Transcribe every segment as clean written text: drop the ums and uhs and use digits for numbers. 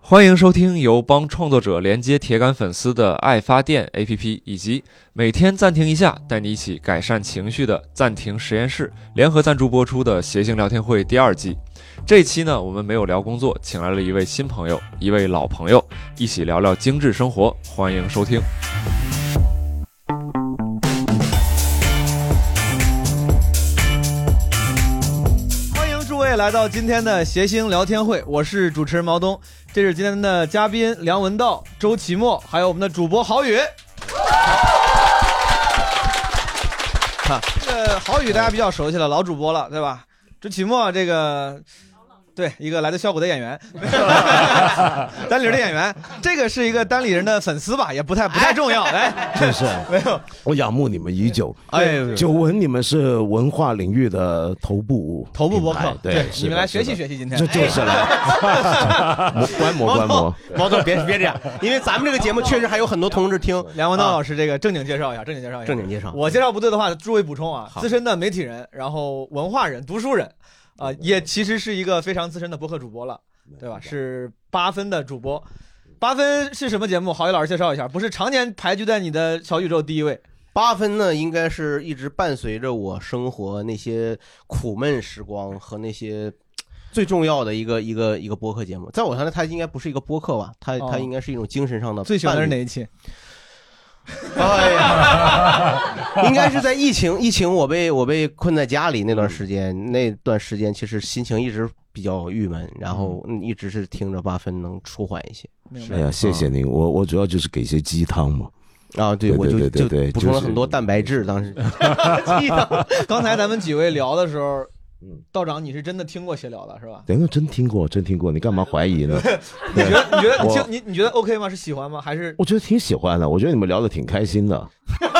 欢迎收听由帮创作者连接铁杆粉丝的爱发电 APP， 以及每天暂停一下，带你一起改善情绪的暂停实验室联合赞助播出的谐星聊天会第2季。这一期呢，我们没有聊工作，请来了一位新朋友，一位老朋友，一起聊聊精致生活。欢迎收听。 来到今天的谐星聊天会，我是主持人毛东，这是今天的嘉宾梁文道、周奇墨，还有我们的主播郝宇。这个郝宇大家比较熟悉了，老主播了，对吧？周奇墨这个。对，一个来自效果的演员，单立人的演员，这个是一个单立人的粉丝吧，也不太重要。来， 真是没有， 我仰慕你们已久。久闻你们是文化领域的头部播客， 对， 你们来学习学习。今天这就是来观摩。 毛总别这样，因为咱们这个节目确实还有很多同志听。 梁文道老师，这个正经介绍一下。正经介绍。我介绍不对的话，诸位补充啊。资深的媒体人，然后文化人、读书人。也其实是一个非常资深的播客主播了，对吧？是8分的主播。8分是什么节目？郝宇老师介绍一下。不是常年排居在你的小宇宙第1位。 8分呢，应该是一直伴随着我生活那些苦闷时光和那些最重要的一个播客节目。在我看来，它应该不是一个播客吧？它应该是一种精神上的。 最喜欢的是哪一期？ 哎呀，应该是在疫情我被困在家里那段时间，其实心情一直比较郁闷，然后一直是听着8分能舒缓一些。 哎呀，谢谢您，我主要就是给些鸡汤嘛。 啊，对，我就补充了很多蛋白质。当时鸡汤。 刚才咱们几位聊的时候。道长，你是真的听过闲聊的是吧？ 对，真听过，你干嘛怀疑呢？ 你觉得 OK 吗？是喜欢吗？还是？ 我觉得挺喜欢的，我觉得你们聊得挺开心的。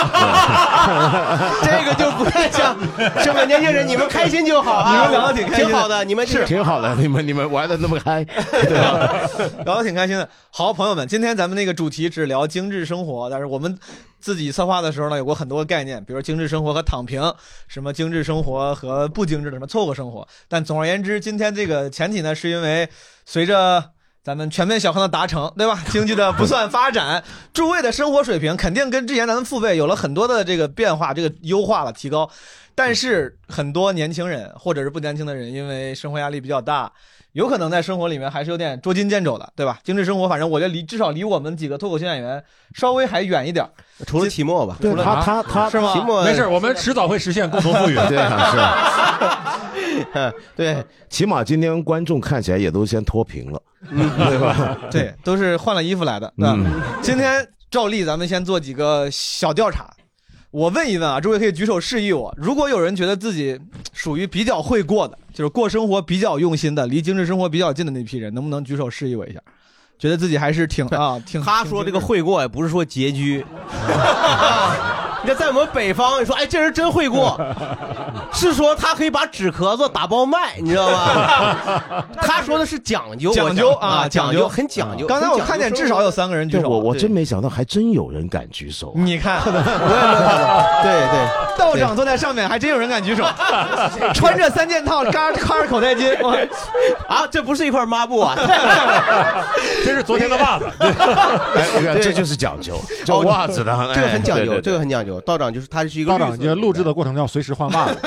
这个就不太像是吧？年轻人，你们开心就好啊！ 你们聊得挺开心， 挺好的，你们是挺好的，你们玩得那么嗨，对吧？ 聊得挺开心的。好，朋友们，今天咱们那个主题只聊精致生活，但是我们自己策划的时候呢，有过很多概念，比如精致生活和躺平，什么精致生活和不精致的什么凑合生活。但总而言之，今天这个前提呢，是因为随着咱们全面小康的达成，对吧？经济的不断发展，诸位的生活水平肯定跟之前咱们父辈有了很多的这个变化，这个优化了，提高。但是很多年轻人或者是不年轻的人，因为生活压力比较大，有可能在生活里面还是有点捉襟见肘的，对吧？精致生活，反正我觉得至少离我们几个脱口秀演员稍微还远一点， 除了期末吧。 对，他是吗？ 期末没事，我们迟早会实现共同富裕。 对啊， 是，对， 起码今天观众看起来也都先脱贫了，对吧？ 对，都是换了衣服来的。今天照例咱们先做几个小调查。我问一问啊，诸位可以举手示意我。如果有人觉得自己属于比较会过的，就是过生活比较用心的，离精致生活比较近的那批人，能不能举手示意我一下？觉得自己还是挺。 他说这个会过也不是说拮据。你看，在我们北方，你说，哎，这人真会过，是说他可以把纸壳子打包卖，你知道吗？他说的是讲究， 讲究， 很讲究。 刚才我看见至少有3个人举手， 我真没想到，还真有人敢举手。 你看， 我也没看到。对， 道长坐在上面，还真有人敢举手，穿着3件套，嘎着口袋巾， 啊，这不是一块抹布啊， 这是昨天的袜子。 这就是讲究，这袜子的， 这个很讲究，这个很讲究。道长就是他是一个道长，这录制的过程要随时换袜子。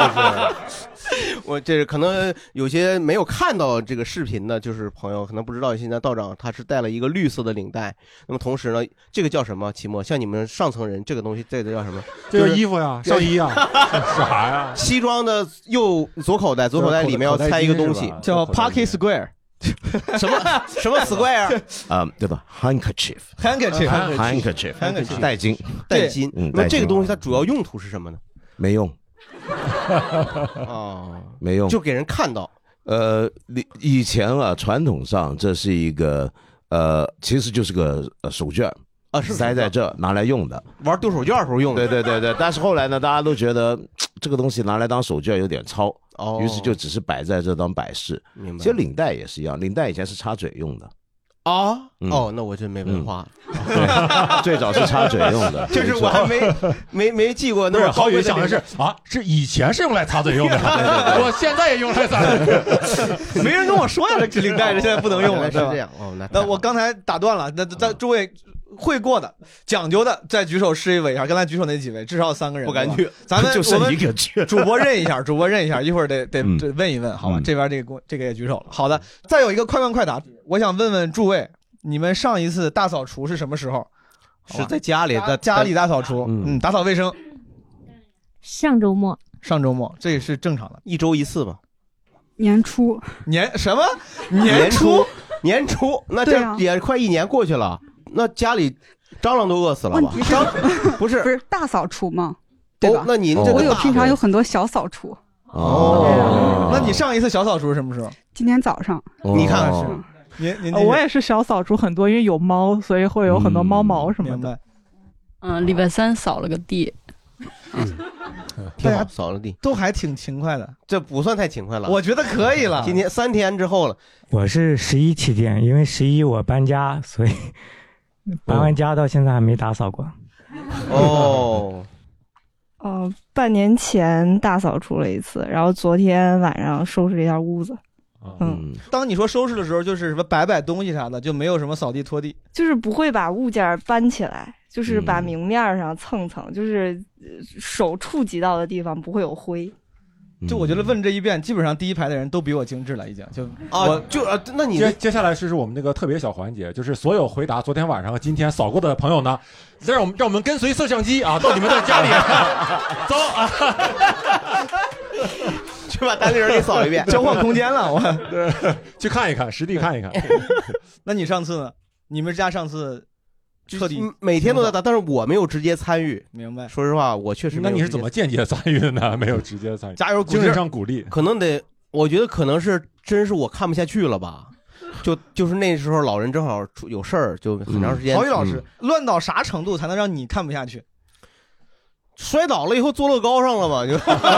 我这可能有些没有看到这个视频的，就是朋友可能不知道，现在道长他是带了一个绿色的领带。那么同时呢，这个叫什么？期末像你们上层人，这个东西这个叫什么？ 这个衣服呀，上衣呀，啥呀？ 西装的左口袋里面要塞一个东西， 叫 Pocket Square。 什么 square 对吧 handkerchief 带巾。 那这个东西它主要用途是什么呢？ 没用。没用， 就给人看到。 以前啊，传统上这是一个其实就是个手绢啊，是塞在这拿来用的， 玩丢手绢时候用的。 对。但是后来呢，大家都觉得这个东西拿来当手绢有点糙。于是就只是摆在这当摆饰。 明白。 其实领带也是一样，领带以前是插嘴用的。 那我真没文化。 对，最早是插嘴用的， 就是我还没记过那么郝宇想的是是以前是用来擦嘴用的，我现在也用来擦嘴。 没人跟我说呀，这指令带着现在不能用了， 是这样那我刚才打断了，那诸位会过的讲究的再举手示意我一下，刚才举手那几位至少3个人不敢去， 咱们就剩一个去， 主播认一下，一会儿得问一问，好吧？这边这个也举手了。好的，再有一个快问快答，我想问问诸位，你们上一次大扫除是什么时候？ 是在家里大扫除，打扫卫生。 上周末， 这也是正常的， 一周一次吧。 年初， 年初， 那这也快1年过去了，那家里蟑螂都饿死了吧？不是大扫除吗？对吧？ 那您这我平常有很多小扫除。 那你上一次小扫除是什么时候？ 今天早上。 你看看是。 我也是小扫除很多，因为有猫，所以会有很多猫毛什么的。 礼拜3扫了个地。 挺好，扫了地都还挺勤快的， 这不算太勤快了， 我觉得可以了。 今天3天之后了， 我是11期间，因为11我搬家，所以搬完家到现在还没打扫过。 半年前大扫除了一次，然后昨天晚上收拾了一下屋子。 当你说收拾的时候，就是什么摆东西啥的，就没有什么扫地拖地， 就是不会把物件搬起来，就是把明面上蹭蹭，就是手触及到的地方不会有灰。 就我觉得问这一遍，基本上第一排的人都比我精致了，已经那你接下来是我们那个特别小环节，就是所有回答昨天晚上和今天扫过的朋友呢，让我们跟随摄像机到你们的家里走去把单立人给扫一遍， 交换空间了， 对，去看一看，实地看一看。 那你上次呢？你们家上次彻底每天都在打，但是我没有直接参与。 明白。 说实话，我确实没有。 那你是怎么间接参与的呢？没有直接参与， 加油， 精神上鼓励。 可能我觉得可能是真是我看不下去了吧。就是那时候老人正好有事儿，就很长时间。 郝宇老师，乱到啥程度才能让你看不下去？ 摔倒了以后坐乐高上了嘛，就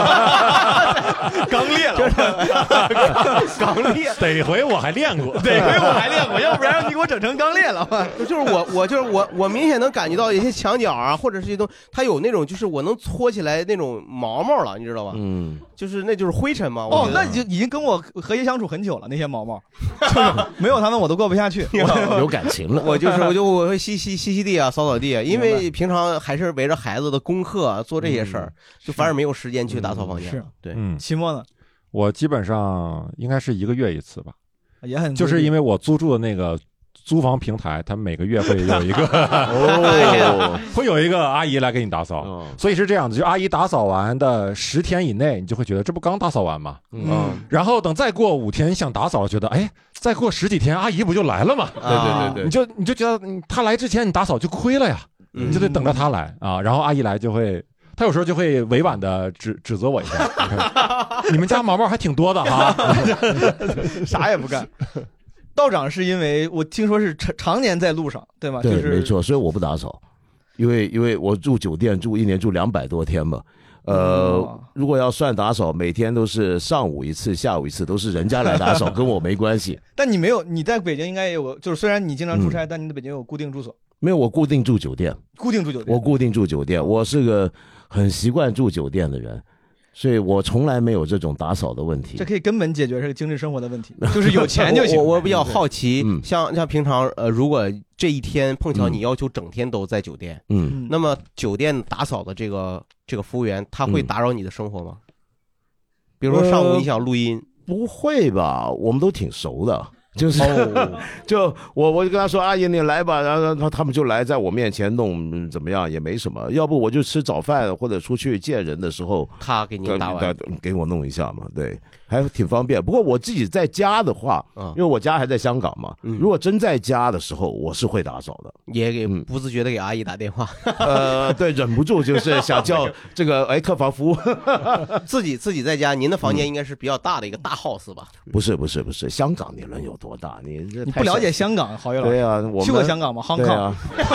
刚烈了， 刚烈。 得回我还练过， 要不然你给我整成刚烈了。 就是我明显能感觉到有些墙角啊，或者是一些东西，它有那种就是我能搓起来那种毛毛了，你知道吧？就是灰尘嘛。 那你就已经跟我和谐相处很久了，那些毛毛，就是没有他们我都过不下去， 有感情了。 我会吸地啊，扫地啊，因为平常还是围着孩子的功课。做这些事儿，就反而没有时间去打扫房间。 是， 对。 期末呢？ 我基本上应该是1个月一次吧， 也很就是因为我租住的那个租房平台，他每个月会有一个会有一个阿姨来给你打扫，所以是这样子，就阿姨打扫完的10天以内，你就会觉得这不刚打扫完吗？然后等再过5天，你想打扫，觉得再过10几天，阿姨不就来了吗？ 对， 你就觉得她来之前你打扫就亏了呀。你就得等着他来然后阿姨来就会，他有时候就会委婉的指责我一下，你们家毛毛还挺多的哈， 啥也不干。道长是因为我听说是常年在路上，对吗？ 对，没错，所以我不打扫，因为我住酒店住1年住200多天嘛。如果要算打扫，每天都是上午一次，下午一次，都是人家来打扫，跟我没关系。 但你在北京应该也有，就是虽然你经常出差，但你在北京有固定住所。 没有，我固定住酒店。我是个很习惯住酒店的人，所以我从来没有这种打扫的问题。 这可以根本解决这个精致生活的问题，就是有钱就行。 我比较好奇，像平常如果这一天碰巧你要求整天都在酒店，那么酒店打扫的这个服务员他会打扰你的生活吗？比如说上午你想录音， 不会吧？我们都挺熟的。就是就我就跟他说，阿姨你来吧，然后他们就来在我面前弄，怎么样也没什么。要不我就吃早饭或者出去见人的时候， 他给你打完， 给我弄一下嘛，对，还挺方便。不过我自己在家的话，因为我家还在香港嘛，如果真在家的时候，我是会打扫的， 也给不自觉的给阿姨打电话， 对，忍不住就是想叫这个客房服务。 自己在家，您的房间应该是比较大的一个大 house 吧？ 不是，香港你能有多大？你不了解香港，郝宇老师。 对啊，我去过香港吗？Hong Kong。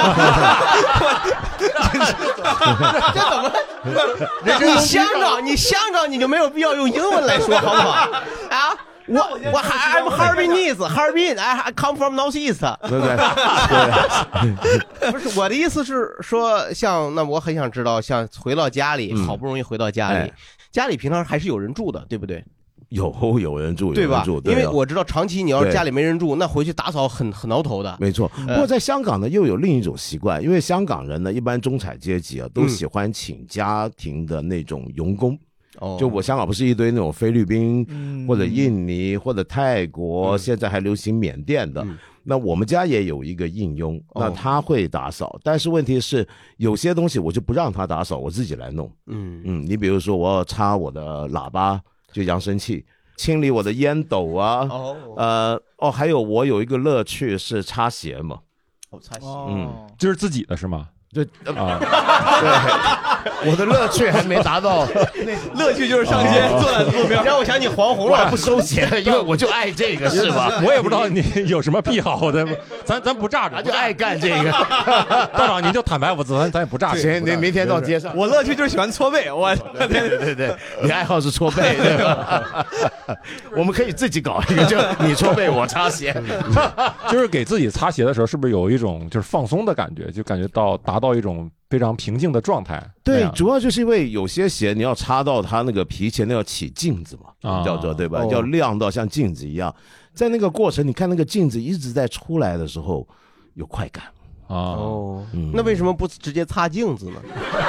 这怎么？你香港你就没有必要用英文来说，好不好？ 我还 I'm Harbin，I come from northeast， 对不对？ 对，不是我的意思是说，像那我很想知道，像回到家里，好不容易回到家里，家里平常还是有人住的，对不对？ 有人住， 对吧？ 对， 因为我知道长期你要是家里没人住，那回去打扫很挠头的。 没错，不过在香港呢，又有另一种习惯，因为香港人呢，一般中产阶级啊，都喜欢请家庭的那种佣工。就我香港不是一堆那种菲律宾或者印尼或者泰国，现在还流行缅甸的。那我们家也有一个应佣，那他会打扫，但是问题是有些东西我就不让他打扫，我自己来弄。你比如说我要插我的喇叭。就扬声器，清理我的烟斗啊，还有我有一个乐趣是擦鞋嘛， 擦鞋， 这是自己的是吗？ 对对，我的乐趣还没达到， 乐趣就是上街坐在路边， 让我想起黄宏了， 不收钱，因为我就爱这个，是吧？ 我也不知道你有什么癖好的，咱不炸着， 就爱干这个。 道长您就坦白我咱也不炸着。 行，您明天到街上。 我乐趣就是喜欢搓背，我对，你爱好是搓背，对吧？我们可以自己搞一个，就你搓背，我擦鞋， 就是给自己擦鞋的时候，是不是有一种就是放松的感觉，就感觉达到一种非常平静的状态？ 对，主要就是因为有些鞋你要擦到它那个皮前，那要起镜子嘛，叫做对吧？要亮到像镜子一样，在那个过程，你看那个镜子一直在出来的时候，有快感。 那为什么不直接擦镜子呢？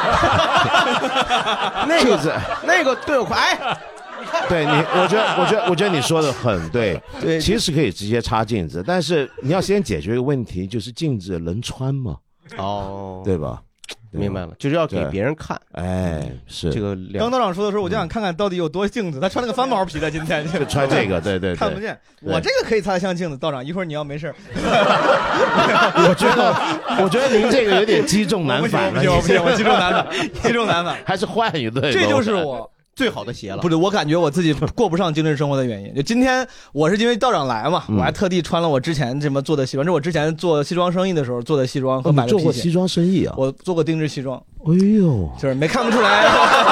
那个对我快。 对你，我觉得你说的很对。对，其实可以直接擦镜子，但是你要先解决一个问题，就是镜子能穿吗？对吧？ 明白了，就是要给别人看。 哎，是这个。 刚道长说的时候，我就想看看到底有多镜子。他穿了个翻毛皮的，今天就穿这个，对， 看不见。我这个可以擦得像镜子。道长，一会儿你要没事， 我觉得您这个有点积重难返了。 不行，我积重难返， 还是换一对。 这就是我最好的鞋了。 不是，我感觉我自己过不上精致生活的原因。就今天我是因为道长来嘛，我还特地穿了我之前这么做的西装，这是我之前做西装生意的时候做的西装和买的皮鞋。 做过西装生意啊？ 我做过定制西装。 哎呦， 就是没看不出来。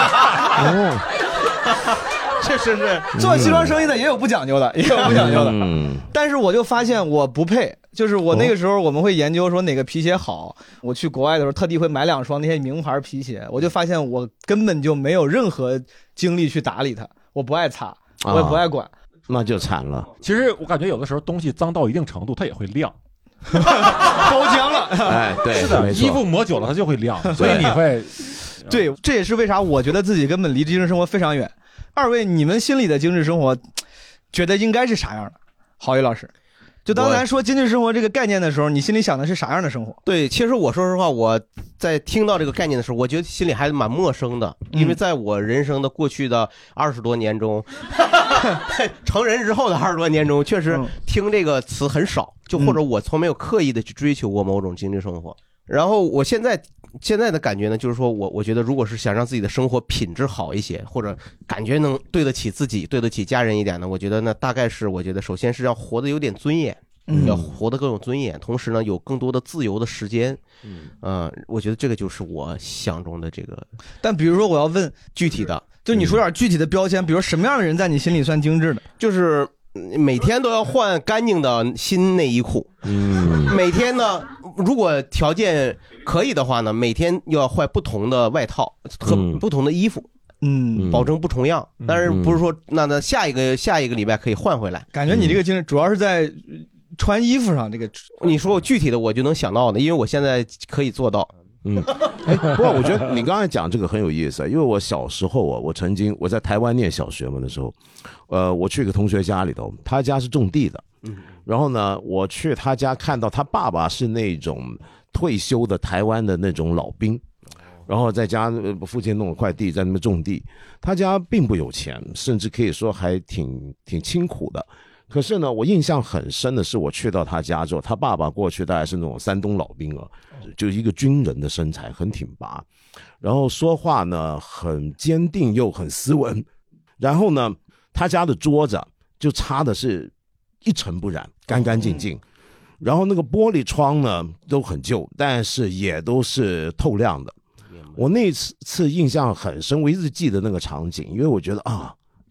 这是做西装生意的也有不讲究的，但是我就发现我不配。就是我那个时候我们会研究说哪个皮鞋好，我去国外的时候特地会买2双那些名牌皮鞋，我就发现我根本就没有任何精力去打理它，我不爱擦，我也不爱管， 那就惨了。 其实我感觉有的时候东西脏到一定程度它也会亮。 包浆了。 哎，对， 是的，衣服磨久了它就会亮，所以你会。 对，这也是为啥我觉得自己根本离精致生活非常远。二位，你们心里的精致生活觉得应该是啥样的？郝宇老师，就当咱说精致生活这个概念的时候，你心里想的是啥样的生活？ 对，其实我说实话，我在听到这个概念的时候，我觉得心里还蛮陌生的，因为在我人生的过去的20多年中，成人之后的20多年中，确实听这个词很少，就或者我从没有刻意的去追求过某种精致生活。然后我现在的感觉呢，就是说我觉得如果是想让自己的生活品质好一些，或者感觉能对得起自己、对得起家人一点呢，我觉得呢，大概是我觉得首先是要活得有点尊严，要活得更有尊严，同时呢有更多的自由的时间。我觉得这个就是我想中的这个。 但比如说我要问具体的， 就你说点具体的标签，比如什么样的人在你心里算精致的？ 就是每天都要换干净的新内衣裤，每天呢，如果条件可以的话呢，每天要换不同的外套和不同的衣服，保证不重样。但是不是说那下一个礼拜可以换回来？ 感觉你这个精致主要是在穿衣服上。这个你说我具体的我就能想到的，因为我现在可以做到。 不过我觉得你刚才讲这个很有意思，因为我小时候啊，我在台湾念小学嘛的时候，我去一个同学家里头，他家是种地的，然后呢，我去他家看到他爸爸是那种退休的台湾的那种老兵，然后在家附近弄了块地在那边种地，他家并不有钱，甚至可以说还挺清苦的。可是呢，我印象很深的是，我去到他家之后，他爸爸过去大概是那种山东老兵啊，就一个军人的身材，很挺拔，然后说话呢很坚定又很斯文，然后呢，他家的桌子就擦的是一尘不染，干干净净，然后那个玻璃窗呢都很旧，但是也都是透亮的。我那次印象很深，我一直记得那个场景，因为我觉得啊，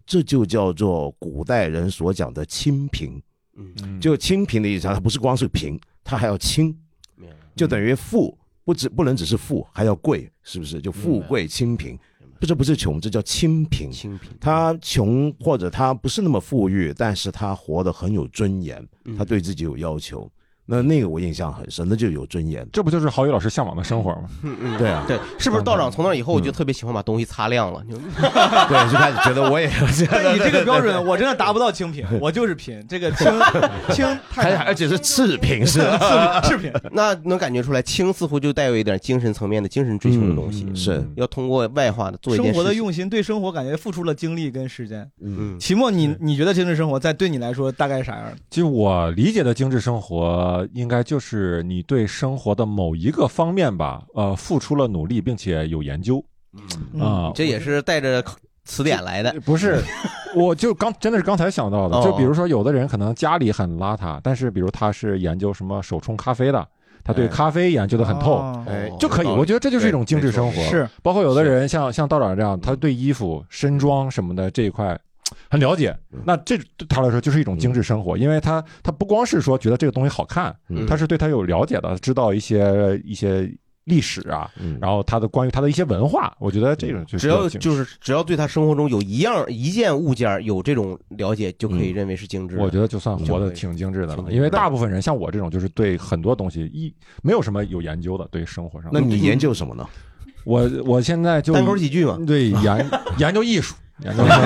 这就叫做古代人所讲的清贫。就清贫的意思，它不是光是贫，它还要清，就等于富，不能只是富，还要贵，是不是？就富贵清贫，这不是穷，这叫清贫。他穷或者他不是那么富裕，但是他活得很有尊严，他对自己有要求。那个我印象很深，那就有尊严。 这不就是郝宇老师向往的生活吗？ 对啊， 对，是不是道长从那以后我就特别喜欢把东西擦亮了？ 对，就开始觉得我也要这样。 以这个标准，我真的达不到清贫，我就是贫。这个清太而且是次贫，是次贫。 那能感觉出来，清似乎就带有一点精神层面的精神追求的东西， 是要通过外化的做一件生事情。 活的用心，对生活感觉付出了精力跟时间。期末你觉得精致生活在对你来说大概是啥样？ 就我理解的精致生活，应该就是你对生活的某一个方面吧，付出了努力，并且有研究。 这也是带着词典来的。 不是，我就真的是刚才想到的。就比如说，有的人可能家里很邋遢，但是比如他是研究什么手冲咖啡的。他对咖啡研究得很透，就可以。我觉得这就是一种精致生活。 是， 包括有的人像道长这样，他对衣服、身装什么的这一块很了解，那这对他来说就是一种精致生活，因为他不光是说觉得这个东西好看，他是对他有了解的，知道一些历史啊，然后关于他的一些文化，我觉得这种只要对他生活中有一件物件有这种了解，就可以认为是精致。 我觉得就算活得挺精致的了，因为大部分人像我这种就是对很多东西没有什么有研究的，对生活上。 那你研究什么呢？ 我现在就单口喜剧嘛， 对，研究艺术，研究艺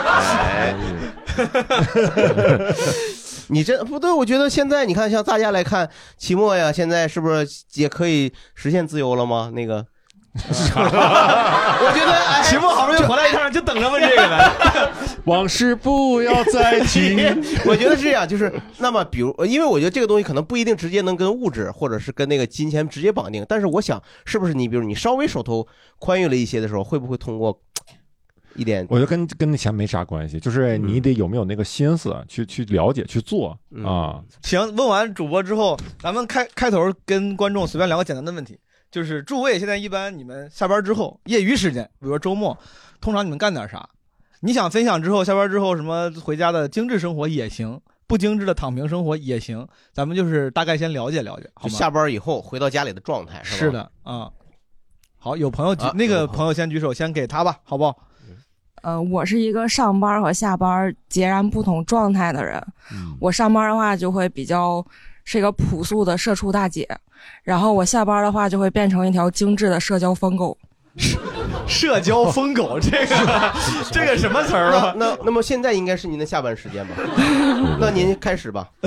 术。 你这不对，我觉得现在你看，像大家来看期末呀，现在是不是也可以实现自由了吗？那个，我觉得期末好不容易回来一趟，就等着问这个呢。 往事不要再提。 我觉得是这样，就是那么，比如，因为我觉得这个东西可能不一定直接能跟物质或者是跟那个金钱直接绑定，但是我想，是不是你比如你稍微手头宽裕了一些的时候，会不会通过一点？ 我觉得跟钱没啥关系，就是你得有没有那个心思去了解去做啊。 行，问完主播之后，咱们开头跟观众随便聊个简单的问题，就是诸位现在一般你们下班之后业余时间，比如说周末，通常你们干点啥？你想分享之后下班之后什么回家的精致生活也行，不精致的躺平生活也行，咱们就是大概先了解了解，好吗？ 下班以后回到家里的状态是的啊。好，有朋友那个朋友先举手，先给他吧，好不好？ 我是一个上班和下班截然不同状态的人。我上班的话就会是一个朴素的社畜大姐，然后我下班的话就会变成一条精致的社交疯狗。 社交疯狗，这个什么词儿啊？ 那么现在应该是您的下班时间吧？那您开始吧。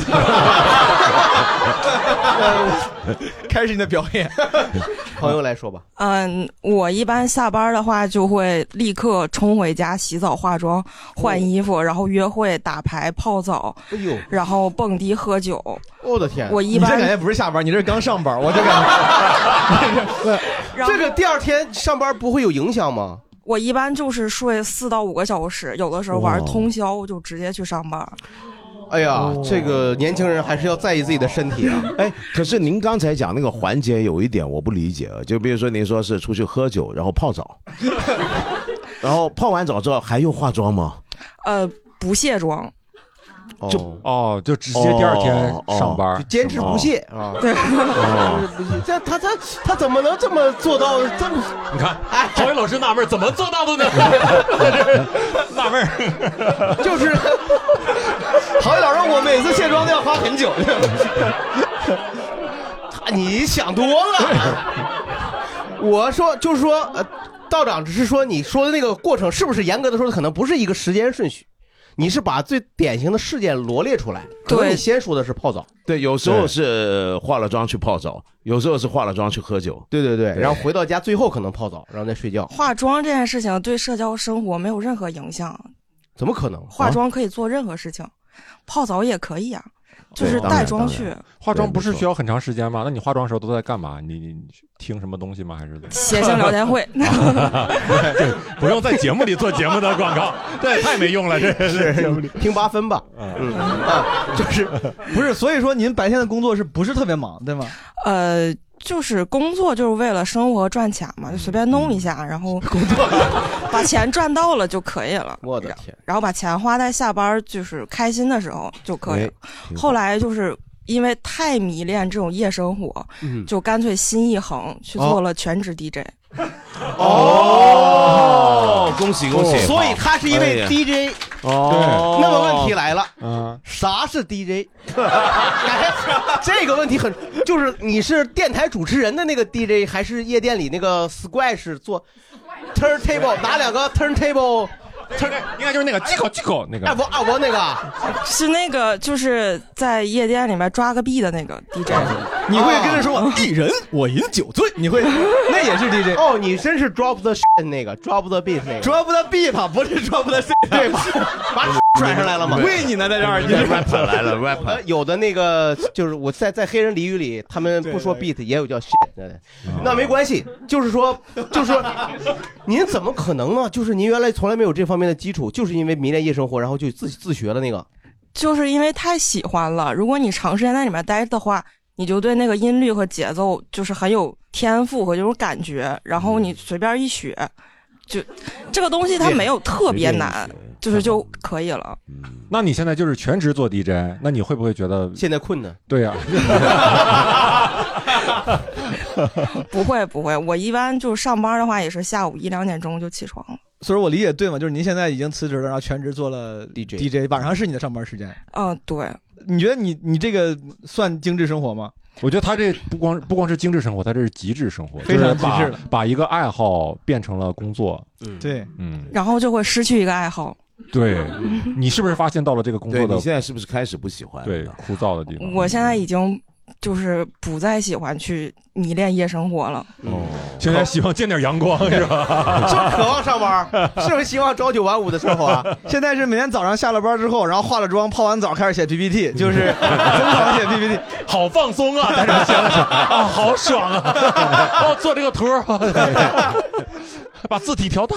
开始你的表演。 朋友来说吧。 我一般下班的话就会立刻冲回家洗澡化妆换衣服，然后约会打牌泡澡，然后蹦迪喝酒。 我的天！ 我一般你这感觉不是下班，你这是刚上班，我这感觉。这个第二天上班不会有影响吗？ 我一般就是睡4到5个小时，有的时候玩通宵就直接去上班。 哎呀，这个年轻人还是要在意自己的身体啊！ 哎，可是您刚才讲那个环节有一点我不理解，就比如说您说是出去喝酒，然后泡澡，然后泡完澡之后还用化妆吗？ 不卸妆。 就直接第二天上班， 就坚持不懈啊！ 对， 这他怎么能这么做到？这么你看，郝宇老师纳闷怎么做到的呢？纳闷， 就是郝宇老师，我每次卸妆都要花很久。 你想多了。我说就是说，道长只是说你说的那个过程是不是严格的说，可能不是一个时间顺序。你是把最典型的事件罗列出来，可能你先说的是泡澡， 对，有时候是化了妆去泡澡，有时候是化了妆去喝酒， 对，然后回到家最后可能泡澡，然后再睡觉。 化妆这件事情对社交生活没有任何影响， 怎么可能？ 化妆可以做任何事情，泡澡也可以啊，就是带妆去。 化妆不是需要很长时间吗？那你化妆的时候都在干嘛？你听什么东西吗？还是谐星聊天会？ 对，不用在节目里做节目的广告，对，太没用了，这是听8分吧。 就是不是？所以说您白天的工作是不是特别忙，对吗？ 就是工作就是为了生活赚钱嘛，就随便弄一下，然后工作把钱赚到了就可以了。 我的天！ 然后把钱花在下班就是开心的时候就可以了。后来就是因为太迷恋这种夜生活，就干脆心一横去做了全职 DJ。 哦，恭喜恭喜！ 所以他是一位 DJ。 哦， 那么问题来了，啥是 DJ？ 这个问题就是你是电台主持人的那个 DJ， 还是夜店里那个 Squash 做 turntable 拿2个 turntable？ 应该就是那个机口那个。 我那个是那个就是在夜店里面抓个 B 的那个 DJ。 你会跟着说一人我饮酒醉，你会那也是 DJ。 哦，你真是 drop the shit 那个 drop the beat 那个 drop the beat 不是 drop the shit 对吧？把甩上来了吗？ 为你呢，在这儿 rap 来了 rap。 有的那个就是我在黑人俚语里，他们不说 beat 也有叫 shit。那没关系，就是说您怎么可能呢？就是您原来从来没有这方面的基础，就是因为迷恋夜生活，然后就自学了那个。 就是因为太喜欢了，如果你长时间在里面待的话，你就对那个音律和节奏就是很有天赋和这种感觉，然后你随便一学，就这个东西它没有特别难，就是就可以了。 那你现在就是全职做 DJ， 那你会不会觉得现在困难？ 对呀、 不会，我一般就是上班的话也是下午1-2点钟就起床了。 所以我理解对吗？就是您现在已经辞职了，然后全职做了 DJ， 晚上是你的上班时间。 对。 你觉得你这个算精致生活吗？ 我觉得他这不光是精致生活，他这是极致生活， 非常极致， 把一个爱好变成了工作。 对， 然后就会失去一个爱好。 对，你是不是发现到了这个工作的？ 你现在是不是开始不喜欢？ 对，枯燥的地方。 我现在已经就是不再喜欢去迷恋夜生活了。 现在希望见点阳光是吧？ 是渴望上班，是不是希望朝9晚5的生活啊？ 现在是每天早上下了班之后，然后化了妆、泡完澡开始写 PPT， 就是疯狂写 PPT， 好放松啊！在这写的啊，好爽啊！做这个图，把字体调大，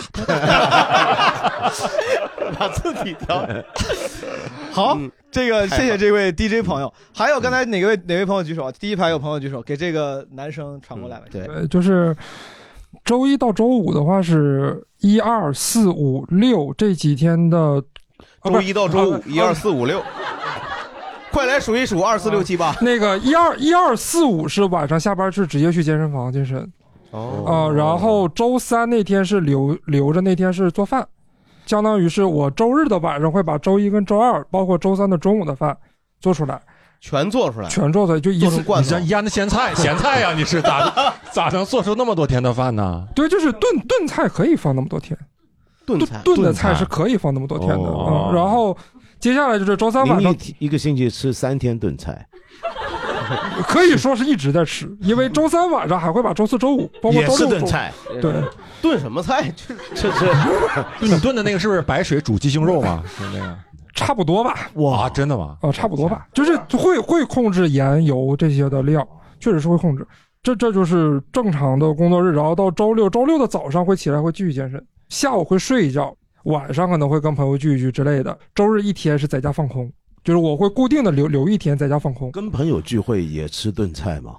把字体调大。 好，这个谢谢这位 DJ 朋友。还有刚才哪位朋友举手？第一排有朋友举手，给这个男生传过来吧。 对，就是周一到周五的话是1、2、4、5、6这几天的。 周一到周五1、2、4、5、6。快来数一数2、4、6、7、8。 那个1、2、4、5是晚上下班是直接去健身房健身。然后周3那天是留着那天是做饭。相当于是我周日的晚上会把周一跟周二，包括周3的中午的饭做出来， 全做出来， 就一次你这腌的咸菜呀、你是咋能做出那么多天的饭呢？ 对，就是炖菜可以放那么多天，炖的菜是可以放那么多天的。然后接下来就是周3晚上一个星期吃3天炖菜。 可以说是一直在吃，因为周3晚上还会把周4、周5，包括周6 炖菜。 对， 炖什么菜？ 就是你炖的那个是不是白水煮鸡胸肉嘛？是那个， 差不多吧？ 哇，真的吗？ 差不多吧，就是会控制盐油这些的量，确实是会控制。这就是正常的工作日，然后到周六的早上会起来会继续健身，下午会睡一觉，晚上可能会跟朋友聚一聚之类的。周日一天是在家放空。就是我会固定的留一天在家放空。 跟朋友聚会也吃炖菜吗？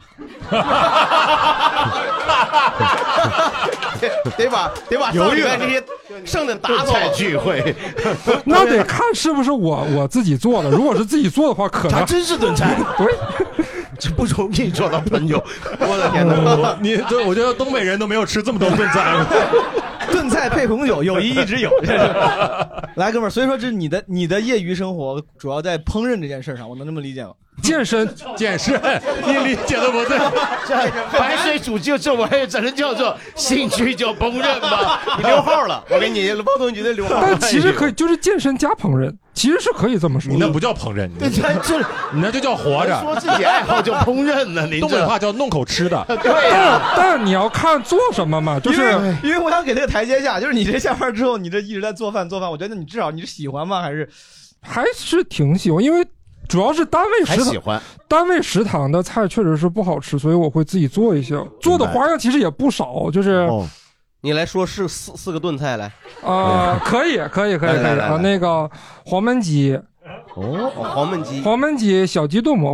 得把里面这些剩的打走。 菜聚会， 那得看是不是我自己做的。如果是自己做的话，可能还真是炖菜。 对， 这不容易做到朋友。 我的天哪！ 我觉得东北人都没有吃这么多炖菜。 炖菜配红酒，友谊一直有。来，哥们儿，所以说这是你的业余生活主要在烹饪这件事上，我能这么理解吗？ 健身， 你理解的不对。 这白水煮就这玩意儿，只能叫做兴趣叫烹饪吧？ 你溜号了，我给你汪东绝对溜号。 但其实可以，就是健身加烹饪，其实是可以这么说。 你那不叫烹饪，你那就叫活着。 说自己爱好叫烹饪呢，您东北话叫弄口吃的。 对呀， 但你要看做什么嘛，就是因为我想给这个台阶下，就是你这下班之后，你这一直在做饭，我觉得你至少你是喜欢吗？ 还是挺喜欢，因为主要是单位食堂的菜确实是不好吃，所以我会自己做一些，做的花样其实也不少，就是。 你来说是四个炖菜来。 可以啊，那个黄焖鸡。 黄焖鸡， 小鸡炖蘑菇。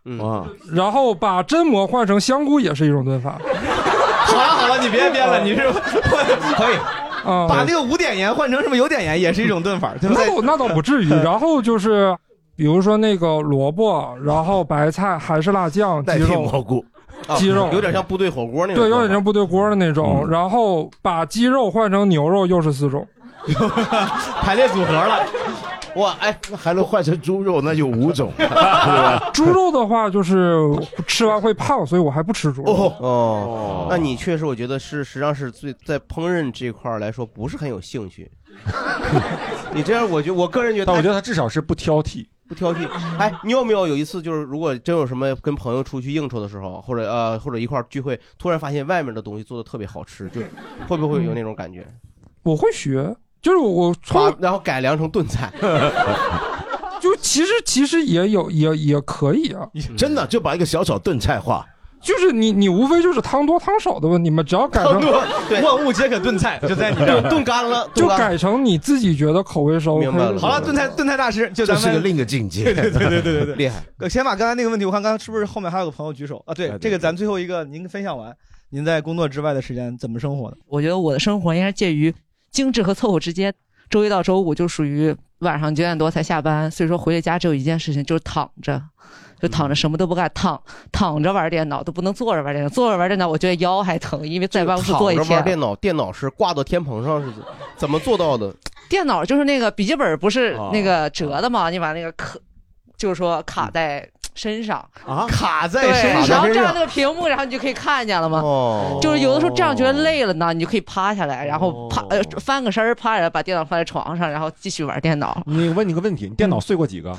然后把榛蘑换成香菇也是一种炖法。 好了，你别编了，你是可以。把那个无碘盐换成什么有碘盐也是一种炖法，对不对？ 那倒不至于。然后就是比如说那个萝卜，然后白菜、韩式辣酱、鸡肉、 蘑菇。 鸡肉有点像部队火锅那种， 对，有点像部队锅的那种。然后把鸡肉换成牛肉，又是4种， 排列组合了。 哇，哎，那还能换成猪肉，那有5种。 猪肉的话，就是吃完会胖，所以我还不吃猪肉。 哦，那你确实，我觉得实际上是在烹饪这块来说不是很有兴趣。你这样，我个人觉得， 但我觉得他至少是不挑剔。 不挑剔。哎，你有没有一次，就是如果真有什么跟朋友出去应酬的时候，或者一块聚会，突然发现外面的东西做的特别好吃，就会不会有那种感觉？ 我会学，就是我然后改良成炖菜。 就其实也可以啊， 真的就把一个小炒炖菜化。 就是你无非就是汤多汤少的问题嘛，只要改成万物皆可炖菜，就在你这儿炖干了， 就改成你自己觉得口味是 OK 的。 明白了。 好了，炖菜大师，就咱们这是个另一个境界。 对， 厉害。 先把刚才那个问题，我看刚才是不是后面还有个朋友举手啊？对，这个咱最后一个您分享完，您在工作之外的时间怎么生活的？ 我觉得我的生活应该介于精致和凑合之间。周一到周五就属于晚上9点多才下班，所以说回了家只有一件事情，就是躺着。就躺着什么都不干，躺着玩电脑，都不能坐着玩电脑。坐着玩电脑，我觉得腰还疼，因为在办公室坐一天。 躺着玩电脑是挂到天棚上，是怎么做到的？ 电脑就是那个笔记本不是那个折的嘛，你把那个就是说卡在身上啊，卡在身上， 然后这样那个屏幕，然后你就可以看见了嘛。就是有的时候这样觉得累了呢，你就可以趴下来，然后翻个身趴下来，把电脑放在床上，然后继续玩电脑。 你问你个问题，你电脑碎过几个？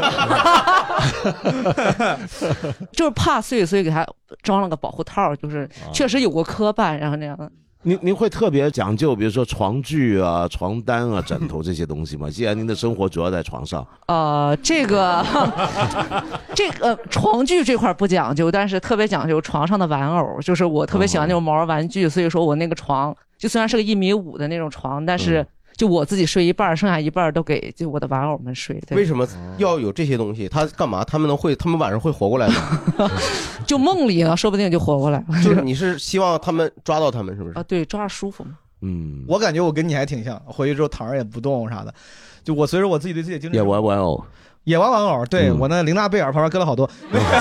就是怕碎，所以给它装了个保护套，就是确实有过磕绊，然后那样的。 您会特别讲究，比如说床具啊、床单啊、枕头这些东西吗？既然您的生活主要在床上， 这个床具这块不讲究，但是特别讲究床上的玩偶，就是我特别喜欢那种毛玩具，所以说我那个床就虽然是个1.5米的那种床，但是就我自己睡一半，剩下一半都给就我的玩偶们睡。 为什么要有这些东西？他干嘛？他们晚上会活过来吗？ 就梦里呢，说不定就活过来。 就是你是希望他们抓到他们，是不是？ 啊，对，抓着舒服嘛。 我感觉我跟你还挺像，回去之后躺着也不动啥的。就我随着我自己对自己的精神也玩玩偶。 也玩玩偶，对我那玲娜贝尔旁边搁了好多，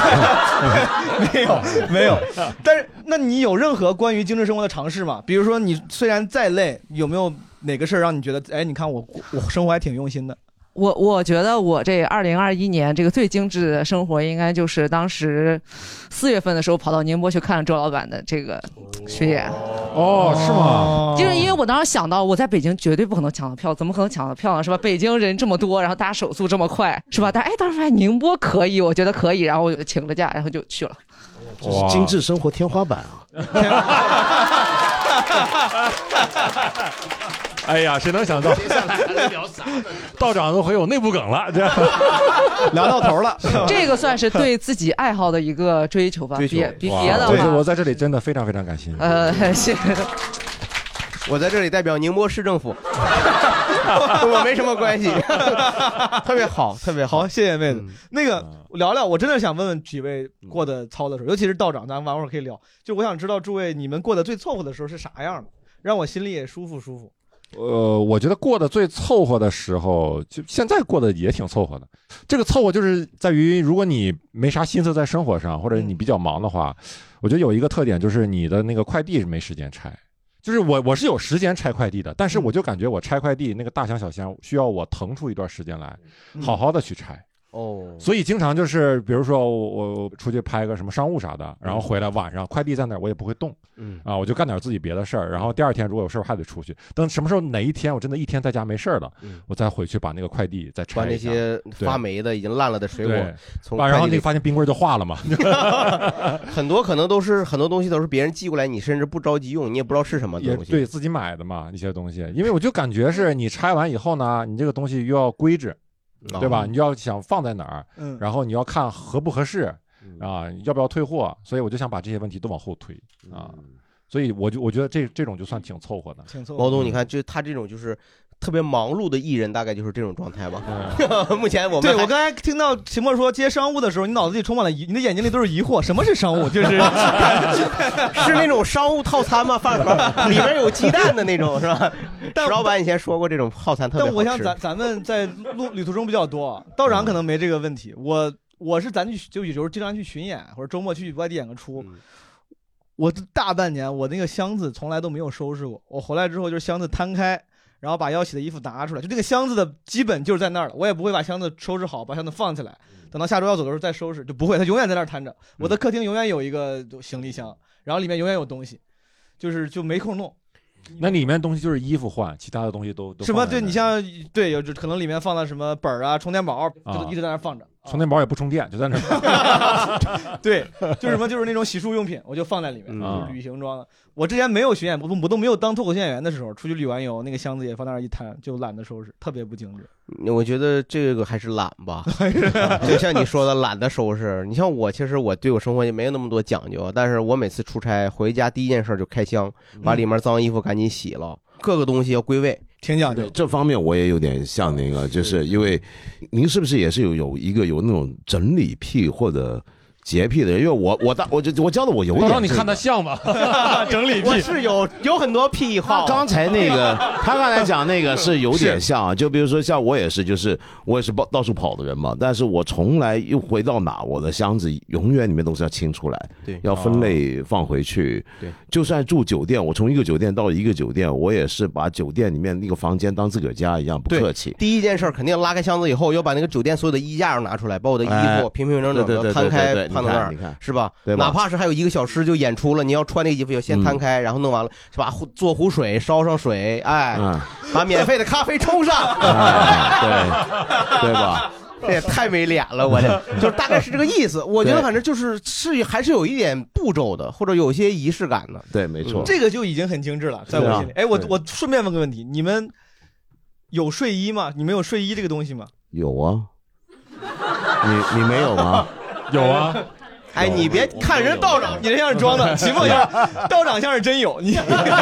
没有。但是，那你有任何关于精致生活的尝试吗？比如说，你虽然再累，有没有哪个事儿让你觉得，哎，你看我生活还挺用心的？ 我觉得我这2021年这个最精致的生活，应该就是当时4月份的时候跑到宁波去看周老板的这个巡演。 哦，是吗？ 就是因为我当时想到，我在北京绝对不可能抢到票，怎么可能抢到票呢？是吧？北京人这么多，然后大家手速这么快，是吧？但当时发现宁波可以，我觉得可以，然后我就请了假，然后就去了。 这是精致生活天花板啊！ 哎呀，谁能想到？道长都会有内部梗了，这聊到头了。 这个算是对自己爱好的一个追求吧，比别的话。 我在这里真的非常非常感谢。 谢谢。 我在这里代表宁波市政府，我没什么关系。特别好，特别好， 谢谢妹子。那个聊聊，我真的想问问几位过得糙的时候，尤其是道长，咱们晚会儿可以聊。就我想知道诸位你们过得最凑合的时候是啥样的，让我心里也舒服舒服。 我觉得过得最凑合的时候，就现在过得也挺凑合的。这个凑合就是在于，如果你没啥心思在生活上，或者你比较忙的话，我觉得有一个特点就是你的那个快递是没时间拆。就是我是有时间拆快递的，但是我就感觉我拆快递那个大箱小箱需要我腾出一段时间来，好好的去拆。所以经常就是比如说我出去拍个什么商务啥的，然后回来晚上快递在那儿我也不会动，我就干点自己别的事儿，然后第二天如果有事儿还得出去，等什么时候哪一天我真的一天在家没事儿了，我再回去把那个快递再拆一下， 把那些发霉的已经烂了的水果从然后那个发现冰棍就化了嘛。 很多可能都是很多东西都是别人寄过来，你甚至不着急用，你也不知道是什么东西， 对自己买的嘛一些东西，因为我就感觉是你拆完以后呢，你这个东西又要规制。对吧？你就要想放在哪儿，然后你要看合不合适啊，要不要退货？所以我就想把这些问题都往后推啊。所以我觉得这种就算挺凑合的。 毛东，你看，就他这种就是特别忙碌的艺人大概就是这种状态吧。目前我们对我刚才听到秦墨说接商务的时候，你脑子里充满了你的眼睛里都是疑惑，什么是商务？就是是那种商务套餐吗？放什么里面有鸡蛋的那种是吧？石老板以前说过这种套餐特别好吃。 但我想咱们在旅途中比较多，道长可能没这个问题。我是咱就有时候经常去巡演，或者周末去外地演个出。我大半年我那个箱子从来都没有收拾过，我回来之后就是箱子摊开，然后把要洗的衣服拿出来，就这个箱子的基本就是在那儿了，我也不会把箱子收拾好，把箱子放起来，等到下周要走的时候再收拾，就不会，它永远在那儿摊着。我的客厅永远有一个行李箱，然后里面永远有东西，就没空弄。 那里面东西就是衣服换，其他的东西都什么？对，你像对有可能里面放了什么本啊、充电宝，就一直在那儿放着。 充电宝也不充电，就在那儿。 对，就是什么，就是那种洗漱用品，我就放在里面，就是旅行装的。我之前没有巡演，我都没有当脱口秀演员的时候，出去旅完游，那个箱子也放那儿一摊，就懒得收拾，特别不精致。 我觉得这个还是懒吧，就像你说的，懒得收拾。你像我，其实我对我生活也没有那么多讲究，但是我每次出差回家第一件事就开箱，把里面脏衣服赶紧洗了，各个东西要归位。 挺讲究。 这方面我也有点像那个，就是因为您是不是也是有那种整理癖或者洁癖的人？因为我教的我有点， 让你看他像吗？ 整理癖我是有很多癖好。 刚才他刚才讲那个是有点像，就比如说像我也是到处跑的人嘛，但是我从来又回到哪，我的箱子永远里面都是要清出来， 对， 要分类放回去。 对， 就算住酒店，我从一个酒店到一个酒店，我也是把酒店里面那个房间当自个儿家一样，不客气。 第一件事肯定拉开箱子以后，要把那个酒店所有的衣架拿出来，把我的衣服平平整整的摊开放到那儿，是吧？哪怕是还有1个小时就演出了，你要穿那个衣服要先摊开，然后弄完了是吧？做壶水，烧上水，把免费的咖啡冲上， 对吧？ 这也太没脸了，我这就大概是这个意思。我觉得反正就是还是有一点步骤的，或者有些仪式感的。 对，没错， 这个就已经很精致了，在我心里。哎，我顺便问个问题，你们有睡衣吗？你们有睡衣这个东西吗？ 有啊，你没有吗？ 有啊。 哎，你别看人道长， 你这像是装的，秦梦像道长像是真有。你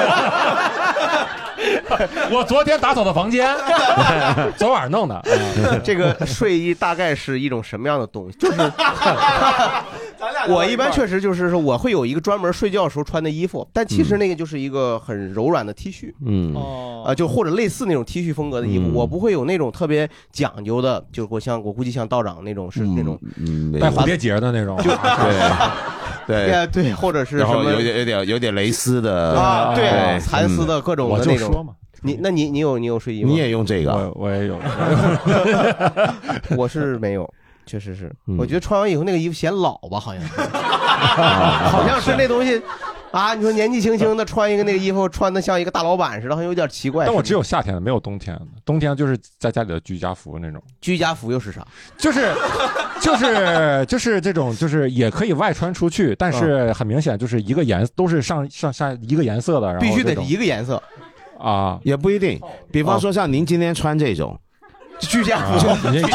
我昨天打扫的房间，昨晚弄的。 这个睡衣大概是一种什么样的东西？就是我一般确实就是说，我会有一个专门睡觉的时候穿的衣服，但其实那个就是一个很柔软的 T 恤，就或者类似那种 T 恤风格的衣服，我不会有那种特别讲究的，就是我估计像道长那种是那种带蝴蝶结的那种， 对，或者是什么有点蕾丝的啊，对，蚕丝的各种的那种。你有睡衣吗？ 你也用这个？ 我也有， 我是没有。确实是，我觉得穿完以后那个衣服显老吧，好像是，好像是那东西啊。你说年纪轻轻的穿一个那个衣服，穿的像一个大老板似的，好像有点奇怪。 但我只有夏天的，没有冬天的。冬天就是在家里的居家服那种。 居家服又是啥？ 就是这种，就是也可以外穿出去，但是很明显就是一个颜都是上下一个颜色的，然后必须得一个颜色啊， 也不一定。比方说像您今天穿这种。 居家服，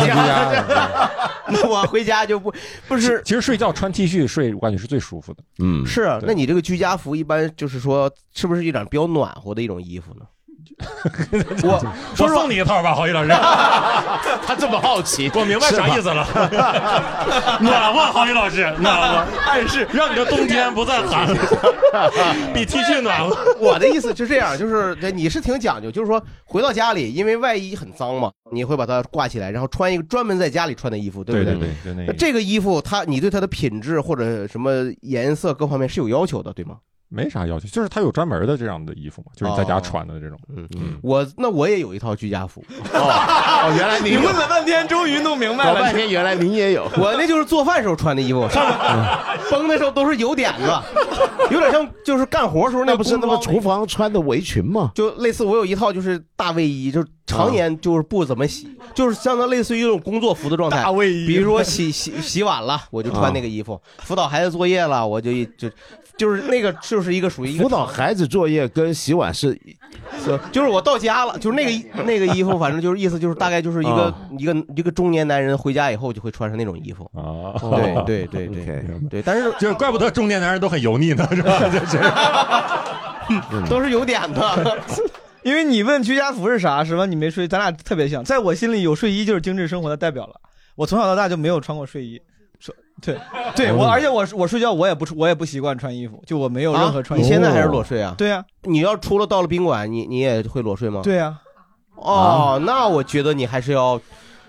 那我回家就不是。 其实睡觉穿 T 恤睡，我感觉是最舒服的。 是啊。那你这个居家服一般就是说，是不是一种比较暖和的一种衣服呢？ 我送你一套吧，郝宇老师。 他这么好奇， 我明白啥意思了。暖和，郝宇老师，暖和， 暗示让你的冬天不再寒，比 T 恤暖和。 我的意思是这样，就是你是挺讲究，就是说回到家里，因为外衣很脏嘛，你会把它挂起来，然后穿一个专门在家里穿的衣服，对不对？ 对， 这个衣服你对它的品质或者什么颜色各方面是有要求的，对吗？ 没啥要求，就是他有专门的这样的衣服嘛，就是在家穿的这种。 我也有一套居家服。 原来你问了半天，终于弄明白了。 搞半天，原来您也有。 我那就是做饭时候穿的衣服，上面绷的时候都是油点子，有点像就是干活时候那不是那么厨房穿的围裙吗？ 就类似我有一套就是大卫衣，就常年就是不怎么洗，就是相当类似于一种工作服的状态。 大卫衣， 比如说洗碗了，我就穿那个衣服；辅导孩子作业了，我就是那个就是一个属于辅导孩子作业跟洗碗就是我到家了，就是那个衣服，反正就是意思就是大概就是一个中年男人回家以后就会穿上那种衣服啊。 对，但是就怪不得中年男人都很油腻呢，是吧？ 都是有点的。 因为你问居家服是啥，是吧？你没睡，咱俩特别像。在我心里，有睡衣就是精致生活的代表了。我从小到大就没有穿过睡衣。对，而且我睡觉我也不习惯穿衣服，就我没有任何穿衣服。 你现在还是裸睡啊？ 对啊。 你要除了到了宾馆，你也会裸睡吗？ 对啊。 哦，那我觉得你还是要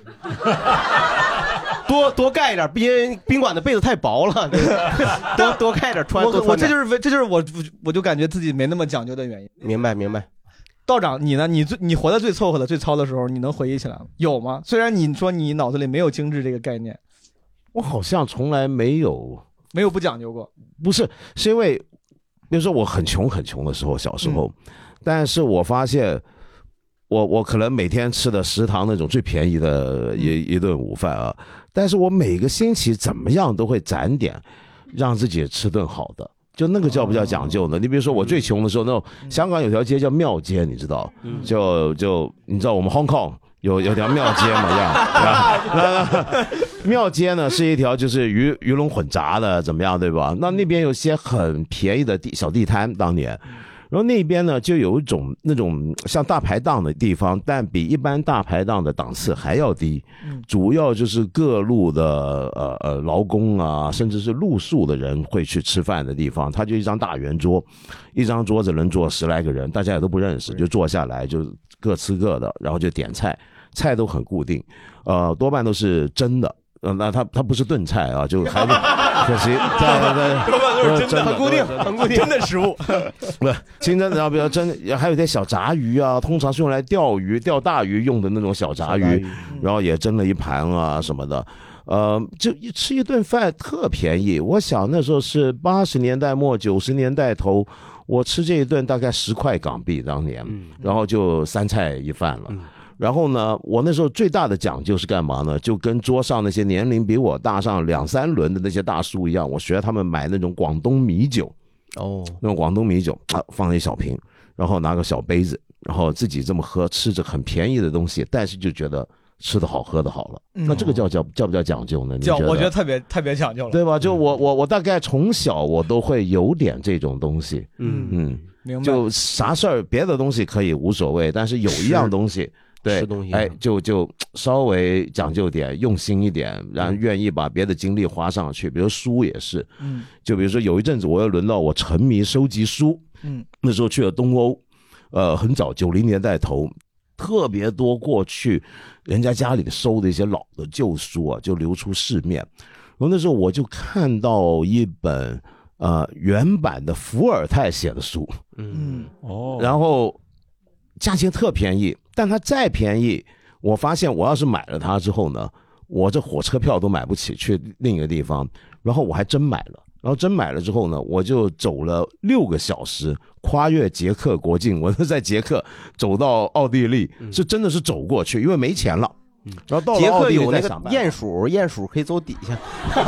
多盖一点，因为宾馆的被子太薄了，多盖点穿。 我这就是我就感觉自己没那么讲究的原因。 明白。 道长，你呢？你活得最凑合的、最糙的时候，你能回忆起来吗？有吗？虽然你说你脑子里没有精致这个概念， 我好像从来没有不讲究过。 不是因为，比如说我很穷的时候，小时候，但是我发现我可能每天吃的食堂那种最便宜的一顿午饭啊，但是我每个星期怎么样都会攒点，让自己吃顿好的。就那个叫不叫讲究呢？你比如说我最穷的时候，那种香港有条街叫庙街，你知道？就你知道我们 Hong Kong 有条庙街嘛？庙街呢是一条就是鱼龙混杂的，怎么样，对吧？那边有些很便宜的小地摊，当年。然后那边呢就有一种那种像大排档的地方，但比一般大排档的档次还要低，主要就是各路的劳工啊，甚至是露宿的人会去吃饭的地方。它就一张大圆桌，一张桌子能坐10来个人，大家也都不认识，就坐下来就各吃各的，然后就点菜，菜都很固定，多半都是蒸的。那它不是炖菜啊，就还是可惜，对， 真的很固定真的食物， 不清蒸，然后比如蒸，还有点小炸鱼啊，通常是用来钓大鱼用的那种小炸鱼，然后也蒸了一盘啊什么的，就吃一顿饭特便宜。我想那时候是80年代末90年代头，我吃这一顿大概10块港币当年，然后就3菜1饭了。然后呢，我那时候最大的讲究是干嘛呢？就跟桌上那些年龄比我大上2、3轮的那些大叔一样，我学他们买那种广东米酒，那种广东米酒放一小瓶，然后拿个小杯子，然后自己这么喝，吃着很便宜的东西，但是就觉得吃的好喝的好了。那这个叫不叫讲究呢？ 我觉得特别讲究了， 对吧？就我大概从小我都会有点这种东西， 明白。 就啥事儿别的东西可以无所谓，但是有一样东西。对， 吃东西就稍微讲究点，用心一点，然后愿意把别的精力花上去。比如书也是，就比如说有一阵子我又轮到我沉迷收集书，那时候去了东欧，很早90年代头，特别多过去人家家里收的一些老的旧书啊，就流出市面。然后那时候我就看到一本原版的伏尔泰写的书，然后价钱特便宜。但它再便宜，我发现我要是买了它之后呢，我这火车票都买不起去另一个地方，然后我还真买了，然后真买了之后呢，我就走了6个小时，跨越捷克国境，我是在捷克走到奥地利，是真的是走过去，因为没钱了。然后到了奥地利有那个鼹鼠可以走底下。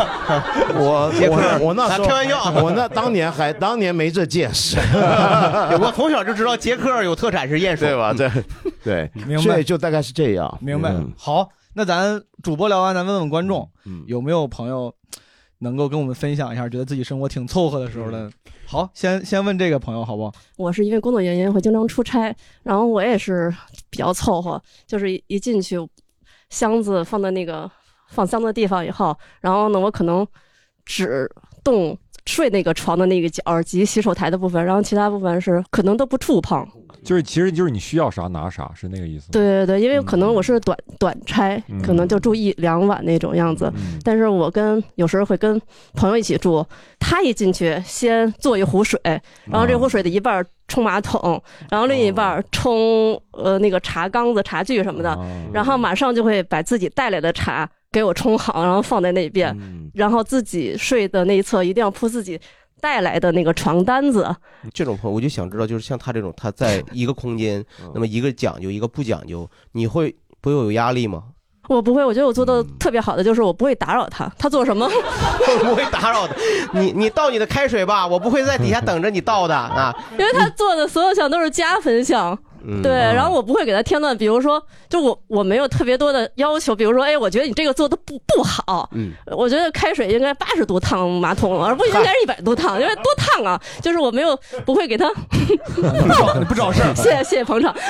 我那时候开玩笑， 我那当年没这见识。 我从小就知道捷克有特产是鼹鼠， 对吧？对， 明白。 所以就大概是这样。 明白。好，那咱主播聊完，咱问问观众，有没有朋友能够跟我们分享一下，觉得自己生活挺凑合的时候的？好，先问这个朋友好不好？ 我是因为工作原因会经常出差，然后我也是比较凑合，就是一进去。箱子放在那个放箱子的地方以后，然后呢，我可能只动睡那个床的那个角及洗手台的部分，然后其他部分是可能都不触碰。 其实就是你需要啥拿啥，是那个意思。 对，因为可能我是短差，可能就住1、2晚那种样子。但是我有时候会跟朋友一起住，他一进去先做一壶水，然后这壶水的一半冲马桶，然后另一半冲那个茶缸子、茶具什么的，然后马上就会把自己带来的茶给我冲好，然后放在那边，然后自己睡的那一侧一定要铺自己带来的那个床单子。 这种朋友我就想知道，就是像他这种，他在一个空间，那么一个讲究，一个不讲究，你会不会有压力吗？ 我不会，我觉得我做的特别好的就是我不会打扰他，他做什么我不会打扰他。你倒你的开水吧，我不会在底下等着你倒的啊。 因为他做的所有项都是加分项， 对，然后我不会给他添乱，比如说，就我没有特别多的要求，比如说，哎，我觉得你这个做的不好，我觉得开水应该80度烫马桶，而不应该是100度烫，因为多烫啊，就是我不会给他你不找事儿， 谢谢捧场，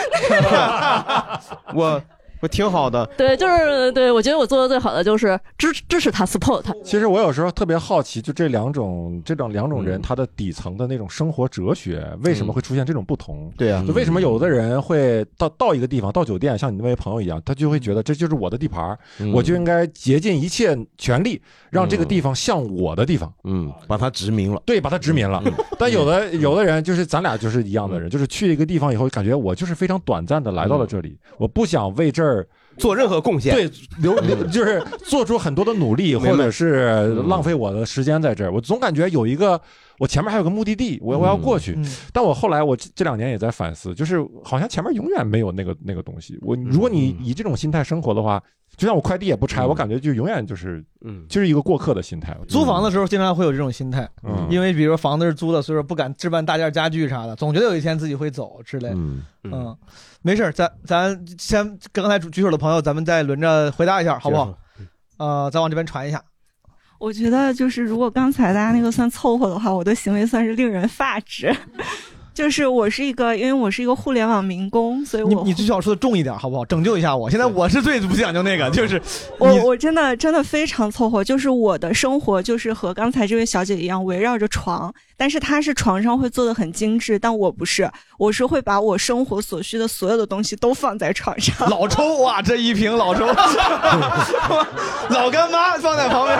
我挺好的， 对，就是对我觉得我做的最好的就是支持他 support 他。 其实我有时候特别好奇，就这两种人，他的底层的那种生活哲学，为什么会出现这种不同？ 对啊， 就为什么有的人会到一个地方，到酒店，像你那位朋友一样，他就会觉得这就是我的地盘，我就应该竭尽一切全力让这个地方像我的地方， 把它殖民了， 对，把它殖民了。但有的人就是咱俩就是一样的人，就是去一个地方以后，感觉我就是非常短暂的来到了这里，我不想为这儿做任何贡献， 对，就是做出很多的努力，或者是浪费我的时间在这儿。我总感觉有一个，我前面还有个目的地，我要过去。但我后来这2年也在反思，就是好像前面永远没有那个东西。如果你以这种心态生活的话，就像我快递也不拆，我感觉就永远就是一个过客的心态。 租房的时候经常会有这种心态，因为比如说房子是租的，所以说不敢置办大件家具啥的，总觉得有一天自己会走之类。没事，咱先刚才举手的朋友，咱们再轮着回答一下，好不好？再往这边传一下。 我觉得就是如果刚才大家那个算凑合的话，我的行为算是令人发指。就是因为我是一个互联网民工，所以你最好说的重一点好不好？拯救一下我，现在我是最不讲究那个，就是我真的非常凑合，就是我的生活就是和刚才这位小姐一样围绕着床，但是她是床上会做的很精致，但我不是，我是会把我生活所需的所有的东西都放在床上。 老抽哇，这一瓶老抽，老干妈放在旁边。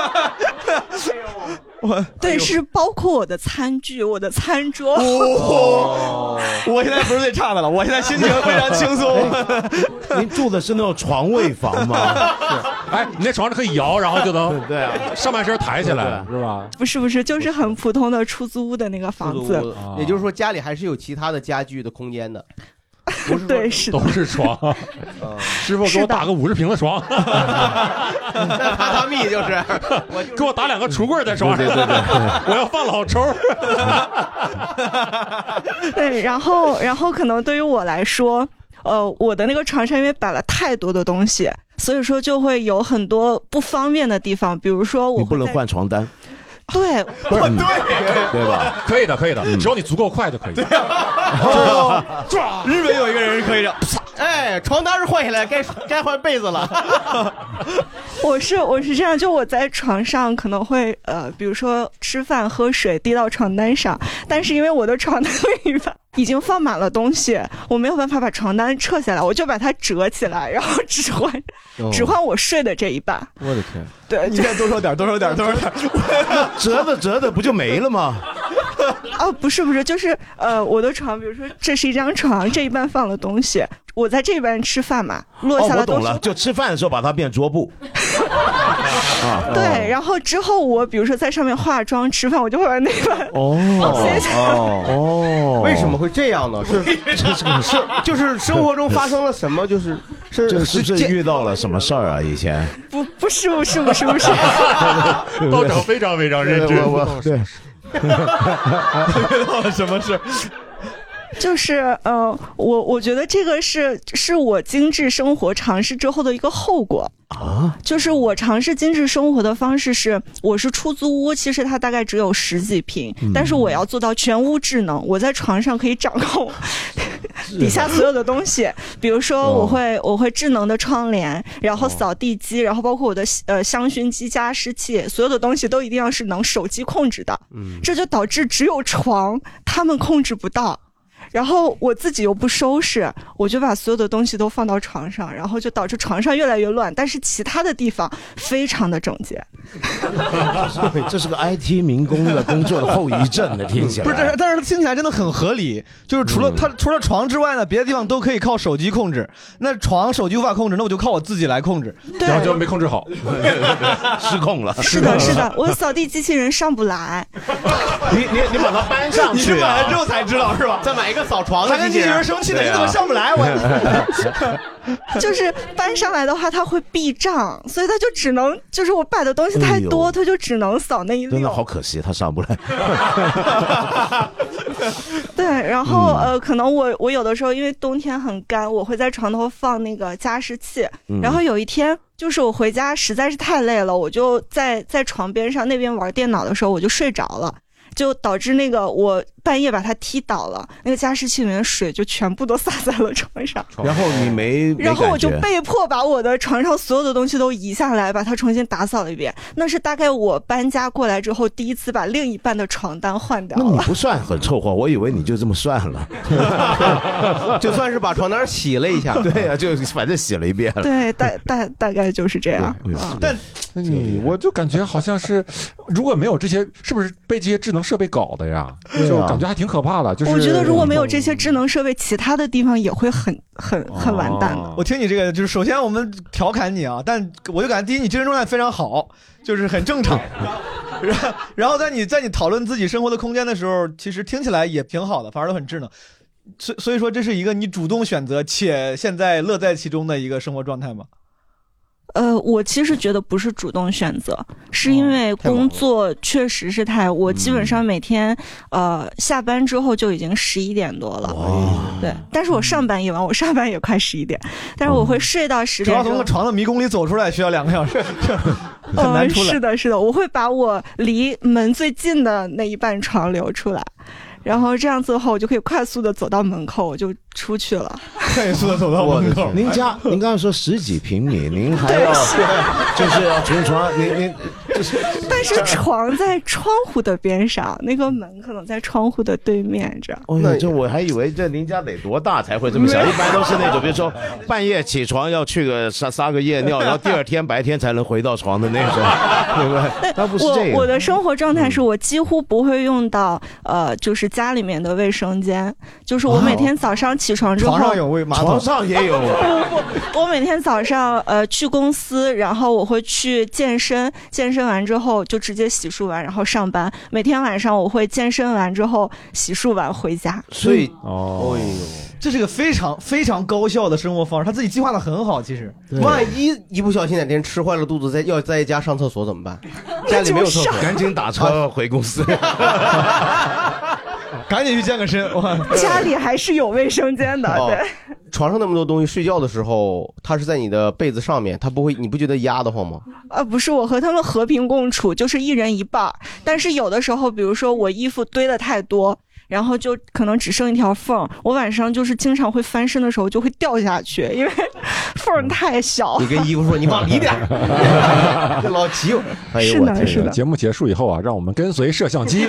对，是包括我的餐具、我的餐桌。 我现在不是最差的了，我现在心情非常轻松。 您住的是那种床位房吗？ 哎，你那床上可以摇，然后就能对啊， 上半身抬起来，是吧？ 不是，就是很普通的出租屋的那个房子。 也就是说，家里还是有其他的家具的空间的。 对，是的， 都是床。师傅给我打个50平的床， 那榻榻米就是， 给我打2个橱柜在床上， 对， 我要放老抽。 对，然后可能对于我来说，我的那个床上因为摆了太多的东西，所以说就会有很多不方便的地方，比如说你不能换床单。 对， 对吧？ 可以的，只要你足够快就可以。 日本有一个人是可以的， 哎，床单是换下来，该换被子了。 我是这样，就我在床上可能会比如说吃饭喝水滴到床单上，但是因为我的床单已经放满了东西，我没有办法把床单撤下来，我就把它折起来，然后只换我睡的这一半。 我的天！ 对， 你再多说点。 折的不就没了吗？ 不是，就是我的床，比如说这是一张床，这一半放了东西，我在这边吃饭嘛，落下我懂了，就吃饭的时候把它变桌布。 对，然后之后我比如说在上面化妆吃饭，我就会把那个为什么会这样呢？是就是生活中发生了什么？是不是遇到了什么事儿啊？以前不是， 道长非常认真， 对， 遇到了什么事？ 就是我觉得这个是我精致生活尝试之后的一个后果啊。就是我尝试精致生活的方式是，我是出租屋，其实它大概只有10几平，但是我要做到全屋智能，我在床上可以掌控底下所有的东西，比如说我会智能的窗帘，然后扫地机，然后包括我的香薰机、加湿器，所有的东西都一定要是能手机控制的。这就导致只有床他们控制不到。然后我自己又不收拾，我就把所有的东西都放到床上，然后就导致床上越来越乱，但是其他的地方非常的整洁。 这是个 IT 民工的工作的后遗症的，听起来不是，但是听起来真的很合理。就是除了床之外呢，别的地方都可以靠手机控制。那床手机无法控制，那我就靠我自己来控制。 然后就没控制好， 失控了。 是的，我扫地机器人上不来。 你把它搬上去， 你是买了之后才知道是吧？ 再买一个个扫床的还跟机器人生气呢，你怎么上不来？ 就是搬上来的话，它会避障，所以它就只能就是我摆的东西太多，它就只能扫那一溜。 真的好可惜，他上不来。 对，然后可能我有的时候因为冬天很干，我会在床头放那个加湿器。然后有一天，就是我回家实在是太累了，我就在床边上那边玩电脑的时候，我就睡着了。就导致那个我半夜把它踢倒了，那个加湿器里面的水就全部都洒在了床上。 然后你没然后我就被迫把我的床上所有的东西都移下来，把它重新打扫了一遍。那是大概我搬家过来之后第一次把另一半的床单换掉了。 那你不算很凑合，我以为你就这么算了， 就算是把床单洗了一下。 对呀，就反正洗了一遍了。 对，大概就是这样。 但我就感觉好像是，如果没有这些，是不是被这些智能设备搞的呀？就感觉还挺可怕的。就是我觉得如果没有这些智能设备，其他的地方也会很完蛋的。 我听你这个，就是首先我们调侃你啊，但我就感觉第一，你精神状态非常好，就是很正常。然后在你讨论自己生活的空间的时候，其实听起来也挺好的，反而都很智能。所以说这是一个你主动选择且现在乐在其中的一个生活状态吗？ 我其实觉得不是主动选择，是因为工作确实是我基本上每天下班之后就已经11点多了。对，但是我上班也晚，我上班也快11点，但是我会睡到10点。 主要从床的迷宫里走出来需要2个小时，很难出来。 是的，我会把我离门最近的那一半床留出来。然后这样子的话，我就可以快速的走到门口，我就出去了。 快速的走到门口。 您刚刚说10几平米，您还要就是要存床，您就是。 但是床在窗户的边上，那个门可能在窗户的对面，这样。 那这我还以为这您家得多大才会这么想，一般都是那种，比如说半夜起床要去个撒个夜尿，然后第二天白天才能回到床的那种，对不对？那不是这个。 我的生活状态是我几乎不会用到就是家里面的卫生间，就是我每天早上起床之后， 床上有卫马桶， 床上也有。 不，我每天早上去公司，然后我会去健身，健身完之后就直接洗漱完，然后上班。每天晚上我会健身完之后洗漱完回家。 所以这是个非常非常高效的生活方式，他自己计划的很好。其实， 万一不小心哪天吃坏了肚子，要在家上厕所怎么办？家里没有厕所， 赶紧打车回公司。 赶紧去健个身。 家里还是有卫生间的。对， 床上那么多东西，睡觉的时候它是在你的被子上面，它不会，你不觉得压得慌吗？ 不是，我和他们和平共处，就是一人一半。但是有的时候，比如说我衣服堆得太多，然后就可能只剩一条缝，我晚上就是经常会翻身的时候就会掉下去，因为缝太小。 你跟衣服说你往里点，老急。哎呦， 是的。 节目结束以后啊，让我们跟随摄像机。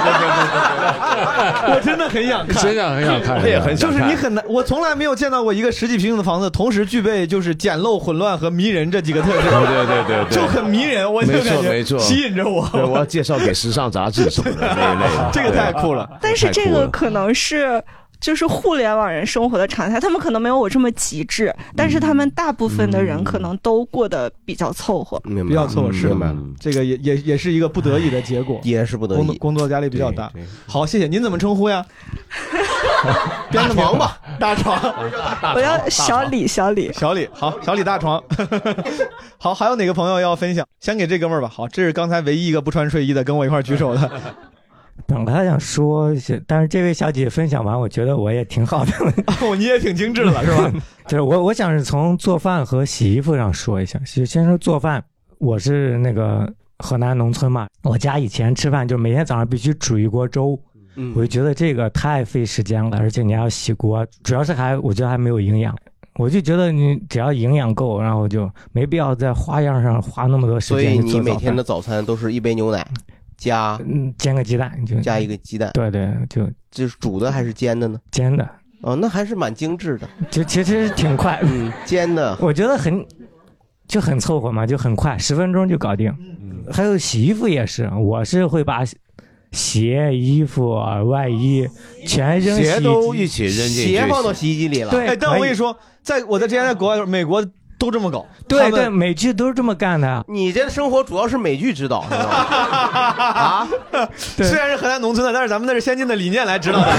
我真的很想看， 真的很想看， 我也很想看。 就是你很难，我从来没有见到过一个10几平米的房子同时具备就是简陋、混乱和迷人这几个特质。 对， 就很迷人，我就感觉没错， 吸引着我。 对，我要介绍给时尚杂志什么的那一类的， 这个太酷了。 但是这个可能是就是互联网人生活的常态，他们可能没有我这么极致，但是他们大部分的人可能都过得比较凑合， 比较凑合是吗？这个也是一个不得已的结果， 也是不得已， 工作压力比较大。好，谢谢您，怎么称呼呀？ 大床吧， 大床， 我要小李， 好，小李大床。好，还有哪个朋友要分享？先给这哥们儿吧。好，这是刚才唯一一个不穿睡衣的跟我一块举手的。 本来想说，但是这位小姐分享完，我觉得我也挺好的。 你也挺精致的了，是吧？ 就是我想是从做饭和洗衣服上说一下。先说做饭，我是那个河南农村嘛，我家以前吃饭就每天早上必须煮一锅粥，我就觉得这个太费时间了，而且你还要洗锅，主要是我觉得还没有营养。我就觉得你只要营养够，然后就没必要在花样上花那么多时间。 所以你每天的早餐都是一杯牛奶。加煎个鸡蛋，就加一个鸡蛋。 对， 就是煮的还是煎的呢？ 煎的。 哦，那还是蛮精致的。 就其实挺快。 煎的。 我觉得很凑合嘛，就很快，10分钟就搞定。还有洗衣服也是，我是会把鞋、衣服、外衣全扔洗衣机， 鞋都一起扔进去， 鞋放到洗衣机里了。 对， 但我跟你说，我之前在国外，美国都这么搞。 对对，美剧都是这么干的。 你这生活主要是美剧指导，是吧？啊， 虽然是河南农村的，但是咱们那是先进的理念来指导的。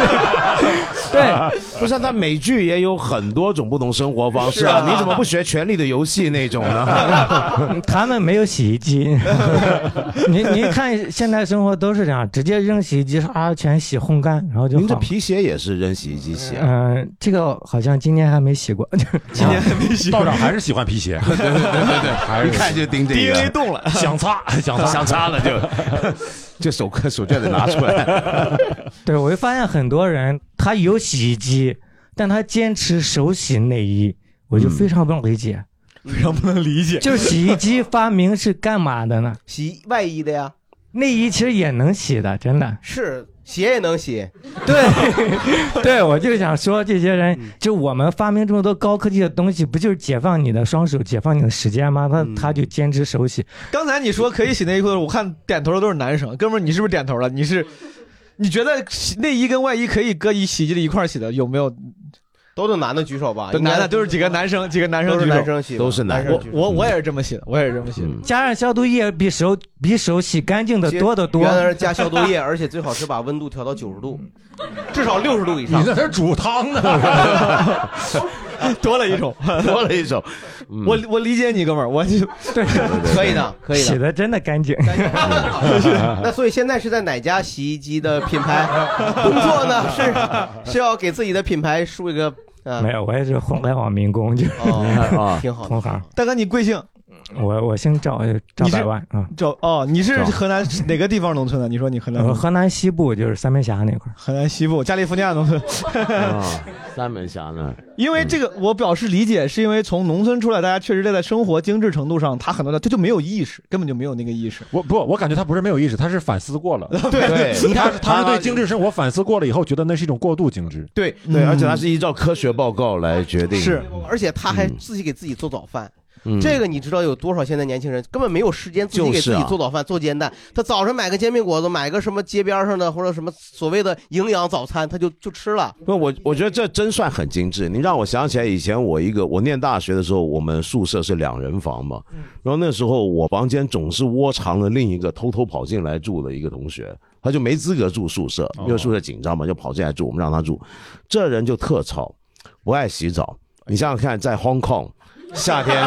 对，不是，但美剧也有很多种不同生活方式啊，你怎么不学《权力的游戏》那种呢？ 他们没有洗衣机，你看现在生活都是这样，直接扔洗衣机啊，全洗烘干，然后就好。 您这皮鞋也是扔洗衣机洗？ 这个好像今年还没洗过， 今年还没洗过。 道长还是喜欢皮鞋， 对， 还是一看就盯这个 DNA 动了， 想擦了就手绢得拿出来。 对，我会发现很多人他有洗衣机，但他坚持手洗内衣，我就非常不能理解。 非常不能理解， 就是洗衣机发明是干嘛的呢？ 洗外衣的呀， 内衣其实也能洗的，真的是鞋也能洗。 对，我就想说，这些人就我们发明这么多高科技的东西，不就是解放你的双手，解放你的时间吗？他就坚持手洗。 刚才你说可以洗内衣裤的时候，我看点头的都是男生，哥们儿，你是不是点头了？你觉得内衣跟外衣可以搁一洗衣机里一块洗的，有没有？ 都是男的举手吧？ 男的都是几个男生举手， 都是男生洗， 都是男生。我也是这么洗的， 加上消毒液比手洗干净的多得多。 原来是加消毒液，而且最好是把温度调到90度，至少60度以上。 你这是煮汤呢， 多了一种。我理解你，哥们儿，我就对， 可以的， 洗的真的干净。 那所以现在是在哪家洗衣机的品牌工作呢？是要给自己的品牌树一个？ 没有，我也是互联网民工，就挺好， 同行。 大哥，你贵姓？ 我姓赵百万啊。 你是河南哪个地方农村的？你说你河南？ 河南西部就是三门峡那块。 河南西部加利福尼亚农村。 三门峡那儿。 因为这个，我表示理解，是因为从农村出来，大家确实在生活精致程度上，他很多他就没有意识，根本就没有那个意识。 我感觉他不是没有意识，他是反思过了。 对， 他是对精致生活反思过了以后，觉得那是一种过度精致。 对， 而且他是依照科学报告来决定。 是， 而且他还自己给自己做早饭。这个你知道有多少现在年轻人根本没有时间自己给自己做早饭、做煎蛋，他早上买个煎饼果子，买个什么街边上的或者什么所谓的营养早餐，他就吃了。 不，我觉得这真算很精致。你让我想起来以前我念大学的时候，我们宿舍是2人房嘛，然后那时候我房间总是窝藏了另一个偷偷跑进来住的一个同学，他就没资格住宿舍，因为宿舍紧张嘛，就跑进来住，我们让他住。这人就特吵，不爱洗澡。你想想看，在 Hong Kong。夏天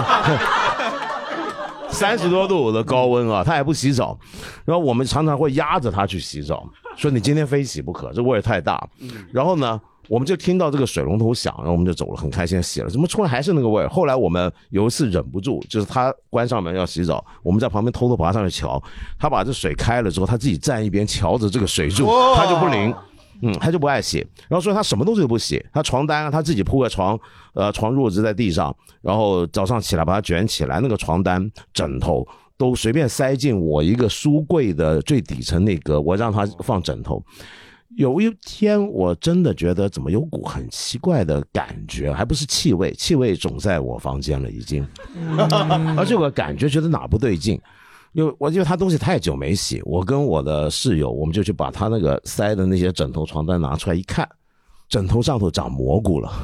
30多度的高温啊，他也不洗澡，然后我们常常会压着他去洗澡，说你今天非洗不可，这味儿太大。然后呢，我们就听到这个水龙头响，然后我们就走了，很开心洗了，怎么出来还是那个味儿？后来我们有一次忍不住，就是他关上门要洗澡，我们在旁边偷偷爬上去瞧，他把这水开了之后，他自己站一边瞧着这个水柱，他就不灵。他就不爱洗，然后所以他什么东西都不洗，他床单他自己铺个床褥子在地上，然后早上起来把它卷起来，那个床单枕头都随便塞进我一个书柜的最底层那个，我让他放枕头。有一天我真的觉得怎么有股很奇怪的感觉，还不是气味总在我房间了已经，而且我感觉得哪不对劲。因为他东西太久没洗，我跟我的室友我们就去把他那个塞的那些枕头床单拿出来一看，枕头上头长蘑菇了。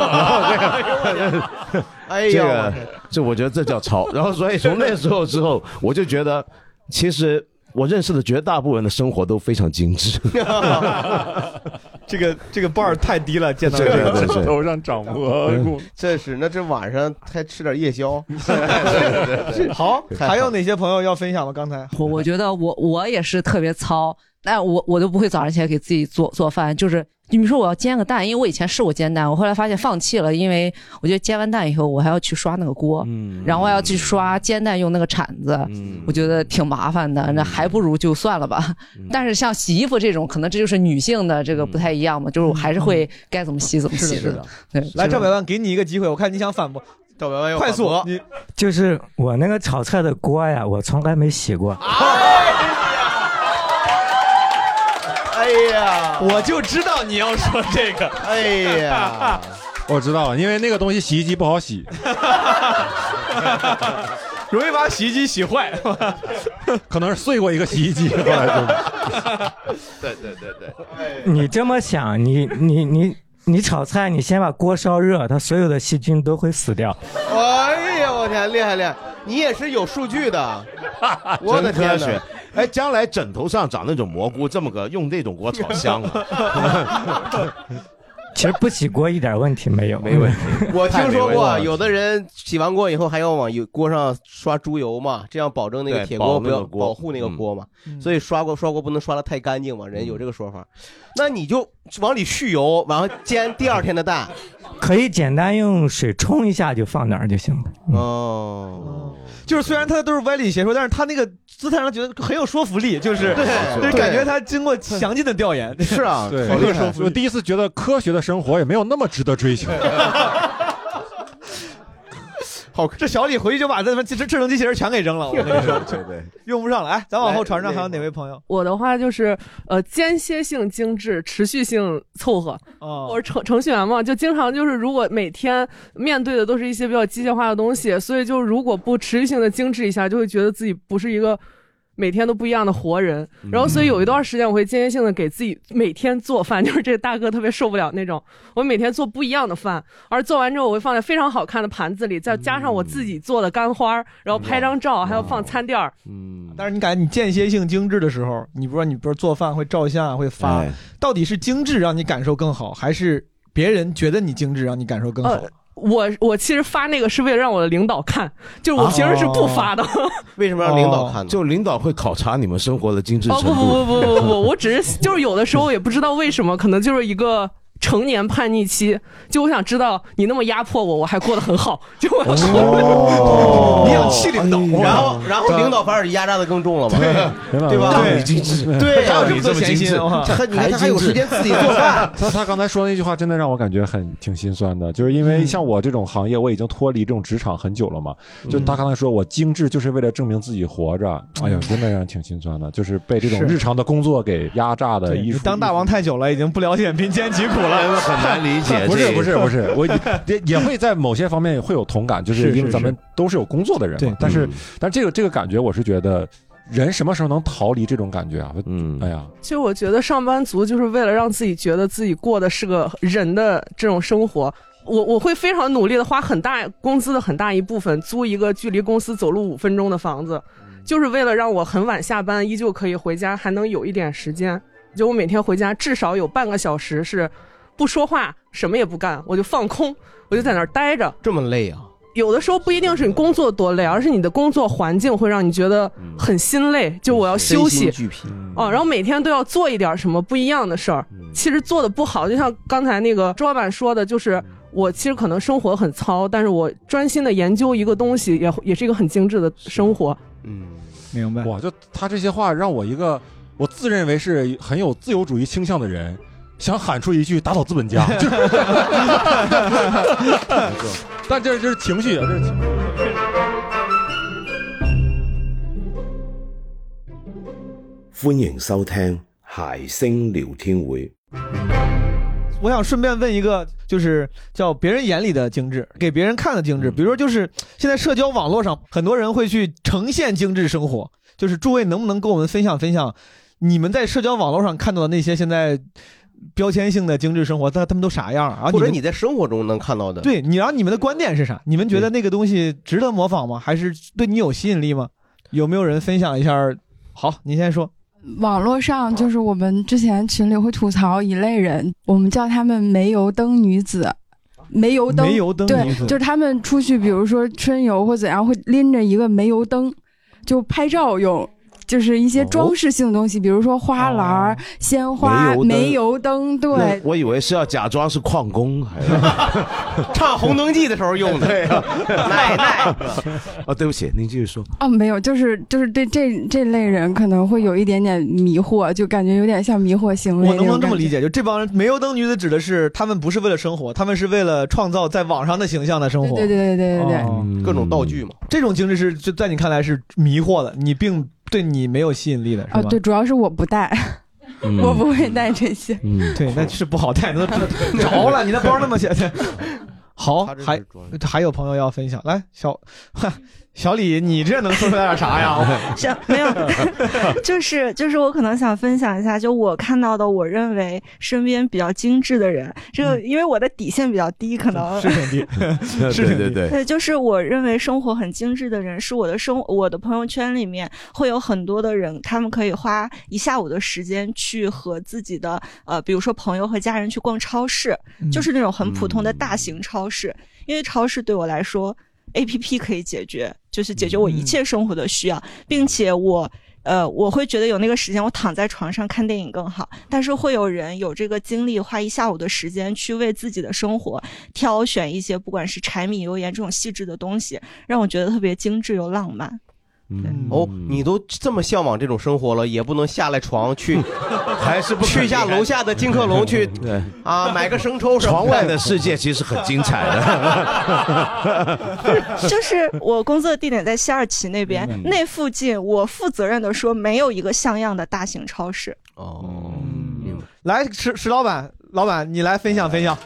哎呀， 这我觉得这叫糙。然后所以从那时候之后，我就觉得其实我认识的绝大部分人的生活都非常精致。 这个 bar 太低了，见到枕头上长蘑菇， 这是那这晚上还吃点夜宵。 好，还有哪些朋友要分享吗？刚才我觉得我也是特别糙，但我都不会早上起来给自己做饭，就是你比如说我要煎个蛋，因为我以前试过煎蛋，我后来发现放弃了，因为我觉得煎完蛋以后我还要去刷那个锅，然后我要去刷煎蛋用那个铲子，我觉得挺麻烦的，那还不如就算了吧。但是像洗衣服这种，可能这就是女性的这个不太一样嘛，就是我还是会该怎么洗怎么洗的。对， 来赵百万，给你一个机会，我看你想反驳。 赵百万快速， 就是我那个炒菜的锅呀，我从来没洗过。 哎呀， 我就知道你要说这个。 哎呀， 我知道了，因为那个东西洗衣机不好洗， 容易把洗衣机洗坏。 可能是碎过一个洗衣机，后来就。 对。 你这么想，你你炒菜，你先把锅烧热，它所有的细菌都会死掉。 哎呀，我天，厉害厉害！你也是有数据的，我的天哪！ 哎，将来枕头上长那种蘑菇，这么个用那种锅炒香了。 其实不洗锅一点问题没有， 没问题。 我听说过，有的人洗完锅以后还要往锅上刷猪油嘛，这样保证那个铁锅不要保护那个锅嘛。所以刷锅不能刷得太干净嘛，人有这个说法。那你就往里续油，然后煎第二天的蛋， 可以简单用水冲一下就放哪儿就行了。 哦， 就是虽然他都是歪理邪说，但是他那个姿态上觉得很有说服力，就是感觉他经过详尽的调研。 是啊， 对，我第一次觉得科学的生活也没有那么值得追求。 好，这小李回去就把这智能机器人全给扔了，我跟你说， 对， 用不上了。哎，咱往后传上还有哪位朋友？ 我的话就是间歇性精致，持续性凑合。我是程序员嘛，就经常就是如果每天面对的都是一些比较机械化的东西，所以就如果不持续性的精致一下，就会觉得自己不是一个每天都不一样的活人。然后所以有一段时间我会间歇性的给自己每天做饭，就是这个大哥特别受不了那种，我每天做不一样的饭，而做完之后我会放在非常好看的盘子里，再加上我自己做的干花，然后拍张照，还要放餐垫。 但是你感觉你间歇性精致的时候，你不是做饭会照相会发，到底是精致让你感受更好，还是别人觉得你精致让你感受更好？ 我其实发那个是为了让我的领导看，就是我平时是不发的。 为什么让领导看呢？ 就领导会考察你们生活的精致程度。 不，我只是就是有的时候也不知道为什么，可能就是一个成年叛逆期，就我想知道你那么压迫我还过得很好，就我要你想气领导， 然后领导反而压榨的更重了嘛，对吧？ 对，精致， 对， 还有你这么精致， 你看他还有时间自己做饭。 他刚才说那句话真的让我感觉挺心酸的，就是因为像我这种行业，我已经脱离这种职场很久了嘛。就他刚才说我精致就是为了证明自己活着，哎呀，真的让人挺心酸的，就是被这种日常的工作给压榨的。 你当大王太久了，已经不了解民间疾苦了。 很难理解。 不是，我也会在某些方面会有同感，就是因为咱们都是有工作的人嘛。但这个感觉，我是觉得人什么时候能逃离这种感觉啊？哎呀， 其实我觉得上班族就是为了让自己觉得自己过的是个人的这种生活。我会非常努力的花很大工资的很大一部分租一个距离公司走路5分钟的房子，就是为了让我很晚下班依旧可以回家，还能有一点时间。就我每天回家至少有半个小时是不说话，什么也不干，我就放空，我就在那儿待着。 这么累啊？ 有的时候不一定是你工作多累，而是你的工作环境会让你觉得很心累，就我要休息。然后每天都要做一点什么不一样的事儿。其实做的不好，就像刚才那个周老板说的，就是我其实可能生活很糙，但是我专心的研究一个东西，也是一个很精致的生活。 明白。 哇，就他这些话让我我自认为是很有自由主义倾向的人，想喊出一句打倒资本家，但这是情绪啊，这是情绪。 歡迎收聽諧星聊天會。 我想顺便问一个，就是叫别人眼里的精致，给别人看的精致。比如说，就是现在社交网络上很多人会去呈现精致生活，就是诸位能不能跟我们分享分享，你们在社交网络上看到的那些现在标签性的精致生活，他们都啥样啊？ 或者你在生活中能看到的？ 对，你们的观点是啥？你们觉得那个东西值得模仿吗？还是对你有吸引力吗？有没有人分享一下？好，你先说。 网络上就是我们之前群里会吐槽一类人，我们叫他们煤油灯女子。煤油灯对，就是他们出去比如说春游或怎样会拎着一个煤油灯就拍照用，就是一些装饰性的东西，比如说花篮、鲜花、煤油灯。对， 我以为是要假装是矿工， 唱《红灯记》的时候用的。对，奶奶。 对不起，您继续说。 没有，就是对这类人可能会有一点点迷惑，就感觉有点像迷惑行为。 我能不能这么理解？就这帮煤油灯女子指的是他们不是为了生活，他们是为了创造在网上的形象的生活。 对， 各种道具嘛。 这种精致是就在你看来是迷惑的，你并对你没有吸引力的是吧？ 对，主要是我不带。我不会带这些。 对，那是不好带，都着了。你那包那么小。好，还有朋友要分享，来小李，你这能说出来点啥呀？ 没有，就是我可能想分享一下，就我看到的，我认为身边比较精致的人，这个因为我的底线比较低，可能是挺低，是挺低， 对，就是我认为生活很精致的人，是我的朋友圈里面会有很多的人，他们可以花一下午的时间去和自己的比如说朋友和家人去逛超市，就是那种很普通的大型超市，因为超市对我来说。APP 可以解决，就是解决我一切生活的需要，并且我会觉得有那个时间，我躺在床上看电影更好。但是会有人有这个精力，花一下午的时间去为自己的生活挑选一些，不管是柴米油盐这种细致的东西，让我觉得特别精致又浪漫。 哦，你都这么向往这种生活了，也不能下来床去， 还是不去下楼下的金客隆去， 对啊，买个生抽什么的。 床外的世界其实很精彩的。 就是我工作的地点在西二旗那边，那附近我负责任的说，没有一个像样的大型超市。 哦， 来，石老板，你来分享分享。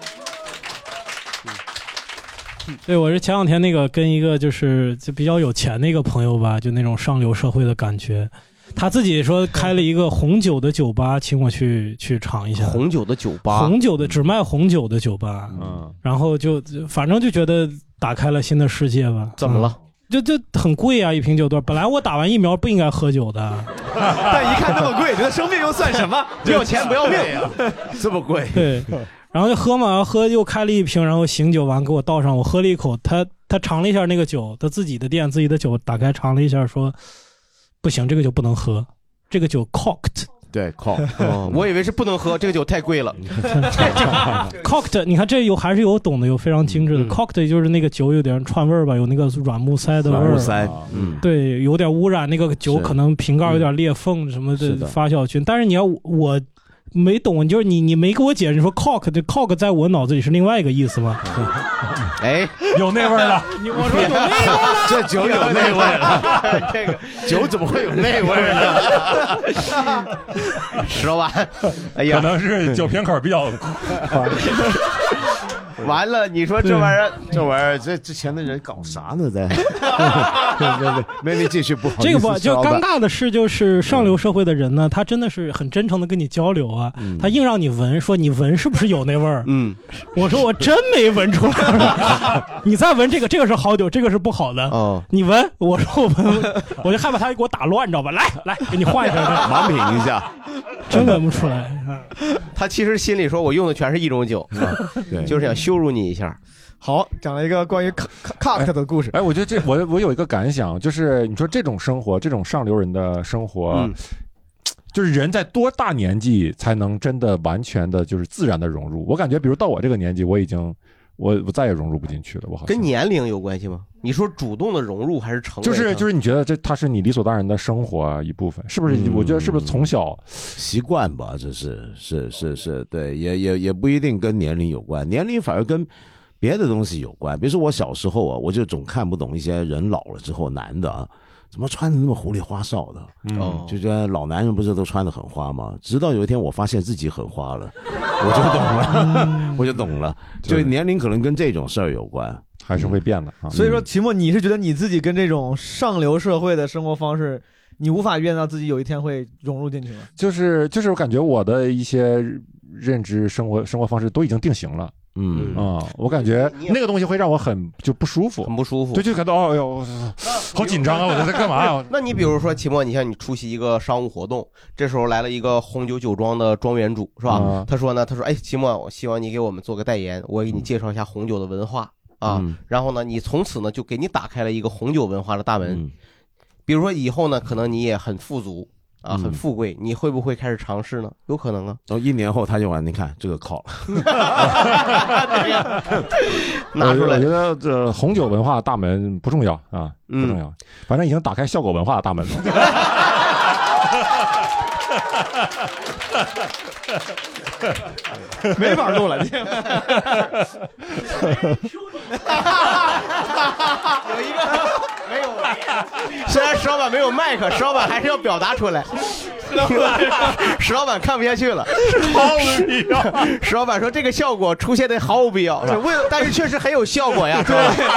对，我是前两天那个跟一个就比较有钱的一个朋友吧，就那种上流社会的感觉。他自己说开了一个红酒的酒吧，请我去尝一下。 红酒的酒吧， 只卖红酒的酒吧。然后就反正就觉得打开了新的世界吧。 怎么了？ 就很贵啊，一瓶酒多。本来我打完疫苗不应该喝酒的， 但一看这么贵，觉得生病又算什么？ 不要钱不要命啊， 这么贵。 对。然后就喝嘛，喝又开了一瓶，然后醒酒完给我倒上，我喝了一口，他尝了一下那个酒，他自己的店自己的酒打开尝了一下，说不行，这个酒不能喝，这个酒 cocked。 对 cocked， 我以为是不能喝，这个酒太贵了。 cocked， 你看这还是有懂的，有非常精致的。cocked 就是那个酒有点串味儿吧，有那个软木塞的味儿。 软木塞， 对，有点污染，那个酒可能瓶盖有点裂缝什么的发酵菌。但是你要我。没懂，就是你没给我解释，你说 cock 这 cock 在我脑子里是另外一个意思吗？ 哎， 有那味儿了。 我说有那味儿了， 这酒有那味儿了。这个酒怎么会有那味儿呢？石老板，哎呀， 可能是酒瓶口比较。 完了，你说这玩意儿， 这之前的人搞啥呢？在没继续不好意思。 这个不就尴尬的事，就是上流社会的人呢，他真的是很真诚的跟你交流啊，他硬让你闻，说你闻是不是有那味儿？我说我真没闻出来。你再闻这个是好酒，这个是不好的。哦，你闻，我说我闻，我就害怕他给我打乱，你知道吧？来，给你换一下， 盲品一下， 真闻不出来。 他其实心里说我用的全是一种酒， 对， 就是想羞辱你一下。 好，讲了一个关于 cock 的故事。 我觉得我有一个感想，就是你说这种生活，这种上流人的生活，就是人在多大年纪才能真的完全的，就是自然的融入？我感觉，比如到我这个年纪，我已经我再也融入不进去了。我好像跟年龄有关系吗？你说主动的融入还是成为？ 就是你觉得它是你理所当然的生活一部分，是不是？我觉得是不是从小习惯吧？这是对，也不一定跟年龄有关，年龄反而跟别的东西有关。比如说我小时候啊，我就总看不懂一些人老了之后男的啊，怎么穿的那么花里胡哨的？就觉得老男人不是都穿的很花吗？直到有一天我发现自己很花了，我就懂了，就年龄可能跟这种事儿有关。 还是会变的啊。 所以说，齐墨，你是觉得你自己跟这种上流社会的生活方式，你无法预见到自己有一天会融入进去吗？ 就是我感觉我的一些认知生活方式都已经定型了。我感觉那个东西会让我很不舒服， 很不舒服。 对，就感到哎呦，好紧张啊！我在干嘛呀？ 那你比如说，齐墨，你像你出席一个商务活动，这时候来了一个红酒酒庄的庄园主，是吧？他说，哎，齐墨，我希望你给我们做个代言，我给你介绍一下红酒的文化。然后呢，你从此呢就给你打开了一个红酒文化的大门。比如说以后呢，可能你也很富足啊，很富贵，你会不会开始尝试呢？有可能啊。 然后1年后他就完，你看这个靠拿出来。 我觉得这红酒文化大门不重要啊，不重要，反正已经打开笑狗文化的大门了。 没法录了。 有一个没有，虽然石老板没有麦克，石老板还是要表达出来。 石老板看不下去了，毫无必要。石老板说这个效果出现的毫无必要，但是确实很有效果呀。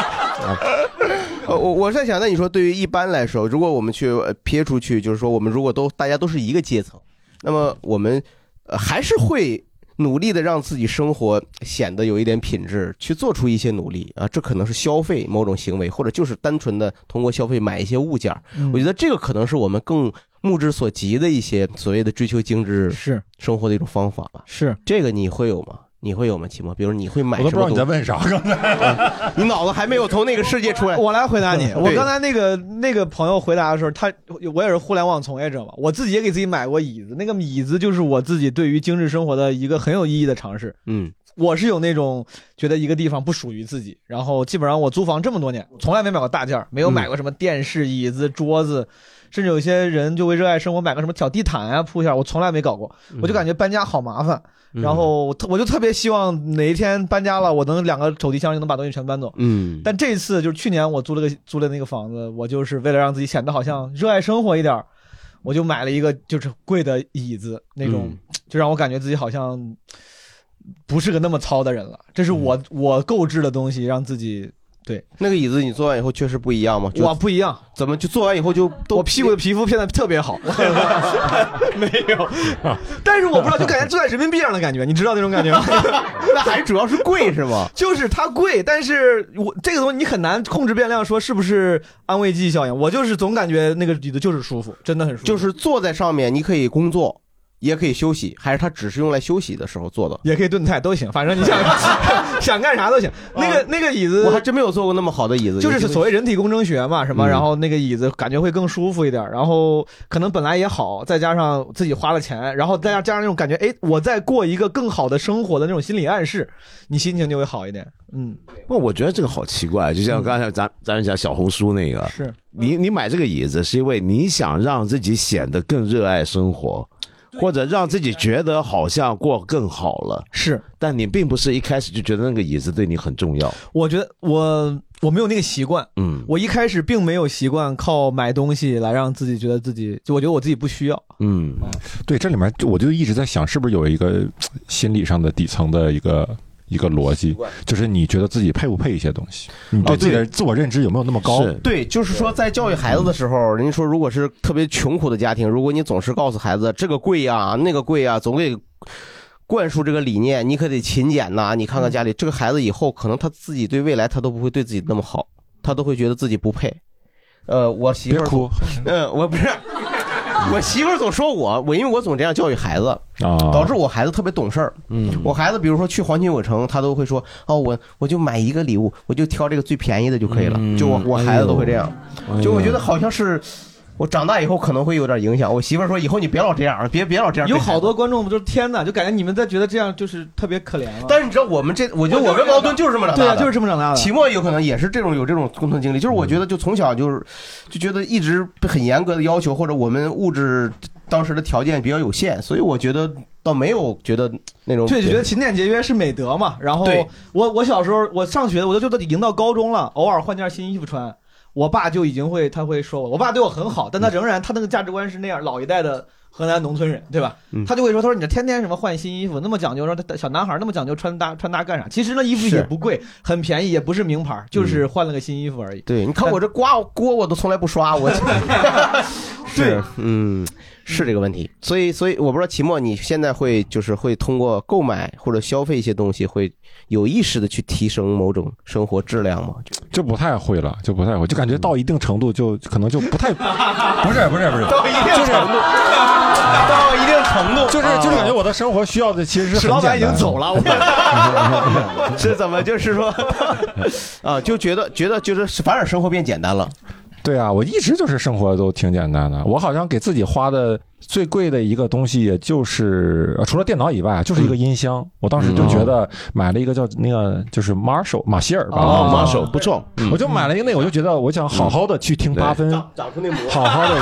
我在想，那你说对于一般来说，如果我们去撇出去，就是说我们如果大家都是一个阶层，那么我们还是会努力的让自己生活显得有一点品质，去做出一些努力啊，这可能是消费某种行为，或者就是单纯的通过消费买一些物件。我觉得这个可能是我们更目之所及的一些所谓的追求精致生活的一种方法吧。 是这个你会有吗？你会有吗？期末，比如你会买什么？ 我都不知道你在问啥，刚才你脑子还没有从那个世界出来。 我来回答你。我刚才那个朋友回答的时候，我也是互联网从业者嘛，我自己也给自己买过椅子，那个椅子就是我自己对于精致生活的一个很有意义的尝试。我是有那种觉得一个地方不属于自己，然后基本上我租房这么多年，从来没买过大件，没有买过什么电视、椅子、桌子。甚至有些人就为热爱生活买个什么小地毯啊铺一下，我从来没搞过，我就感觉搬家好麻烦，然后我就特别希望哪一天搬家了，我能2个手提箱就能把东西全搬走。但这次就是去年我租了那个房子，我就是为了让自己显得好像热爱生活一点，我就买了一个就是贵的椅子，那种就让我感觉自己好像不是个那么糙的人了。这是我购置的东西，让自己。对， 那个椅子你做完以后确实不一样吗？ 哇，不一样！ 怎么就做完以后就我屁股的皮肤变得特别好？没有，但是我不知道，就感觉坐在人民币上的感觉，你知道那种感觉吗？ 那还主要是贵是吗？ 就是它贵，但是这个东西你很难控制变量，说是不是安慰剂效应？我就是总感觉那个椅子就是舒服，真的很舒服。 就是坐在上面，你可以工作。也可以休息，还是它只是用来休息的时候做的？ 也可以炖菜都行，反正你想干啥都行。那个椅子， 我还真没有做过那么好的椅子。 就是所谓人体工程学嘛，什么，然后那个椅子感觉会更舒服一点，然后可能本来也好，再加上自己花了钱，然后再加上那种感觉，哎，我在过一个更好的生活的那种心理暗示，你心情就会好一点。 不，我觉得这个好奇怪，就像刚才咱讲小红书那个， 是你买这个椅子是因为你想让自己显得更热爱生活。或者让自己觉得好像过更好了， 是， 但你并不是一开始就觉得那个椅子对你很重要。 我觉得我没有那个习惯，我一开始并没有习惯靠买东西来让自己觉得自己，就我觉得我自己不需要。 对，这里面我就一直在想，是不是有一个心理上的底层的一个逻辑，就是你觉得自己配不配一些东西，你对自己的自我认知有没有那么高？ 对，就是说在教育孩子的时候，人家说如果是特别穷苦的家庭，如果你总是告诉孩子这个贵呀那个贵呀，总给灌输这个理念，你可得勤俭呐，你看看家里这个孩子以后可能他自己对未来他都不会对自己那么好，他都会觉得自己不配。我媳妇儿，别哭，我不是。我媳妇儿总说我因为我总这样教育孩子，导致我孩子特别懂事儿。我孩子比如说去环球影城，他都会说我就买一个礼物，我就挑这个最便宜的就可以了。就我孩子都会这样，就我觉得好像是我长大以后可能会有点影响。我媳妇儿说以后你别老这样，别老这样。 有好多观众不就是天哪，就感觉你们在觉得这样就是特别可怜了。 但是你知道我觉得我跟毛盾就是这么长大的， 对啊，就是这么长大的。 期末有可能也是有这种共同经历，就是我觉得就从小就觉得一直很严格的要求，或者我们物质当时的条件比较有限，所以我觉得倒没有觉得那种， 对，就觉得勤俭节约是美德嘛。然后我小时候我上学，我就已经到高中了，偶尔换件新衣服穿，我爸就已经他会说我爸对我很好，但他仍然他那个价值观是那样，老一代的河南农村人，对吧？他就会说，他说你这天天什么换新衣服，那么讲究，说小男孩那么讲究穿搭干啥？其实那衣服也不贵，很便宜，也不是名牌，就是换了个新衣服而已。 对，你看我这锅我都从来不刷，我对，是这个问题。所以我不知道期末你现在会通过购买或者消费一些东西，会有意识的去提升某种生活质量吗？ 就不太会了，就感觉到一定程度就可能就不太，不是， 到一定程度，到一定程度， 就是感觉我的生活需要的其实是很简单。 老板已经走了， 是怎么就是说就觉得就是反而生活变简单了。 对啊，我一直就是生活都挺简单的。我好像给自己花的最贵的一个东西，也就是除了电脑以外，就是一个音箱。我当时就觉得买了一个叫那个就是马歇尔吧， 马歇尔不错。 我就买了一个那个，我就觉得我想好好的去听八分， 长出那膜， 好好的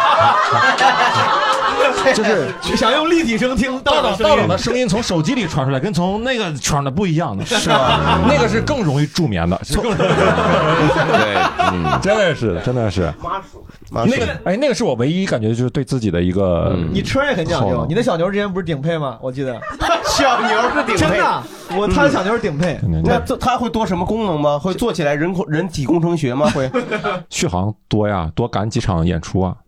去，就是想用立体声听道长的声音从手机里传出来，跟从那个传的不一样的，是吧？那个是更容易助眠的，是更容易。 对， 真的是。 那个是我唯一感觉就是对自己的一个。 你车也很讲究，你的小牛之前不是顶配吗？我记得小牛是顶配， 真的，他的小牛是顶配。 那它会多什么功能吗？会做起来人体工程学吗？会续航多呀，多赶几场演出啊。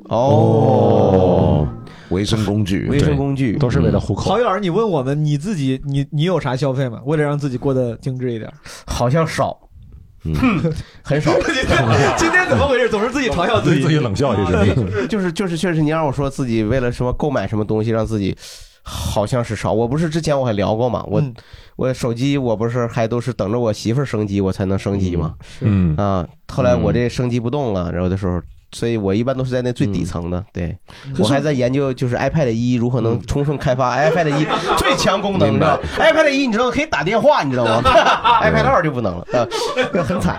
维生工具都是为了糊口。 郝宇老师，你问我们你自己，你有啥消费吗？为了让自己过得精致一点， 好像少。很少。 今天怎么回事？总是自己嘲笑自己， 自己冷笑， 就是确实，你让我说自己为了什么购买什么东西，让自己好像是少。我不是之前我还聊过嘛，我手机我不是还都是等着我媳妇升级我才能升级嘛。后来我这升级不动了，然后的时候。所以我一般都是在那最底层的，对我还在研究就是 iPad 1如何能充分开发 iPad 1最强功能，你知道 iPad 1你知道可以打电话，你知道吗？iPad 2就不能了，很惨。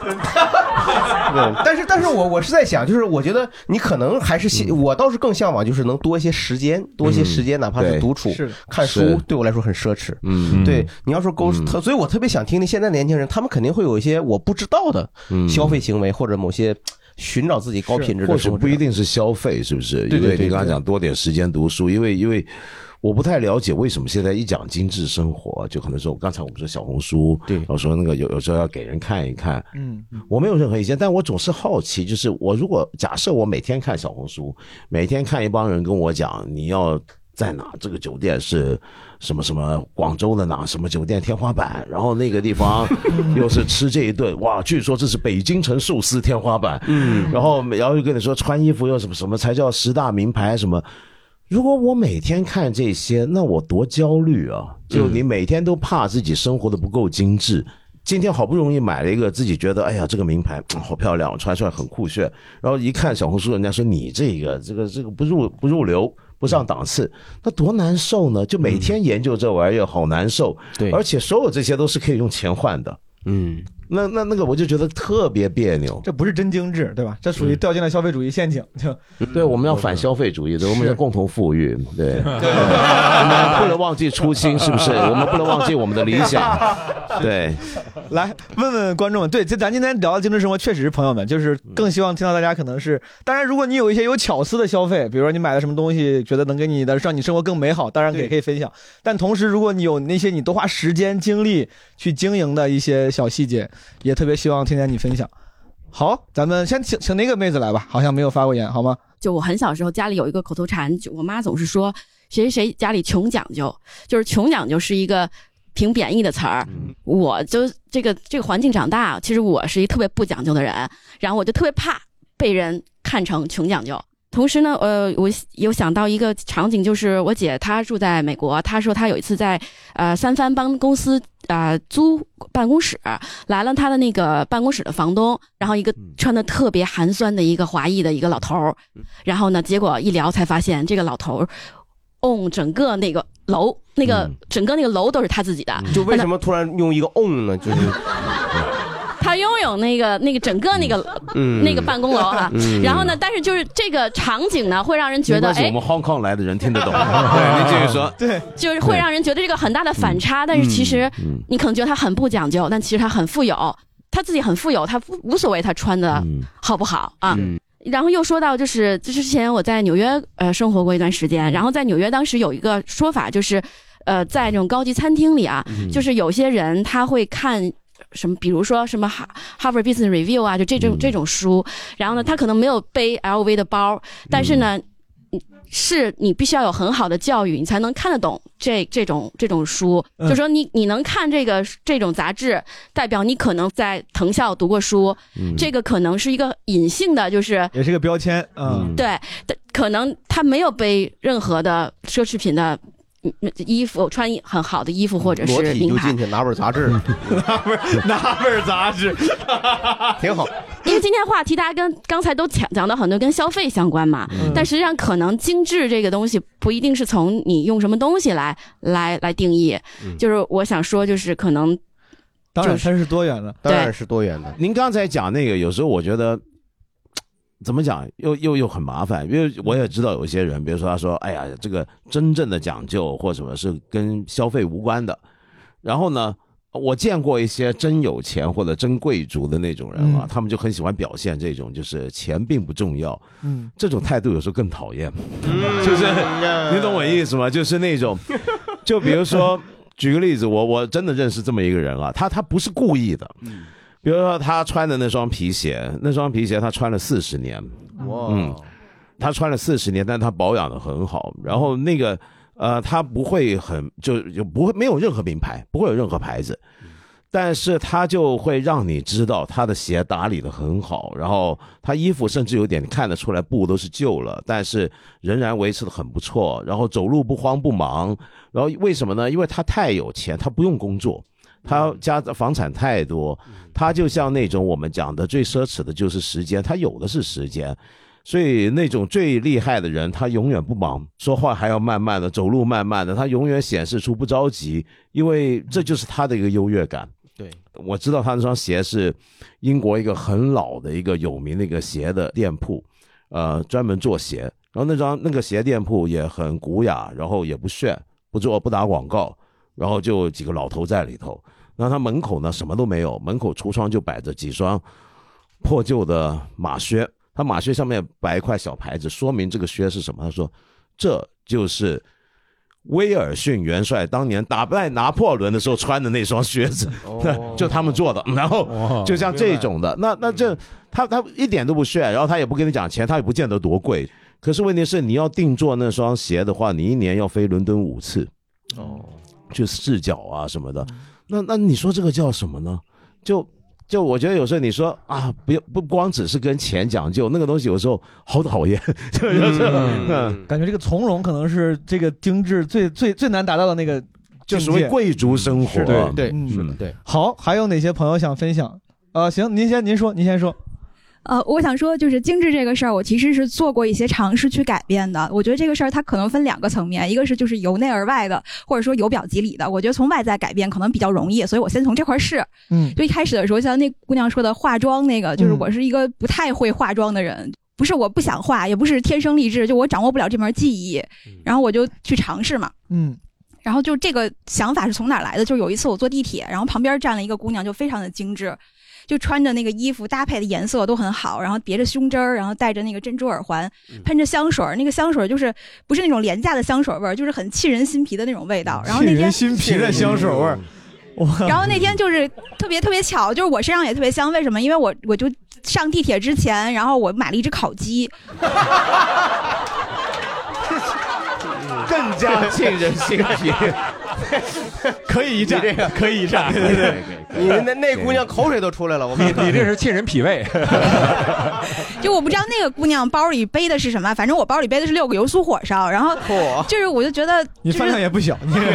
对，但是我是在想，就是我觉得你可能还是我倒是更向往，就是能多一些时间，哪怕是独处看书，对我来说很奢侈。对，你要说所以我特别想听听现在年轻人，他们肯定会有一些我不知道的消费行为，或者某些。寻找自己高品质的生活， 或者不一定是消费，是不是？因为你刚才讲多点时间读书，因为我不太了解为什么现在一讲精致生活，就可能说刚才我们说小红书，对，我说那个有时候要给人看一看，我没有任何意见，但我总是好奇，就是我如果假设我每天看小红书，每天看一帮人跟我讲你要在哪，这个酒店是。什么广州的哪什么酒店天花板，然后那个地方又是吃这一顿，哇，据说这是北京城寿司天花板，然后又跟你说穿衣服又什么才叫10大名牌什么。如果我每天看这些，那我多焦虑啊！就你每天都怕自己生活的不够精致。今天好不容易买了一个自己觉得哎呀这个名牌好漂亮，穿出来很酷炫，然后一看小红书，人家说你这个不入流。不上档次，那多难受呢？就每天研究这玩意儿，好难受。对，而且所有这些都是可以用钱换的。那个我就觉得特别别扭。 这不是真精致，对吧？这属于掉进了消费主义陷阱。 对，我们要反消费主义的，我们要共同富裕。对，我们不能忘记初心，是不是？我们不能忘记我们的理想。对， 来问问观众们，对，咱今天聊的精致生活，确实是朋友们，就是更希望听到大家可能是，当然，如果你有一些有巧思的消费，比如说你买了什么东西，觉得能给你的让你生活更美好，当然也可以分享。但同时，如果你有那些你都花时间精力去经营的一些小细节，也特别希望听见你分享。好，咱们先请那个妹子来吧，好像没有发过言，好吗？ 就我很小时候家里有一个口头禅，就我妈总是说谁谁家里穷讲究，就是穷讲究是一个挺贬义的词儿。我就这个环境长大，其实我是一个特别不讲究的人，然后我就特别怕被人看成穷讲究。同时呢，我有想到一个场景，就是我姐她住在美国，她说她有一次在三藩帮公司租办公室，来了她的那个办公室的房东，然后一个穿的特别寒酸的一个华裔的一个老头，然后呢，结果一聊才发现这个老头整个那个楼，整个那个楼都是他自己的。 就为什么突然用一个呢？就是。 他拥有那个整个那个办公楼哈，然后呢，但是就是这个场景呢，会让人觉得我们 Hong Kong 来的人听得懂。对，你继续说。 对， 就是会让人觉得这个很大的反差，但是其实你可能觉得他很不讲究，但其实他很富有，他自己很富有，他无所谓他穿的好不好啊。然后又说到就是之前我在纽约生活过一段时间，然后在纽约当时有一个说法就是在这种高级餐厅里啊，就是有些人他会看。什么，比如说什么Harvard Business Review 啊，就这种书，然后呢，他可能没有背 LV 的包，但是呢，是你必须要有很好的教育，你才能看得懂这种书。就说你能看这种杂志，代表你可能在藤校读过书，这个可能是一个隐性的，就是也是个标签。 对，可能他没有背任何的奢侈品的。衣服穿很好的衣服，或者是裸体就进去拿本杂志， 拿本杂志， 挺好。 因为今天话题大家跟刚才都讲到很多跟消费相关嘛，但实际上可能精致这个东西不一定是从你用什么东西来定义，就是我想说就是可能， 当然它是多元的， 当然是多元的。 您刚才讲那个，有时候我觉得。怎么讲又很麻烦，因为我也知道有些人，比如说他说，哎呀，这个真正的讲究或什么是跟消费无关的，然后呢， 我见过一些真有钱或者真贵族的那种人啊，他们就很喜欢表现这种，就是钱并不重要。这种态度有时候更讨厌。就是你懂我意思吗？就是那种，就比如说举个例子，我真的认识这么一个人啊，他不是故意的。比如说他穿的那双皮鞋他穿了40年。他穿了40年，但他保养的很好。然后那个他不会就不会没有任何名牌，不会有任何牌子，但是他就会让你知道他的鞋打理的很好，然后他衣服甚至有点看得出来布都是旧了，但是仍然维持的很不错，然后走路不慌不忙。然后为什么呢？因为他太有钱，他不用工作，他家的房产太多，他就像那种我们讲的最奢侈的就是时间，他有的是时间。所以那种最厉害的人，他永远不忙，说话还要慢慢的，走路慢慢的，他永远显示出不着急，因为这就是他的一个优越感。 对， 我知道他那双鞋是英国一个很老的一个有名的一个鞋的店铺，专门做鞋，然后那个鞋店铺也很古雅，然后也不炫，不打广告，然后就几个老头在里头。然后他门口呢什么都没有，门口橱窗就摆着几双破旧的马靴。他马靴上面摆一块小牌子，说明这个靴是什么。他说这就是威尔逊元帅当年打败拿破仑的时候穿的那双靴子，就他们做的。然后就像这种的，那这他一点都不炫，然后他也不跟你讲钱，他也不见得多贵。可是问题是你要定做那双鞋的话，你一年要飞伦敦5次，去试脚啊什么的。那你说这个叫什么呢？就我觉得有时候你说啊，不光只是跟钱讲究，那个东西有时候好讨厌。 感觉这个从容可能是这个精致最难达到的那个， 就属于贵族生活。 对，是的，对。 好，还有哪些朋友想分享？行，您先说。 我想说，就是精致这个事儿，我其实是做过一些尝试去改变的。我觉得这个事儿它可能分2个层面，一个是就是由内而外的，或者说由表及里的。我觉得从外在改变可能比较容易，所以我先从这块试。就一开始的时候，像那姑娘说的化妆那个，就是我是一个不太会化妆的人，不是我不想化，也不是天生丽质，就我掌握不了这门技艺，然后我就去尝试嘛。然后就这个想法是从哪来的？就有一次我坐地铁，然后旁边站了一个姑娘，就非常的精致。就穿着那个衣服搭配的颜色都很好，然后别着胸针儿，然后戴着那个珍珠耳环，喷着香水，那个香水就是不是那种廉价的香水味儿，就是很沁人心脾的那种味道。然后那天沁人心脾的香水味儿。 然后那天就是特别巧，就是我身上也特别香。为什么？因为我就上地铁之前，然后我买了一只烤鸡。 更加沁人心脾。 可以一战，可以一战。对， 你那姑娘口水都出来了。 你这是沁人脾胃。 就我不知道那个姑娘包里背的是什么，反正我包里背的是6个油酥火烧。然后就是我就觉得你饭量也不小，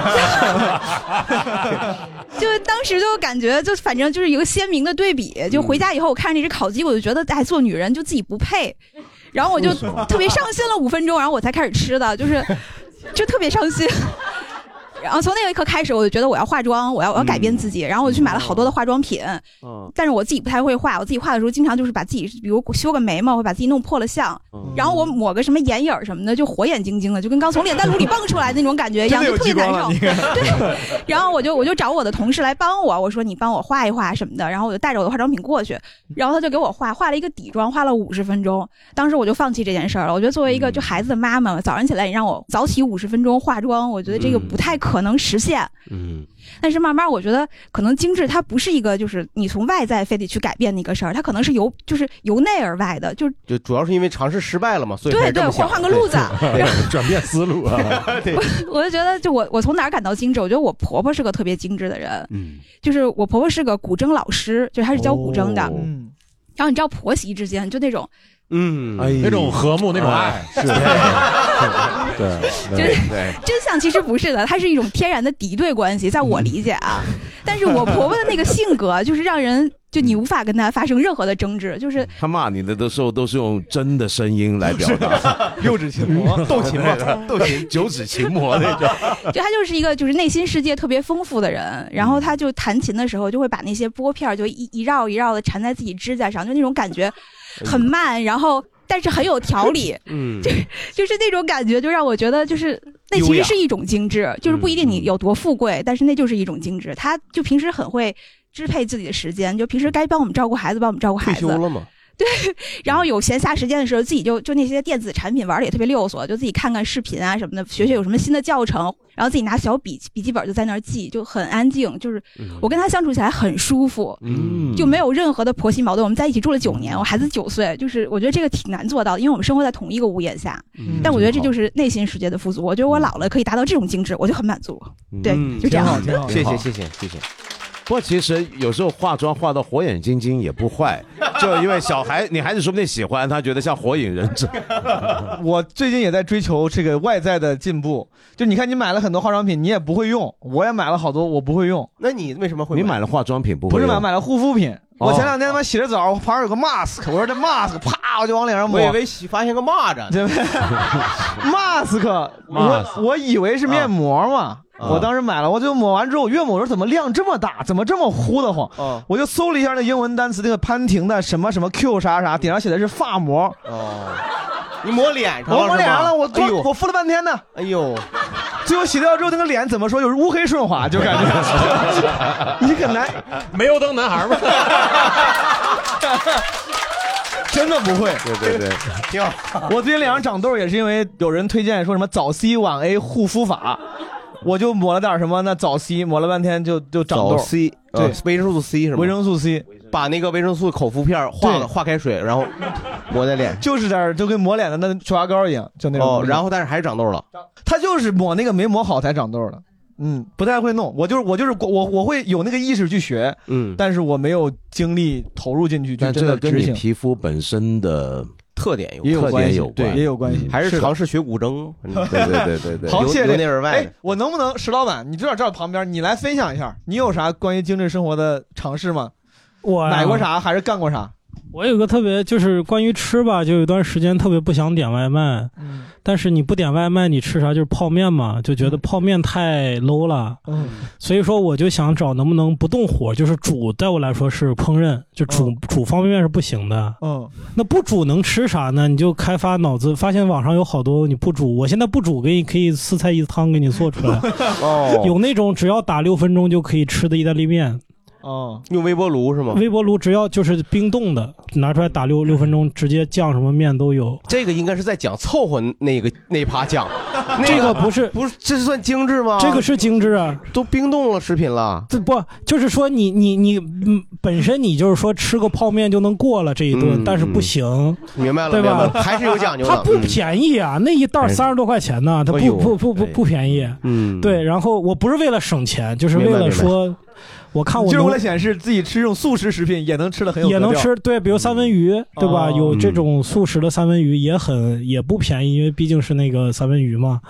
就当时就感觉就反正就是一个鲜明的对比。就回家以后我看这只烤鸡，我就觉得做女人就自己不配。然后我就特别上心了5分钟，然后我才开始吃的，就特别上心。然后从那一刻开始，我就觉得我要化妆，我要改变自己。然后我就去买了好多的化妆品，但是我自己不太会画。我自己画的时候，经常就是把自己，比如修个眉毛，会把自己弄破了相。然后我抹个什么眼影什么的，就火眼金睛的，就跟刚从炼丹炉里蹦出来的那种感觉一样，就特别难受。对。然后我就找我的同事来帮我，我说你帮我画一画什么的。然后我就带着我的化妆品过去，然后他就给我画了一个底妆，花了50分钟。当时我就放弃这件事儿了。我觉得作为一个就孩子的妈妈，早上起来你让我早起50分钟化妆，我觉得这个不太可能实现。但是慢慢我觉得可能精致它不是一个就是你从外在非得去改变那个事儿，它可能是由内而外的，就主要是因为尝试失败了嘛，所以对换个路子， 转变思路啊。 我就觉得就我从哪儿感到精致？我觉得我婆婆是个特别精致的人，就是我婆婆是个古筝老师，就是她是教古筝的，然后你知道婆媳之间就那种。 那种和睦，那种爱，是对，真相其实不是的，它是一种天然的敌对关系，在我理解啊。但是我婆婆的那个性格，就是让人就你无法跟她发生任何的争执，就是她骂你的时候都是用真的声音来表达， 六指琴魔、斗琴嘛、 九指琴魔那种。 就她就是一个就是内心世界特别丰富的人，然后她就弹琴的时候就会把那些拨片就一绕一绕的缠在自己指甲上，就那种感觉。很慢，然后但是很有条理，就是那种感觉，就让我觉得就是那其实是一种精致，就是不一定你有多富贵，但是那就是一种精致。他就平时很会支配自己的时间，就平时该帮我们照顾孩子，帮我们照顾孩子。 退休了吗？ 对，然后有闲暇时间的时候，自己就那些电子产品玩的也特别溜索，就自己看看视频啊什么的，学有什么新的教程，然后自己拿小笔记本就在那儿记，就很安静。就是我跟他相处起来很舒服，就没有任何的婆媳矛盾。我们在一起住了9年，我孩子9岁，就是我觉得这个挺难做到的，因为我们生活在同一个屋檐下。但我觉得这就是内心世界的富足。我觉得我老了可以达到这种精致，我就很满足。对，就这样。 谢谢。 不过其实有时候化妆化到火眼金睛也不坏，就因为你孩子说不定喜欢，他觉得像火影忍者。 我最近也在追求这个外在的进步，就你看你买了很多化妆品，你也不会用，我也买了好多我不会用。 那你为什么会？ 你买了化妆品不会用？ 不是买了护肤品。我前2天他妈洗了澡，我旁边有个 mask， 我说这 mask 啪我就往脸上抹。 我以为发现个蚂蚱。 mask 我以为是面膜嘛。我当时买了，我就抹完之后，越抹着怎么量这么大，怎么这么糊得慌？我就搜了一下那英文单词，那个潘婷的什么什么 Q 啥啥，顶上写的是发膜。 你抹脸上了？ 我抹脸上了，我敷了半天呢。 哎呦， 最后洗掉之后，那个脸怎么说？有乌黑顺滑，就感觉你很难。 煤油灯男孩吗？ 真的不会。 对， 挺好。 我最近脸上长痘也是因为有人推荐说什么早 C 晚 A 护肤法。我就抹了点什么那早 C， 抹了半天就长痘。 早 C， 对，维生素 C 是吗？ 维生素 C， 把那个维生素口服片化开水，然后抹在脸， 就是点就跟抹脸的那雪花膏一样，就那种。 然后但是还是长痘了。 他就是抹那个没抹好才长痘的。不太会弄。我会有那个意识去学，但是我没有精力投入进去，就真的跟你皮肤本身的特点也有关系， 对， 也有关系， 还是尝试学古筝。 对。 好，谢谢。 由内而外。 我能不能石老板，你坐这旁边，你来分享一下，你有啥关于精致生活的尝试吗？ 我买过啥还是干过啥？ 我有个特别就是关于吃吧，就有段时间特别不想点外卖，但是你不点外卖你吃啥？就是泡面嘛，就觉得泡面太 low 了，所以说我就想找能不能不动火，就是煮，在我来说是烹饪，就煮方便面是不行的。那不煮能吃啥呢？你就开发脑子，发现网上有好多你不煮，我现在不煮可以4菜1汤给你做出来，有那种只要打6分钟就可以吃的意大利面。 用微波炉是吗？ 微波炉只要就是冰冻的，拿出来打6分钟，直接酱什么面都有。 这个应该是在讲凑合那趴酱， 这个不是， 这算精致吗？ 这个是精致啊， 都冰冻了食品了。 这不就是说你本身你就是说吃个泡面就能过了这一顿，但是不行， 明白了， 对吧？ 还是有讲究的。 它不便宜啊，那一袋30多块钱呢，它不便宜。对。然后我不是为了省钱，就是为了说。我看我就是为了显示自己吃这种素食食品也能吃的很有格调， 也能吃，对，比如三文鱼，对吧？有这种素食的三文鱼也不便宜，因为毕竟是那个三文鱼嘛。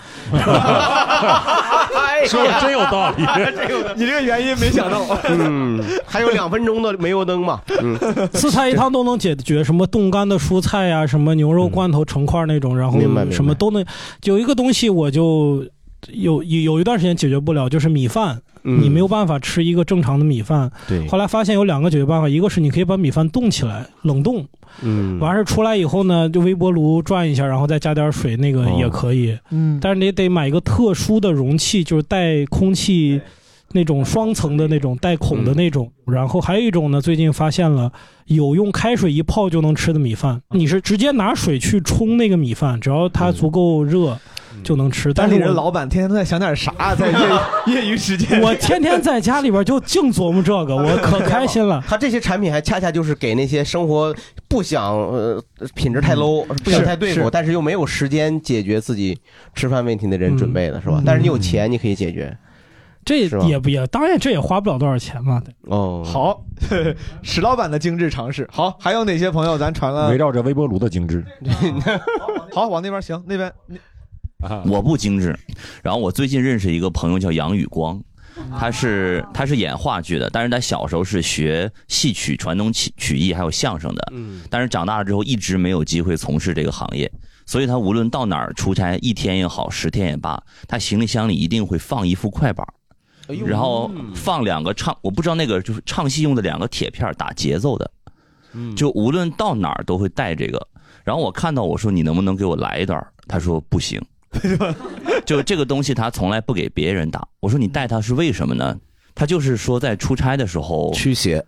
说的真有道理， 你这个原因没想到。 还有2分钟的煤油灯嘛。 4菜1汤都能解决，什么冻干的蔬菜呀，什么牛肉罐头成块那种，然后什么都能。有一个东西我就有一段时间解决不了，就是米饭。你没有办法吃一个正常的米饭。 对。 后来发现有2个解决办法，一个是你可以把米饭冻起来，冷冻。完事出来以后呢，就微波炉转一下，然后再加点水，那个也可以。但是你得买一个特殊的容器，就是带空气那种双层的那种带孔的那种。然后还有一种呢，最近发现了有用开水一泡就能吃的米饭，你是直接拿水去冲那个米饭，只要它足够热。就能吃， 但是人老板天天都在想点啥，在业余时间。 我天天在家里边就净琢磨这个，我可开心了。 他这些产品还恰恰就是给那些生活不想品质太 low，不想太对付，但是又没有时间解决自己吃饭问题的人准备的是吧？但是你有钱，你可以解决。 这也当然这也花不了多少钱嘛。 好，史老板的精致尝试。好，还有哪些朋友咱传了？ 围绕着微波炉的精致。 好，往那边行，那边。 我不精致，然后我最近认识一个朋友叫杨宇光，他是演话剧的，但是他小时候是学戏曲、传统曲艺还有相声的，但是长大了之后一直没有机会从事这个行业，所以他无论到哪儿出差，1天也好，10天也罢，他行李箱里一定会放一副快板，然后放2个我不知道那个就是唱戏用的2个铁片打节奏的，就无论到哪儿都会带这个。 然后我看到我说你能不能给我来一段，他说不行，就这个东西他从来不给别人打。我说你带他是为什么呢？他就是说在出差的时候驱邪。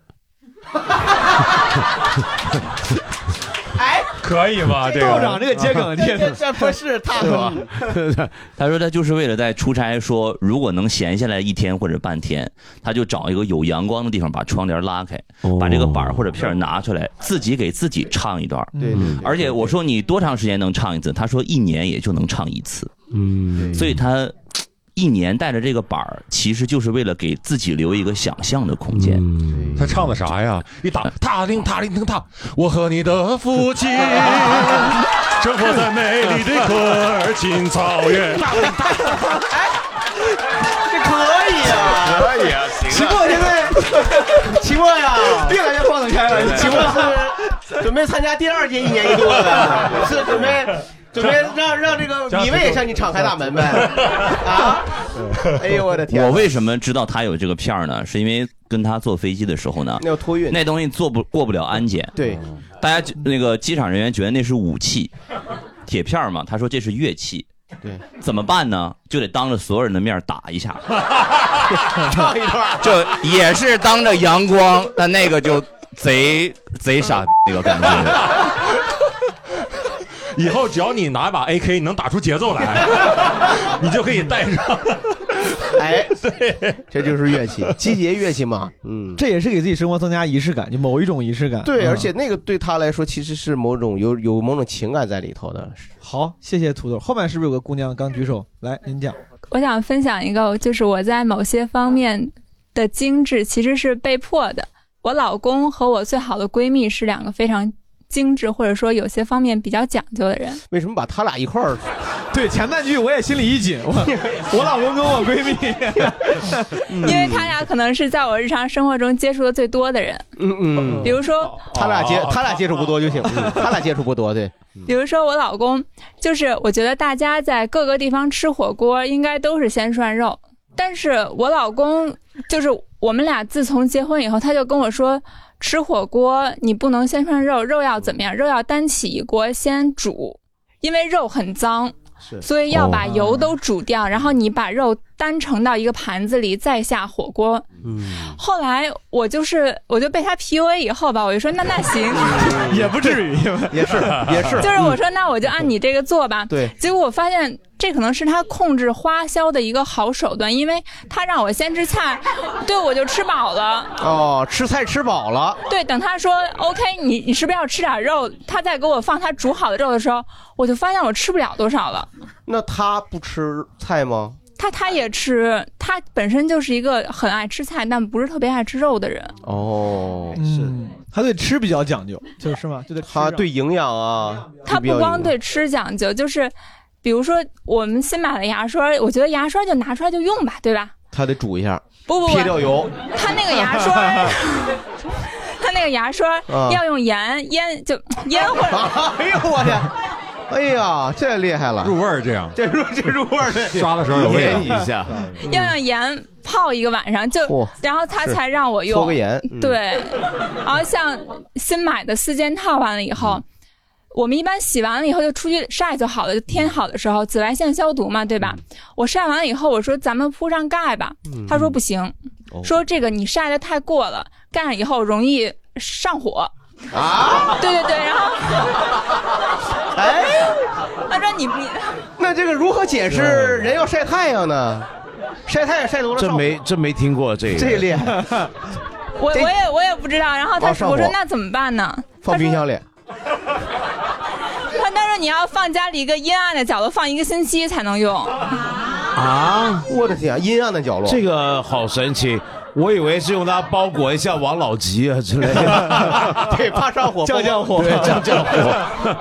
哎，可以吗？这个道长这个接梗， 这不是他吗？ 他说他就是为了在出差说，如果能闲下来1天或者半天，他就找一个有阳光的地方，把窗帘拉开，把这个板或者片拿出来，自己给自己唱一段。 对， 而且我说你多长时间能唱一次？他说1年也就能唱1次。所以他1年带着这个板儿，其实就是为了给自己留一个想象的空间。 他唱的啥呀？一打踏铃踏铃铃踏，我和你的父亲生活在美丽的科尔沁草原。 这可以啊， 可以啊，行。 期末现在，期末呀， 越来越放得开了。 期末是准备参加第2届1年1度的，是准备让这个米未也向你敞开大门呗？啊！哎呦我的天！ 我为什么知道他有这个片儿呢？是因为跟他坐飞机的时候呢， 那要托运， 那东西过不了安检。 对， 大家那个机场人员觉得那是武器，铁片嘛，他说这是乐器。 对， 怎么办呢？就得当着所有人的面打一下， 唱一段， 就也是当着阳光，但那个就贼傻逼那个感觉。 以后只要你拿一把 AK， 你能打出节奏来，你就可以带上。 哎，对，这就是乐器，集结乐器嘛。 这也是给自己生活增加仪式感，就某一种仪式感。 对，而且那个对他来说，其实是某种有某种情感在里头的。 好，谢谢土豆。后面是不是有个姑娘刚举手？来，您讲。 我想分享一个，就是我在某些方面的精致其实是被迫的。我老公和我最好的闺蜜是2个非常精致，或者说有些方面比较讲究的人。 为什么把他俩一块儿？ 对，前半句我也心里一紧，我老公跟我闺蜜， 因为他俩可能是在我日常生活中接触的最多的人。比如说他俩接触不多就行，他俩接触不多，对。 比如说我老公，就是我觉得大家在各个地方吃火锅应该都是先涮肉，但是我老公就是我们俩自从结婚以后，他就跟我说，吃火锅你不能先涮肉，肉要怎么样？肉要单起一锅先煮，因为肉很脏，所以要把油都煮掉，然后你把肉单盛到一个盘子里再下火锅。后来我就被他 PUA 以后吧，我就说那行， 也不至于， 也是， 就是我说那我就按你这个做吧。 对， 结果我发现这可能是他控制花销的一个好手段，因为他让我先吃菜，对我就吃饱了。 哦，吃菜吃饱了。 对，等他说 OK， 你是不是要吃点肉？他再给我放他煮好的肉的时候，我就发现我吃不了多少了。 那他不吃菜吗？ 他也吃，他本身就是一个很爱吃菜，但不是特别爱吃肉的人。 哦，是， 他对吃比较讲究，就是吗？就对， 他对营养啊， 他不光对吃讲究，就是比如说我们新买的牙刷，我觉得牙刷就拿出来就用吧，对吧？ 他得煮一下， 不撇掉油。 他那个牙刷，他那个牙刷要用盐腌，就腌会儿。 哎呦我天！哎呀，这厉害了， 入味儿，这样这入味儿， 刷的时候有味一下， 要用盐泡1个晚上，然后他才让我用。 搓个盐， 对。然后像新买的4件套完了以后，我们一般洗完了以后就出去晒就好了，就天好的时候紫外线消毒嘛，对吧？我晒完了以后，我说咱们铺上盖吧，他说不行，说这个你晒得太过了，盖上以后容易上火。 啊， 对，然后， 哎， 他说你， 那这个如何解释人要晒太阳呢？晒太阳晒多了， 真没听过这个， 这厉害。 我也不知道。然后我说那怎么办呢？ 放冰箱里。 他说你要放家里一个阴暗的角落，放1个星期才能用。 啊！ 我的天，阴暗的角落， 这个好神奇。我以为是用它包裹一下王老吉啊之类的， 对，怕上火， 降火， 对，降火。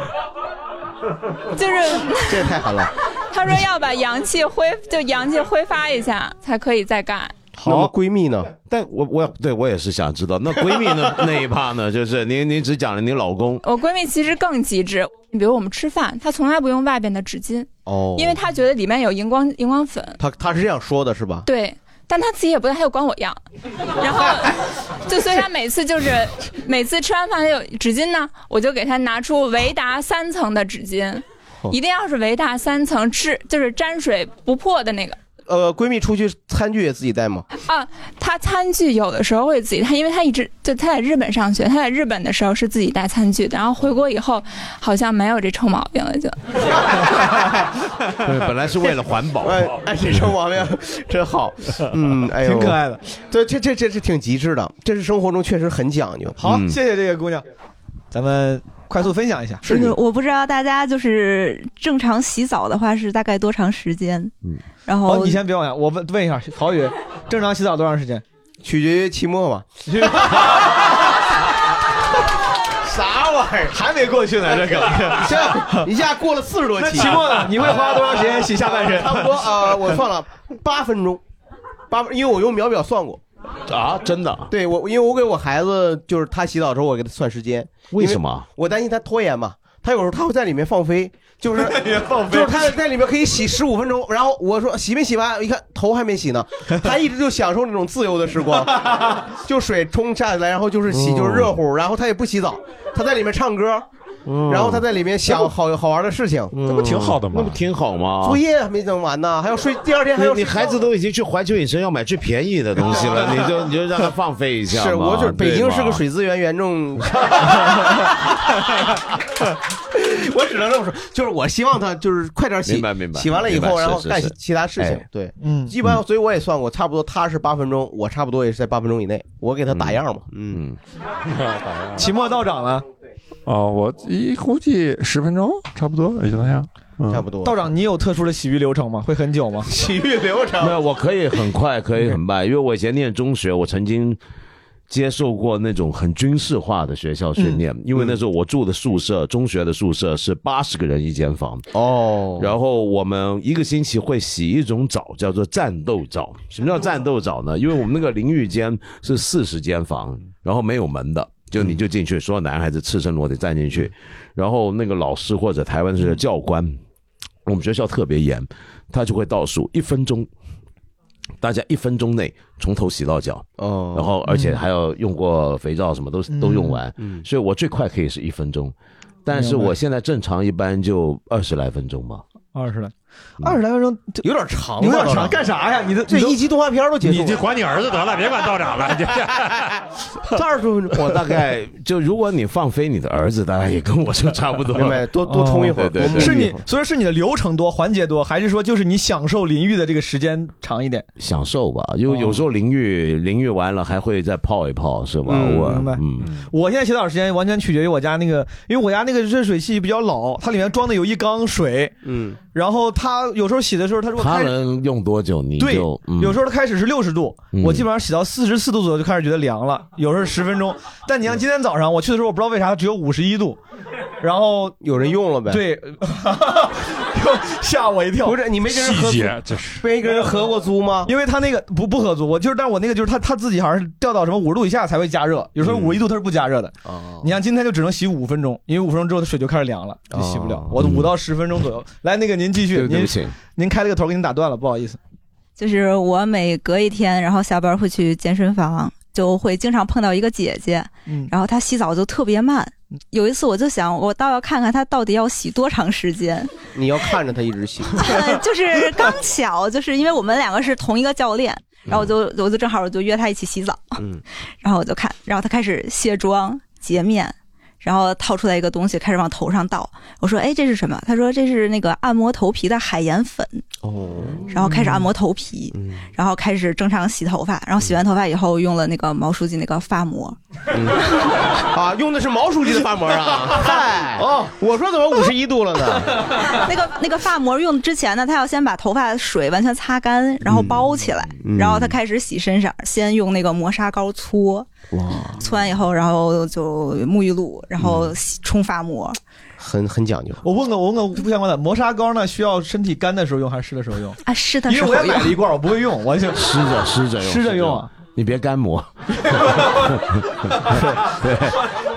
就是这太狠了。 他说要把阳气挥发一下，才可以再盖。 那么闺蜜呢？ 但我也是想知道，那闺蜜呢那一趴呢？就是您只讲了您老公， 我闺蜜其实更极致。比如我们吃饭，她从来不用外边的纸巾，因为她觉得里面有荧光粉。 她是这样说的是吧？ 对。 但他自己也不大，他就管我要。然后就所以他每次吃完饭他有纸巾呢，我就给他拿出维达3层的纸巾，一定要是维达3层，就是沾水不破的那个。 闺蜜出去餐具也自己带吗？ 啊，她餐具有的时候会自己带，因为她她在日本上学，她在日本的时候是自己带餐具的，然后回国以后好像没有这臭毛病了就。 对，本来是为了环保。 这臭毛病真好，哎呦， 挺可爱的。 对，这是挺极致的，这是生活中确实很讲究。 好，谢谢这个姑娘，咱们快速分享一下。 我不知道大家就是正常洗澡的话是大概多长时间？然后你先别往下，我问一下曹宇，正常洗澡多长时间？ 取决于期末吧。啥玩意儿？ 还没过去呢，这个一下过了40多期。 那期末呢？你会花多长时间洗下半身？ 差不多我算了8分钟，8，因为我用秒表算过。 啊，真的？ 对，因为我给我孩子就是他洗澡之后，我给他算时间。 为什么？ 我担心他拖延嘛。他有时候他会在里面放飞，就是他在里面可以洗15分钟，然后我说洗没洗完，一看头还没洗呢，他一直就享受那种自由的时光，就水冲下来，然后就是洗，就是热乎，然后他也不洗澡，他在里面唱歌。然后他在里面想好玩的事情， 这不挺好的吗？那不挺好吗？ 作业还没整完呢，还要睡，第二天还要。 你孩子都已经去环球影城要买最便宜的东西了，你就让他放飞一下。 是，我就是北京是个水资源严重。我只能这么说，就是我希望他就是快点洗， 明白。 洗完了以后，然后干其他事情。对，基本上，所以我也算过，差不多他是8分钟，我差不多也是在8分钟以内，我给他打样嘛。 期末道长呢？ 我估计10分钟差不多，也就那样， 差不多。 道长，你有特殊的洗浴流程吗？会很久吗？ 洗浴流程？ 没有，我可以很快，可以很慢，因为我以前念中学，我曾经接受过那种很军事化的学校训练，因为那时候我住的宿舍，中学的宿舍是80个人一间房然后我们1个星期会洗一种澡，叫做战斗澡。什么叫战斗澡呢？因为我们那个淋浴间是40间房，然后没有门的。就你就进去，所有男孩子赤身裸体站进去，然后那个老师或者台湾的教官，我们学校特别严，他就会倒数1分钟，大家1分钟内从头洗到脚，然后而且还要用过肥皂什么都用完，所以我最快可以是1分钟，但是我现在正常一般就20来分钟吧。 20来分钟有点长， 有点长，干啥呀？你这一集动画片都结束了， 你就管你儿子得了，别管道长了。 20分钟， 我大概就如果你放飞你的儿子，大概也跟我就差不多。 明白，多冲一会儿。 对， 是你，所以是你的流程多，环节多，还是说就是你享受淋浴的这个时间长一点？ 享受吧，因为有时候淋浴完了还会再泡一泡，是吧？ 明白。我现在洗澡时间完全取决于我家那个，因为我家那个热水器比较老，它里面装的有1缸水，然后它有时候洗的时候，它如果它能用多久？你就有时候它开始是60度，我基本上洗到44度左右就开始觉得凉了，有时候10分钟。但你像今天早上我去的时候，我不知道为啥它只有51度，然后有人用了呗？ 对，吓我一跳。 不是你没跟人合租，没跟人合过租吗？ 因为他那个不合租，但我那个就是他自己好像是掉到什么50度以下才会加热，有时候51度它是不加热的。你像今天就只能洗5分钟，因为5分钟之后它水就开始凉了，就洗不了。我5到10分钟左右。来，那个您继续，您开了个头给您打断了，不好意思。 就是我每隔一天，然后下班会去健身房，就会经常碰到一个姐姐，然后她洗澡就特别慢。有一次我就想，我倒要看看她到底要洗多长时间。 你要看着她一直洗。 就是刚巧，就是因为我们2个是同一个教练，然后我就正好我就约她一起洗澡，然后我就看，然后她开始卸妆洁面。然后掏出来一个东西，开始往头上倒。我说：“哎，这是什么？”他说：“这是那个按摩头皮的海盐粉。”然后开始按摩头皮，然后开始正常洗头发。然后洗完头发以后，用了那个毛书记那个发膜。 用的是毛书记的发膜啊！嗨，我说怎么51度了呢？ 那个发膜用之前呢，他要先把头发水完全擦干，然后包起来，然后他开始洗身上，先用那个磨砂膏搓。搓完以后，然后就沐浴露，然后冲发膜， 很讲究。 我问个不相关的，磨砂膏呢需要身体干的时候用还是湿的时候用？ 啊，湿的时候用。 因为我也买了一罐，我不会用，我就湿着用啊。你别干磨，对，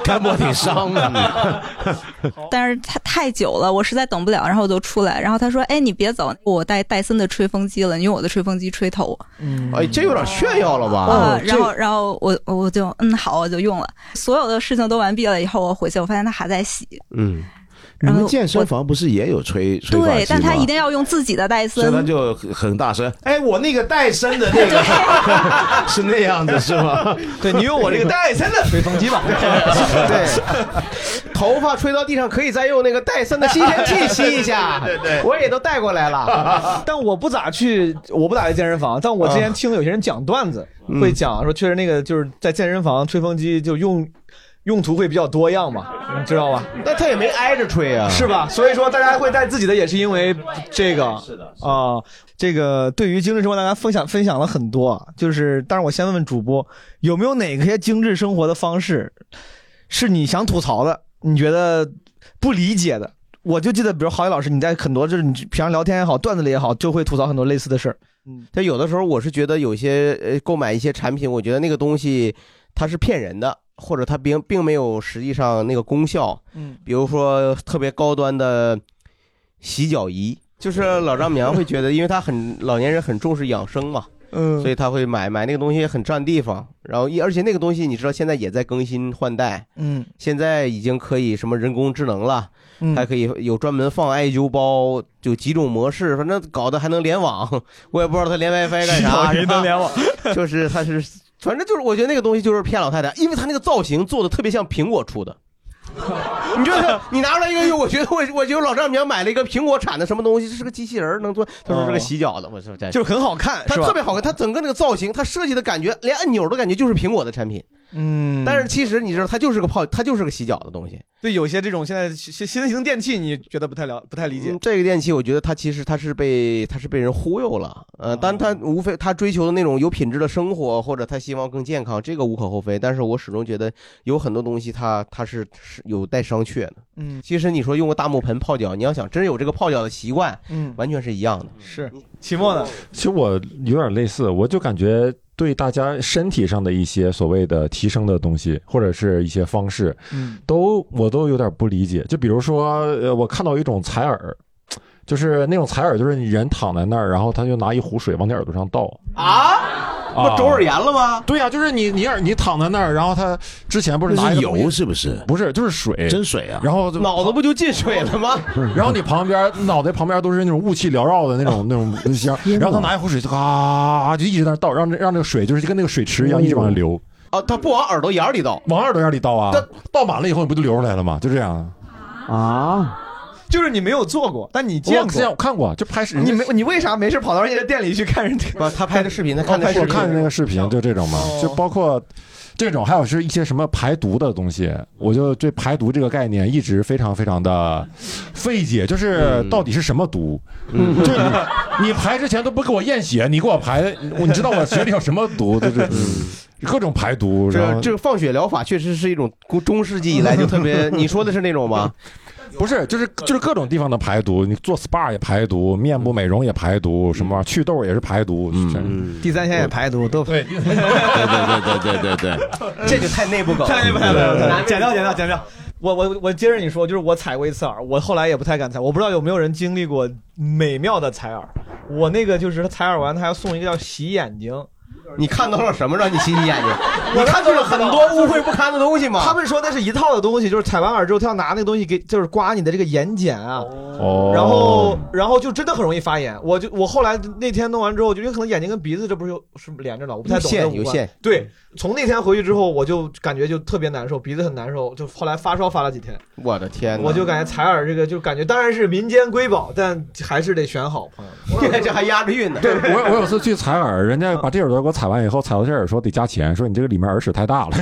干脖挺伤的。 但是太久了，我实在等不了，然后我就出来。然后他说：“哎，你别走，我带戴森的吹风机了，你用我的吹风机吹头。” 哎，这有点炫耀了吧？ 然后我就好，我就用了。所有的事情都完毕了以后，我回去我发现他还在洗。 你们健身房不是也有吹发机吗？ 对，但他一定要用自己的戴森， 所以他就很大声。哎，我那个戴森的那个是那样的，是吗？ 对，你用我这个戴森的吹风机吧。 对，头发吹到地上可以再用那个戴森的吸尘器吸一下。对，我也都带过来了。 但我不咋去健身房。但我之前听有些人讲段子，会讲说，确实那个就是在健身房吹风机就用途会比较多样嘛，你知道吧？ 但他也没挨着吹啊， 是吧？所以说大家会带自己的，也是因为这个。是的啊，这个对于精致生活，大家分享了很多。就是，但是我先问问主播，有没有哪些精致生活的方式是你想吐槽的，你觉得不理解的？我就记得，比如郝宇老师，你在很多就是你平常聊天也好，段子里也好，就会吐槽很多类似的事儿。 但有的时候我是觉得有些购买一些产品，我觉得那个东西它是骗人的。或者它并没有实际上那个功效，比如说特别高端的洗脚仪，就是老丈母娘会觉得，因为他老年人很重视养生嘛，所以他会买那个东西很占地方，然后而且那个东西你知道现在也在更新换代，现在已经可以什么人工智能了，还可以有专门放艾灸包，就几种模式，反正搞得还能联网，我也不知道他连 WiFi 干啥， 能联网， 就是他是。反正就是，我觉得那个东西就是骗老太太，因为他那个造型做的特别像苹果出的。你觉得你拿出来一个，我觉得老丈母娘买了一个苹果产的什么东西，这是个机器人能做，他说是个洗脚的，我说就很好看， 它特别好看，它整个那个造型，它设计的感觉，连按钮的感觉就是苹果的产品。但是其实你知道，它就是个洗脚的东西。 对，有些这种现在新型电器，你觉得不太理解？ 这个电器，我觉得它其实它是被人忽悠了。但它无非他追求的那种有品质的生活，或者他希望更健康，这个无可厚非。但是我始终觉得有很多东西它是有待商榷的。其实你说用个大木盆泡脚，你要想真有这个泡脚的习惯，完全是一样的。 是期末呢？ 其实我有点类似，我就感觉对大家身体上的一些所谓的提升的东西，或者是一些方式，我都有点不理解。就比如说，我看到一种采耳，就是那种采耳，就是你人躺在那儿，然后他就拿一壶水往你耳朵上倒不周耳炎了吗？ 对呀，就是你躺在那儿，然后他之前不是拿一个油是不是？ 不是，就是水， 真水啊！ 然后脑子不就进水了吗？ 然后你脑袋旁边都是那种雾气缭绕的那种香，然后他拿一壶水就咔就一直在那倒，让这个水就是跟那个水池一样一直往下流。 他不往耳朵眼里倒， 往耳朵眼里倒啊！倒满了以后，你不就流出来了吗？就这样啊。就是你没有做过，但你见过。 我看过，就拍视频。你为啥没事跑到人家店里去看人家？ 他拍的视频，他看那个视频，就这种嘛，就包括这种，还有是一些什么排毒的东西。我就对排毒这个概念一直非常非常的费解，就是到底是什么毒？就你排之前都不给我验血，你给我排，你知道我血里有什么毒？就是各种排毒。 这个放血疗法确实是一种中世纪以来就特别。你说的是那种吗？ 不是，就是各种地方的排毒，你做 SPA 也排毒，面部美容也排毒，什么祛痘也是排毒， 地三鲜也排毒，都对， 对， 这就太内部梗， 太内部，剪掉。我接着你说，就是我采过一次耳，我后来也不太敢采，我不知道有没有人经历过美妙的采耳。我那个就是他采耳完，他还送一个叫洗眼睛。 你看到了什么让你洗眼睛？你看到了很多污秽不堪的东西吗？ 他们说那是一套的东西，就是采完耳之后，他要拿那个东西就是刮你的这个眼睑啊，然后就真的很容易发炎。我后来那天弄完之后，就因为可能眼睛跟鼻子这不是连着了，我不太懂。 有线。 对，从那天回去之后，我就感觉就特别难受，鼻子很难受，就后来发烧发了几天。 我的天哪！ 我就感觉采耳这个就感觉当然是民间瑰宝，但还是得选好，朋友们。 这还押着韵呢。 对，我有次去采耳，人家把这耳朵给我采完以后，采到这耳说得加钱，说你这个里面耳屎太大了。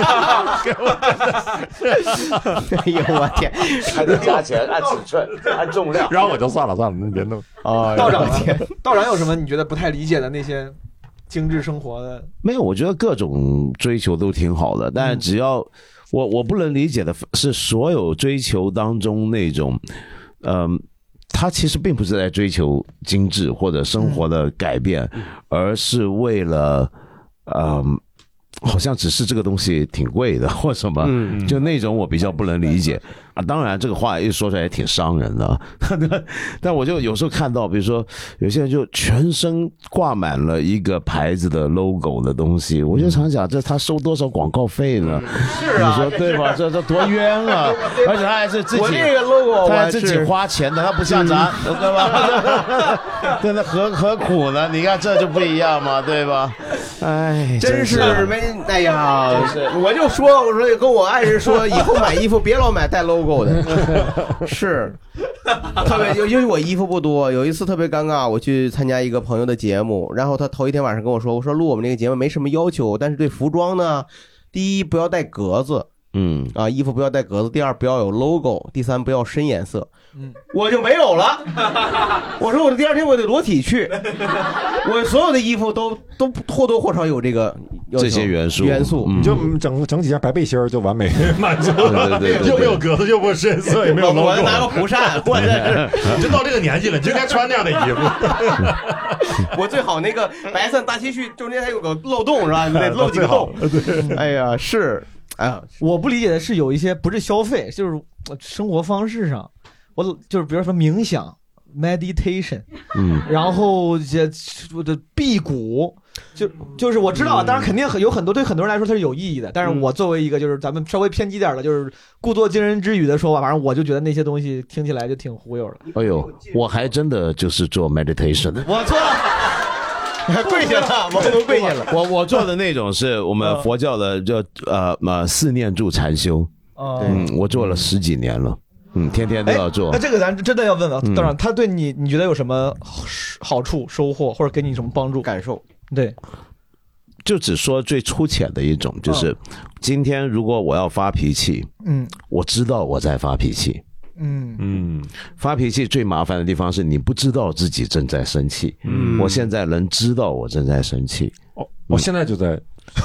哎呦我天， 还得加钱，按尺寸，按重量。 然后我就算了，你别弄。 道长有什么你觉得不太理解的那些精致生活的？ 没有，我觉得各种追求都挺好的，但只要我不能理解的是，所有追求当中那种，他其实并不是在追求精致或者生活的改变，而是为了好像只是这个东西挺贵的或什么，就那种我比较不能理解啊。当然这个话一说出来也挺伤人的，但我就有时候看到，比如说有些人就全身挂满了一个牌子的 logo 的东西，我就常想，这他收多少广告费呢？ 是啊， 你说对吧？这多冤啊！而且他还是自己， 我这个 logo 他还自己花钱的，他不像咱，对吧？对，那何苦呢？你看这就不一样嘛，对吧？哎， 真是没，哎呀，我就说，我说跟我爱人说，以后买衣服别老买带 logo 的，是，特别因为我衣服不多，有一次特别尴尬，我去参加一个朋友的节目，然后他头一天晚上跟我说，我说录我们这个节目没什么要求，但是对服装呢，第一不要带格子。衣服不要带格子，第二不要有 logo， 第三不要深颜色。我就没有了。我说我第二天我得裸体去，我所有的衣服都或多或少有这个这些元素， 你就整几件白背心就完美满足了。对， 又没有格子，又不深色，也没有 logo。 我拿个蒲扇，我这是， 你就到这个年纪了，你就应该穿那样的衣服。 我最好那个白色大 T 恤中间还有个漏洞是吧？你得漏几个洞。对，哎呀，是。哎呀， 我不理解的是有一些不是消费，就是生活方式上，我就是比如说冥想 meditation， 然后我的辟谷，就是我知道，当然肯定有很多对很多人来说它是有意义的，但是我作为一个就是咱们稍微偏激点的，就是故作惊人之语的说法，反正我就觉得那些东西听起来就挺忽悠的。 哎呦，我还真的就是做 meditation 的， 我错了。 跪下了，我都跪下了。 我做的那种是我们佛教的叫四念住禅修，我做了10几年了，天天都要做。 那这个咱真的要问问，当然他对你觉得有什么好处、收获，或者给你什么帮助、 感受？ 对， 就只说最粗浅的一种，就是今天如果我要发脾气，我知道我在发脾气。发脾气最麻烦的地方是你不知道自己正在生气。我现在能知道我正在生气。 我现在就在。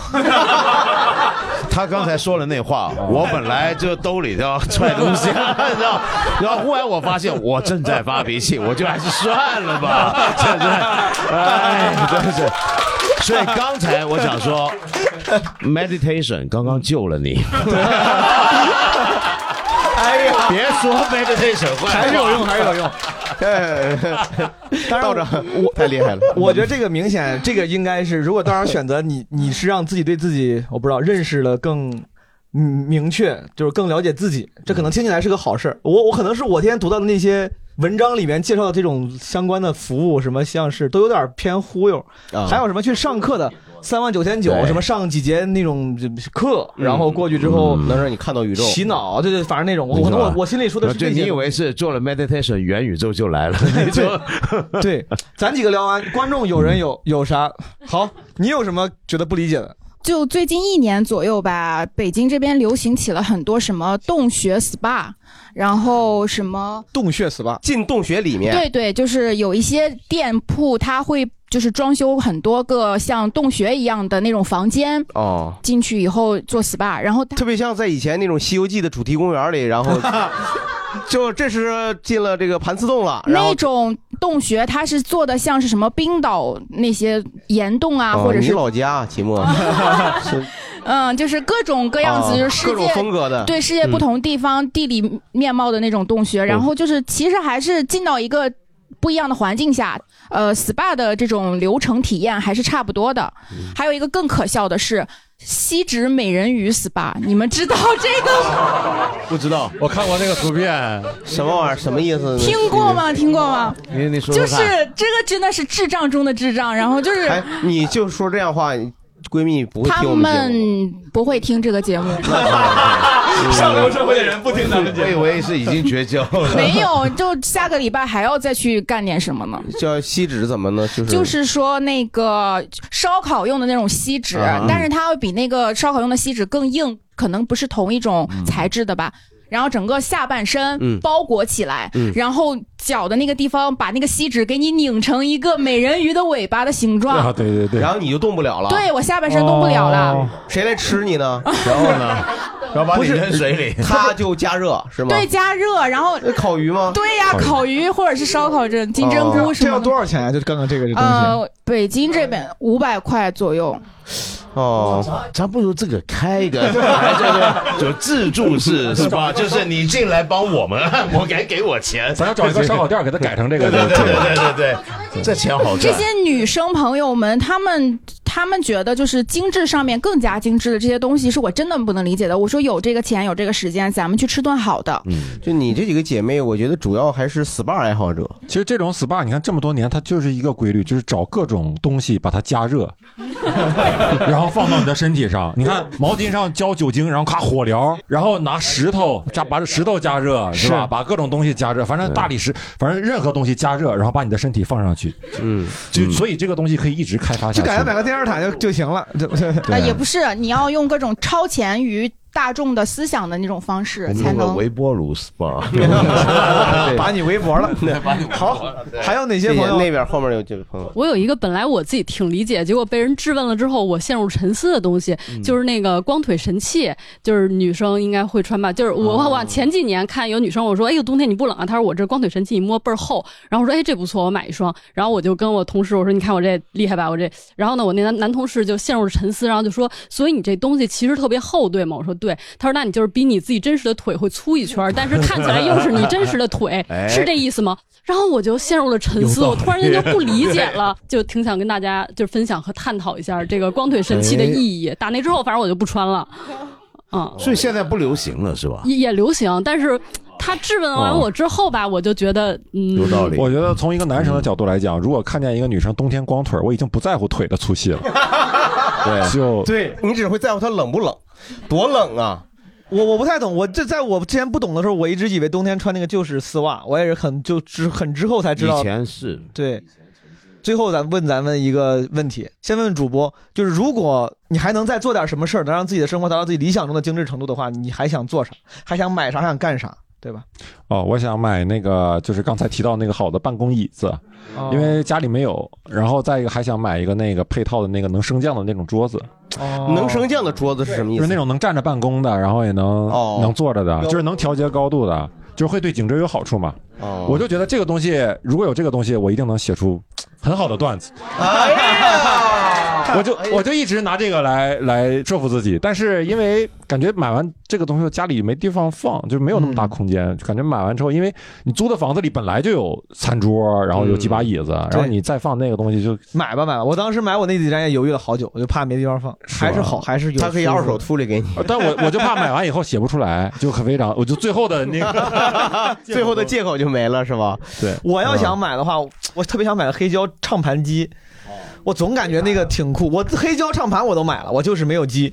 他刚才说了那话，我本来就兜里都要揣东西，你知道，然后忽然我发现我正在发脾气，我就还是算了吧，真的，哎，真是。所以刚才我想说 ，meditation 刚刚救了你。 哎呀， 别说 meditation 还是有用，还是有用。当然，我太厉害了。 我觉得这个明显，这个应该是，如果当然选择你是让自己对自己，我不知道认识了更明确，就是更了解自己，这可能听起来是个好事。我可能是我天天读到的那些文章里面介绍的这种相关的服务，什么像是都有点偏忽悠，还有什么去上课的。39900什么上几节那种课，然后过去之后能让你看到宇宙洗脑，对，反正那种我心里说的是这些。 你以为是做了 meditation 元宇宙就来了？ 对，咱几个聊完，观众有人有啥好？你有什么觉得不理解的？ 就最近1年左右吧，北京这边流行起了很多什么洞穴 SPA， 然后什么洞穴 SPA， 进洞穴里面。 对，就是有一些店铺它会就是装修很多个像洞穴一样的那种房间进去以后做 SPA， 然后特别像在以前那种《西游记》的主题公园里，然后就这是进了这个盘丝洞了。 那种洞穴它是做的像是什么冰岛那些岩洞啊，或者是你老家期末。 就是各种各样子，就是世界各种风格的， 对世界不同地方地理面貌的那种洞穴，然后就是其实还是进到一个不一样的环境下，SPA 的这种流程体验还是差不多的。还有一个更可笑的是锡纸美人鱼 SPA， 你们知道这个？ 不知道， 我看过那个图片， 什么玩意儿？什么意思？ 听过吗？听过吗？ 你说就是这个真的是智障中的智障，然后就是， 你就说这样话。闺蜜不会听我们节目， 他们不会听这个节目。 上流社会的人不听咱们节目， 我以为是已经绝交了。 没有，就下个礼拜还要再去干点什么呢？ 叫锡纸怎么呢？ 就是说那个烧烤用的那种锡纸，但是它会比那个烧烤用的锡纸更硬，可能不是同一种材质的吧。然后整个下半身包裹起来，然后脚的那个地方把那个锡纸给你拧成一个美人鱼的尾巴的形状。 对， 然后你就动不了了。 对，我下半身动不了了。 谁来吃你呢？ 然后呢？然后把你扔水里， 它就加热是吗？ 对，加热，然后烤鱼吗？ 对呀，烤鱼或者是烧烤这金针菇什么的。 这要多少钱呀？就刚刚这个东西。 北京这边500块左右。 哦，咱不如这个开一个，就自助式是吧？就是你进来帮我们按摩，给我钱。 咱要找一个烧烤店给他改成这个。 对，这钱好赚。 这些女生朋友们，她们觉得就是精致上面更加精致的这些东西，是我真的不能理解的。我说有这个钱有这个时间，咱们去吃顿好的。 就你这几个姐妹，我觉得主要还是 SPA 爱好者。 其实这种 SPA， 你看这么多年，它就是一个规律，就是找各种东西把它加热，然后放到你的身体上。你看毛巾上浇酒精，然后咔火疗，然后拿石头把石头加热，是吧？把各种东西加热，反正大理石，反正任何东西加热，然后把你的身体放上去。所以这个东西可以一直开发下去。 就感觉买个电热毯就行了。 也不是，你要用各种超前于大众的思想的那种方式才能。 微波炉 SPA， 把你微博了。好，还有哪些朋友？ 那边后面有这位朋友。 我有一个本来我自己挺理解，结果被人质问了之后，我陷入沉思的东西，就是那个光腿神器，就是女生应该会穿吧？就是我前几年看有女生我说，哎呦冬天你不冷啊？她说我这光腿神器一摸倍儿厚，然后我说哎这不错，我买一双。然后我就跟我同事我说你看我这厉害吧？我这，然后呢我那男同事就陷入了沉思，然后就说所以你这东西其实特别厚对吗？我说对。他说那你就是比你自己真实的腿会粗一圈，但是看起来又是你真实的腿，是这意思吗？然后我就陷入了沉思，我突然间就不理解了，就挺想跟大家就分享和探讨一下这个光腿神器的意义。打那之后反正我就不穿了。 所以现在不流行了是吧？ 也流行，但是他质问完我之后吧，我就觉得有道理。 我觉得从一个男生的角度来讲，如果看见一个女生冬天光腿，我已经不在乎腿的粗细了。 对，你只会在乎她冷不冷，多冷啊！ 我不太懂，我在我之前不懂的时候，我一直以为冬天穿那个就是丝袜，我也是很之后才知道。 以前是对。最后咱问一个问题，先问主播，就是如果你还能再做点什么事儿，能让自己的生活达到自己理想中的精致程度的话，你还想做啥？还想买啥？还想干啥？对吧？ 我想买那个，就是刚才提到那个好的办公椅子，因为家里没有。然后再一个还想买一个那个配套的那个能升降的那种桌子。 能升降的桌子是什么意思？ 就是那种能站着办公的，然后也能坐着的，就是能调节高度的，就是会对颈椎有好处嘛。我就觉得这个东西，如果有这个东西，我一定能写出很好的段子。我就一直拿这个来说服自己，但是因为感觉买完这个东西家里没地方放，就没有那么大空间，感觉买完之后，因为你租的房子里本来就有餐桌，然后有几把椅子，然后你再放那个东西就买吧。我当时买我那几张也犹豫了好久，我就怕没地方放，还是好，还是有。 他可以二手处理给你， 但我就怕买完以后写不出来，就很非常，我就最后的那个最后的借口就没了，是吧？ 对， 我要想买的话，我特别想买个黑胶唱盘机。我总感觉那个挺酷，我黑胶唱盘我都买了，我就是没有机。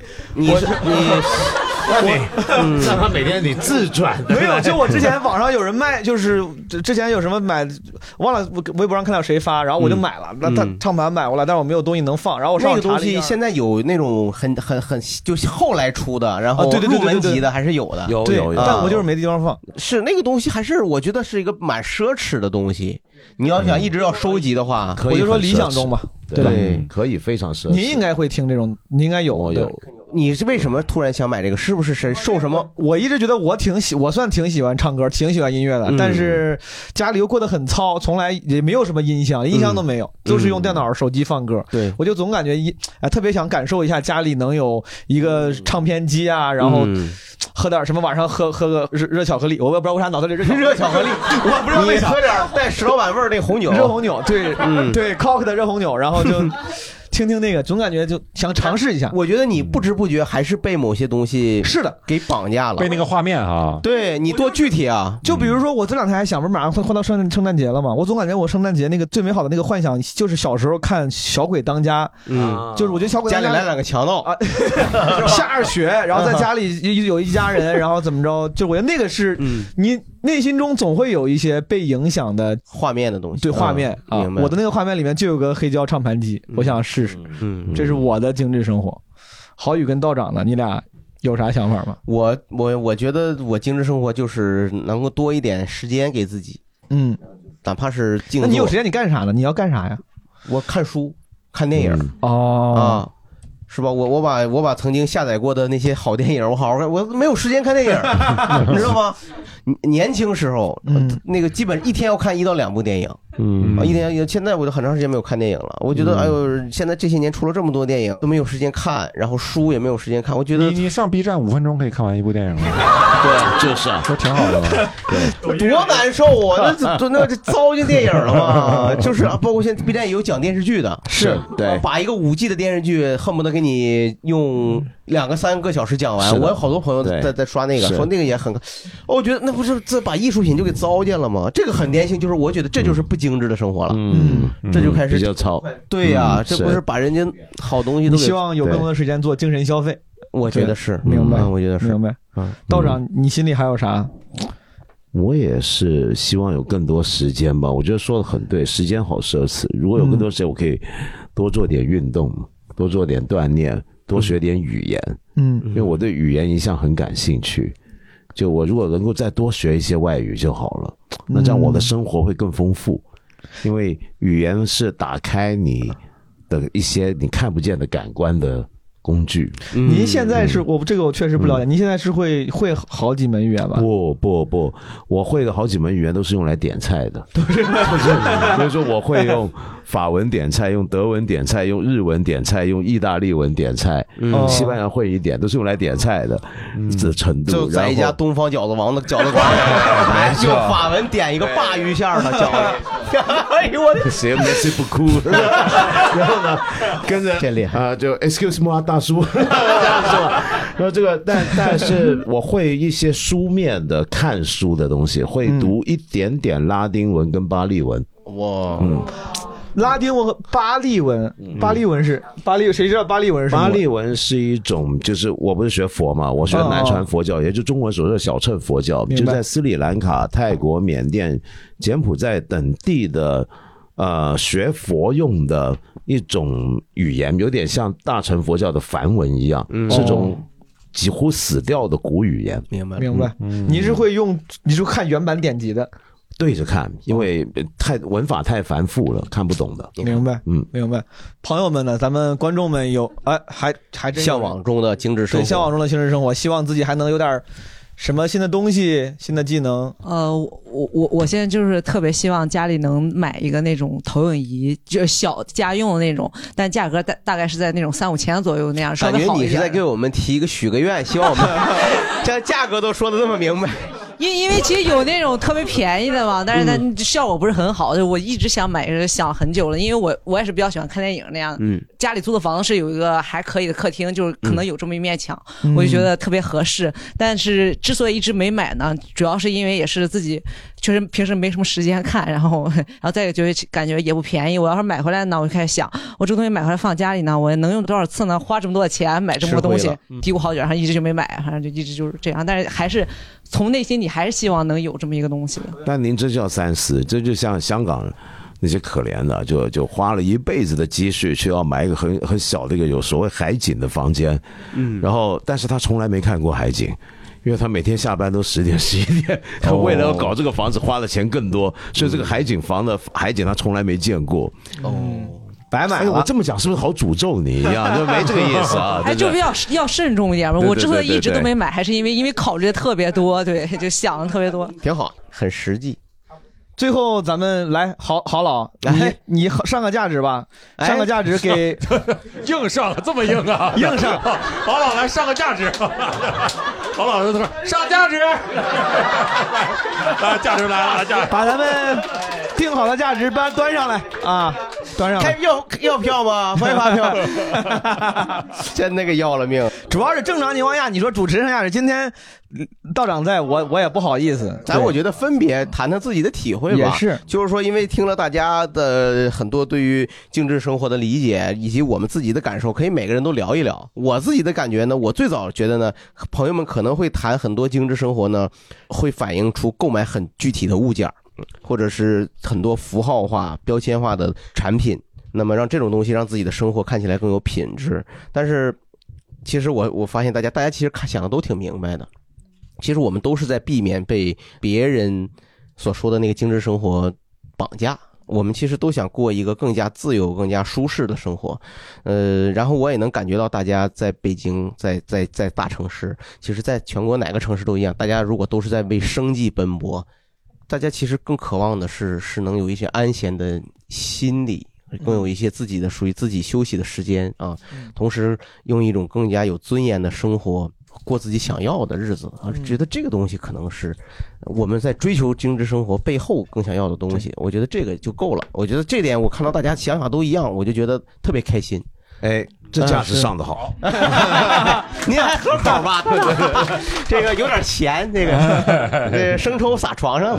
让他每天得自转。 没有，就我之前网上有人卖，就是之前有什么买，忘了微博上看到谁发，然后我就买了。那他唱盘买过来，但是我没有东西能放，然后我上那个东西现在有那种很就是后来出的，然后入门级的还是有的， 有， 但我就是没地方放。 是那个东西，还是我觉得是一个蛮奢侈的东西。你要想一直要收集的话， 我就说理想中吧，对吧？ 可以非常奢侈。 您应该会听这种，你应该有。 你是为什么突然想买这个？是不是谁受什么？ 我一直觉得我算挺喜欢唱歌，挺喜欢音乐的，但是家里又过得很糙，从来也没有什么音箱都没有，都是用电脑、手机放歌。 对， 我就总感觉特别想感受一下家里能有一个唱片机啊，然后喝点什么，晚上喝个热巧克力，我也不知道为啥脑子里热巧克力，我不知道为啥。 你喝点带石老板味儿那红酒， 热红酒，对，Coke 的热红酒，然后就。听听那个，总感觉就想尝试一下。 我觉得你不知不觉还是被某些东西是的给绑架了， 被那个画面啊。 对你多具体啊！ 就比如说我这两天还想，不是马上快到圣诞节了嘛？我总感觉我圣诞节那个最美好的那个幻想，就是小时候看《小鬼当家》，就是我觉得小鬼当家里来两个强盗啊，下着雪，然后在家里有一家人，然后怎么着？就我觉得那个是你内心中总会有一些被影响的画面的东西， 对画面啊。我的那个画面里面就有个黑胶唱盘机，我想试试。这是我的精致生活。郝宇跟道长呢，你俩有啥想法吗？ 我觉得我精致生活就是能够多一点时间给自己，哪怕是静坐。 那你有时间你干啥呢？你要干啥呀？ 我看书、看电影是吧？我把曾经下载过的那些好电影，我好好看，我没有时间看电影，你知道吗？年轻时候，那个基本一天要看1到2部电影，一天。现在我就很长时间没有看电影了。我觉得，哎呦，现在这些年出了这么多电影，都没有时间看，然后书也没有时间看。我觉得你上 B 站5分钟可以看完一部电影了。 对，就是啊， 都挺好的嘛。 对，多难受啊！那糟践电影了嘛？就是包括现在 B 站也有讲电视剧的， 是对， 把一个5G 的电视剧恨不得给你用2个3个小时讲完。我有好多朋友在刷那个，说那个也很，我觉得那不是这把艺术品就给糟践了吗？这个很典型，就是我觉得这就是不精致的生活了。这就开始比较糙。 对呀，这不是把人家好东西都希望有更多的时间做精神消费。 我觉得是， 明白， 我觉得是明白。道长，你心里还有啥？ 我也是希望有更多时间吧。我觉得说的很对，时间好奢侈。如果有更多时间，我可以多做点运动，多做点锻炼，多学点语言。因为我对语言一向很感兴趣。就我如果能够再多学一些外语就好了，那这样我的生活会更丰富。因为语言是打开你的一些你看不见的感官的工具。 您现在是我这个我确实不了解，您现在是会好几门语言吧？ 不，我会的好几门语言都是用来点菜的，都是比如说我会用法文点菜，用德文点菜，用日文点菜，用意大利文点菜，西班牙会一点，都是用来点菜的这程度。 就在一家东方饺子王的饺子馆，用法文点一个鲅鱼馅的饺子，哎呦我的， 谁没谁不哭？然后呢，跟着这厉害啊，就 excuse me 大叔这样说。然后这个，但是我会一些书面的看书的东西，会读一点点拉丁文跟巴利文。 哇， 拉丁文和巴利文，巴利文是巴利，谁知道巴利文是什么？ 巴利文是一种，就是我不是学佛嘛，我学南传佛教，也就中文所说的小乘佛教，就在斯里兰卡、泰国、缅甸、柬埔寨等地的学佛用的一种语言，有点像大乘佛教的梵文一样，是种几乎死掉的古语言。 明白。 你是会用，你是看原版典籍的？ 对着看，因为文法太繁复了，看不懂的。 明白，明白。朋友们呢？咱们观众们有还真向往中的精致生活， 向往中的精致生活，希望自己还能有点什么新的东西、新的技能。 我现在就是特别希望家里能买一个那种投影仪，就是小家用的那种，但价格大概是在那种3-5千左右那样，稍微好一点。 感觉你是在给我们提一个许个愿，希望我们这价格都说的那么明白。 因为其实有那种特别便宜的嘛，但是它效果不是很好。我一直想买，想很久了，因为我也是比较喜欢看电影那样。家里租的房子是有一个还可以的客厅，就是可能有这么一面墙，我就觉得特别合适。但是之所以一直没买呢，主要是因为也是自己确实平时没什么时间看，然后再一个就是感觉也不便宜。我要是买回来呢，我就开始想，我这个东西买回来放家里呢，我能用多少次呢？花这么多的钱买这么多东西，嘀咕好久，然后一直就没买，反正就一直就是这样。但是还是从内心里还是希望能有这么一个东西的。 但您这叫三思，这就像香港那些可怜的，就花了一辈子的积蓄去要买一个很小的一个有所谓海景的房间，然后但是他从来没看过海景。因为他每天下班都10点11点，他为了要搞这个房子花的钱更多，所以这个海景房的海景他从来没见过。 白买了。 我这么讲是不是好诅咒你一样？就没这个意思啊。 就是要慎重一点嘛。我之所以一直都没买，还是因为考虑的特别多，对，就想的特别多。 挺好，很实际。 最后咱们来郝老，你上个价值吧，上个价值给硬上这么硬啊， 硬上， 郝老来上个价值，郝老师上价值，来价值来了，价值把咱们定好的价值端上来啊，端上来。 要票吗？发票，真那个要了命。 主要是正常情况下，你说主持人上价值，今天道长在我也不好意思。 我觉得分别谈谈自己的体会吧。 也是， 就是说，因为听了大家的很多对于精致生活的理解，以及我们自己的感受，可以每个人都聊一聊。我自己的感觉呢，我最早觉得呢，朋友们可能会谈很多精致生活呢，会反映出购买很具体的物件，或者是很多符号化、标签化的产品，那么让这种东西让自己的生活看起来更有品质。但是，其实我发现大家其实想的都挺明白的。其实我们都是在避免被别人所说的那个精致生活绑架， 我们其实都想过一个更加自由、更加舒适的生活，然后我也能感觉到大家在北京，在大城市，其实在全国哪个城市都一样，大家如果都是在为生计奔波，大家其实更渴望的是能有一些安闲的心理，更有一些自己的属于自己休息的时间啊，同时用一种更加有尊严的生活过自己想要的日子啊，觉得这个东西可能是我们在追求精致生活背后更想要的东西，我觉得这个就够了。我觉得这点我看到大家想法都一样，我就觉得特别开心。 哎，这价值上的好， 您还喝口吧？这个有点咸，这个生抽撒床上，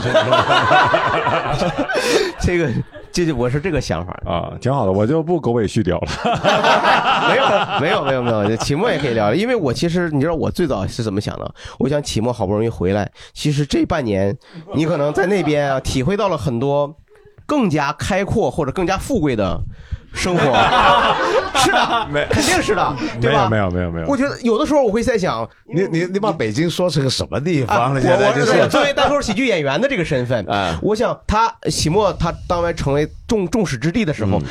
这个我是这个想法啊，挺好的，我就不狗尾续貂了。 没有，期末也可以聊，因为我其实你知道我最早是怎么想的？我想期末好不容易回来，其实这半年你可能在那边啊体会到了很多更加开阔或者更加富贵的生活，是的，肯定是的，对吧？ 没有。 我觉得有的时候我会在想， 你把北京说成个什么地方了？ 我是作为单口喜剧演员的这个身份，我想期末他当完成为众矢之的的时候，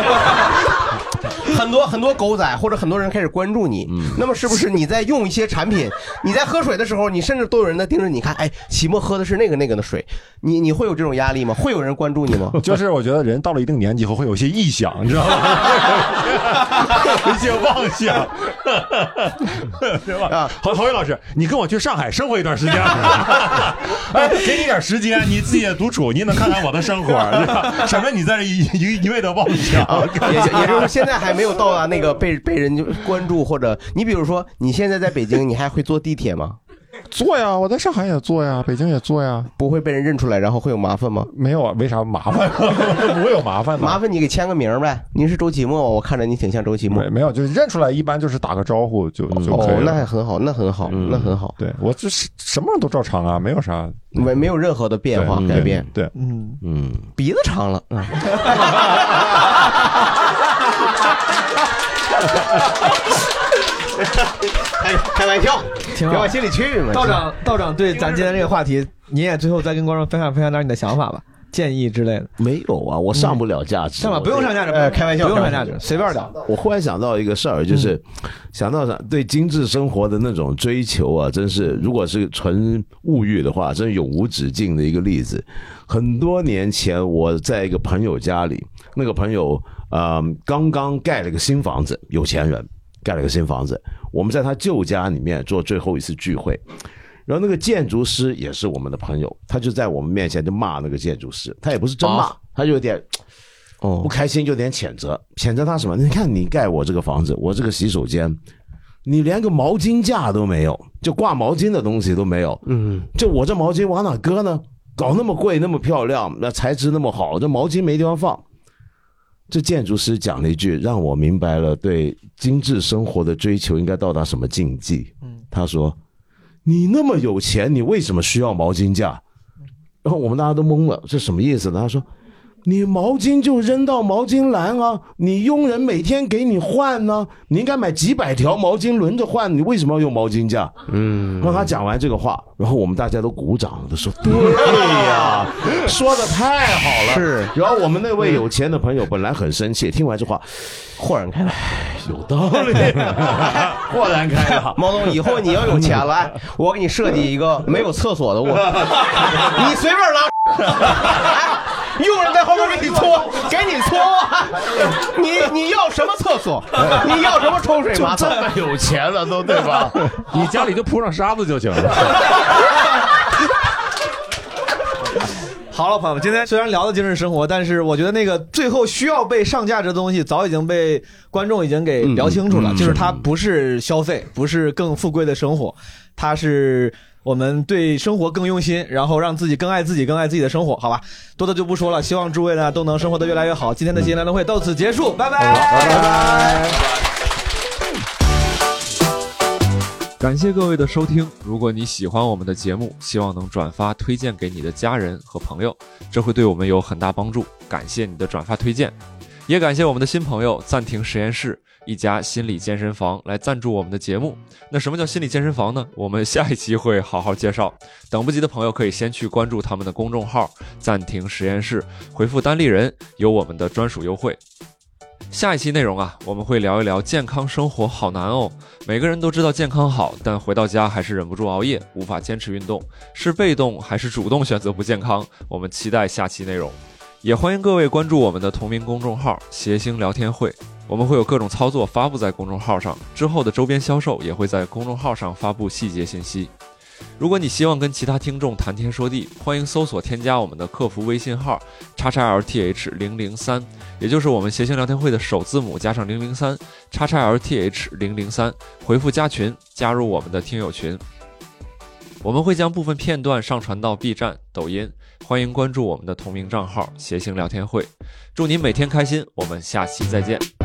很多狗仔或者很多人开始关注你，那么是不是你在用一些产品，你在喝水的时候，你甚至都有人在盯着你看，哎，期末喝的是那个的水，你会有这种压力吗？会有人关注你吗？ 就是我觉得人到了一定年纪后会有些臆想，你知道吗？有一些妄想，对吧？啊，郝宇老师，你跟我去上海生活一段时间，哎，给你点时间，你自己也独处，你能看看我的生活，对吧？省得你在这一味的妄想。 也就是现在还没有到达那个被人关注，或者你比如说你现在在北京，你还会坐地铁吗？ 坐呀，我在上海也坐呀，北京也坐呀。 不会被人认出来，然后会有麻烦吗？ 没有啊，为啥麻烦？不会有麻烦的。 麻烦你给签个名呗。您是周奇墨，我看着你挺像周奇墨。 没有，就是认出来，一般就是打个招呼就可以了。 哦，那还很好，那很好。 对，我就是什么都照常啊，没有啥， 没有任何的变化改变。 对， 鼻子长了。开玩笑，别往心里去嘛。 道长对咱今天这个话题，你也最后再跟观众分享点你的想法吧，建议之类的。 没有啊，我上不了价值。 上吧，不用上价值， 开玩笑， 不用上价值，随便聊。 我忽然想到一个事儿，就是想到对精致生活的那种追求啊，真是如果是纯物欲的话，真是永无止境的一个例子。很多年前，我在一个朋友家里，那个朋友刚刚盖了个新房子，有钱人盖了个新房子，我们在他旧家里面做最后一次聚会。然后那个建筑师也是我们的朋友，他就在我们面前就骂那个建筑师，他也不是真骂，他就有点不开心，就有点谴责他什么？你看你盖我这个房子，我这个洗手间，你连个毛巾架都没有，就挂毛巾的东西都没有，就我这毛巾往哪搁呢？搞那么贵那么漂亮，那材质那么好，这毛巾没地方放。这建筑师讲了一句让我明白了对精致生活的追求应该到达什么境界。他说，你那么有钱，你为什么需要毛巾架？然后我们大家都懵了，这什么意思呢？他说，你毛巾就扔到毛巾栏啊，你佣人每天给你换呢，你应该买几百条毛巾轮着换，你为什么要用毛巾架？让他讲完这个话，然后我们大家都鼓掌，都说对呀，说的太好了。 是。 然后我们那位有钱的朋友本来很生气，听完这话豁然开朗，有道理，豁然开朗。 毛总，以后你要有钱了，我给你设计一个没有厕所的卧，你随便拉。佣人在后面给你搓，你要什么厕所？你要什么抽水马桶？ 这么有钱了都，对吧？ 你家里就铺上沙子就行了。 好了，朋友们，今天虽然聊的精致生活，但是我觉得那个最后需要被上价值的东西，早已经被观众已经给聊清楚了，就是它不是消费，不是更富贵的生活，它是我们对生活更用心，然后让自己更爱自己，更爱自己的生活，好吧？多的就不说了，希望诸位呢都能生活得越来越好。今天的新闻联动会到此结束，拜拜，拜拜。 感谢各位的收听，如果你喜欢我们的节目，希望能转发推荐给你的家人和朋友，这会对我们有很大帮助，感谢你的转发推荐。 也感谢我们的新朋友暂停实验室，一家心理健身房来赞助我们的节目。那什么叫心理健身房呢？我们下一期会好好介绍，等不及的朋友可以先去关注他们的公众号暂停实验室，回复单立人有我们的专属优惠。下一期内容啊，我们会聊一聊健康生活好难哦。每个人都知道健康好，但回到家还是忍不住熬夜，无法坚持运动，是被动还是主动选择不健康？我们期待下期内容，也欢迎各位关注我们的同名公众号谐星聊天会，我们会有各种操作发布在公众号上，之后的周边销售也会在公众号上发布细节信息。如果你希望跟其他听众谈天说地，欢迎搜索添加我们的客服微信号XXLTH003，也就是我们谐星聊天会的首字母加上003 XXLTH003，回复加群加入我们的听友群。我们会将部分片段上传到 B 站、抖音，欢迎关注我们的同名账号谐星聊天会。祝您每天开心，我们下期再见。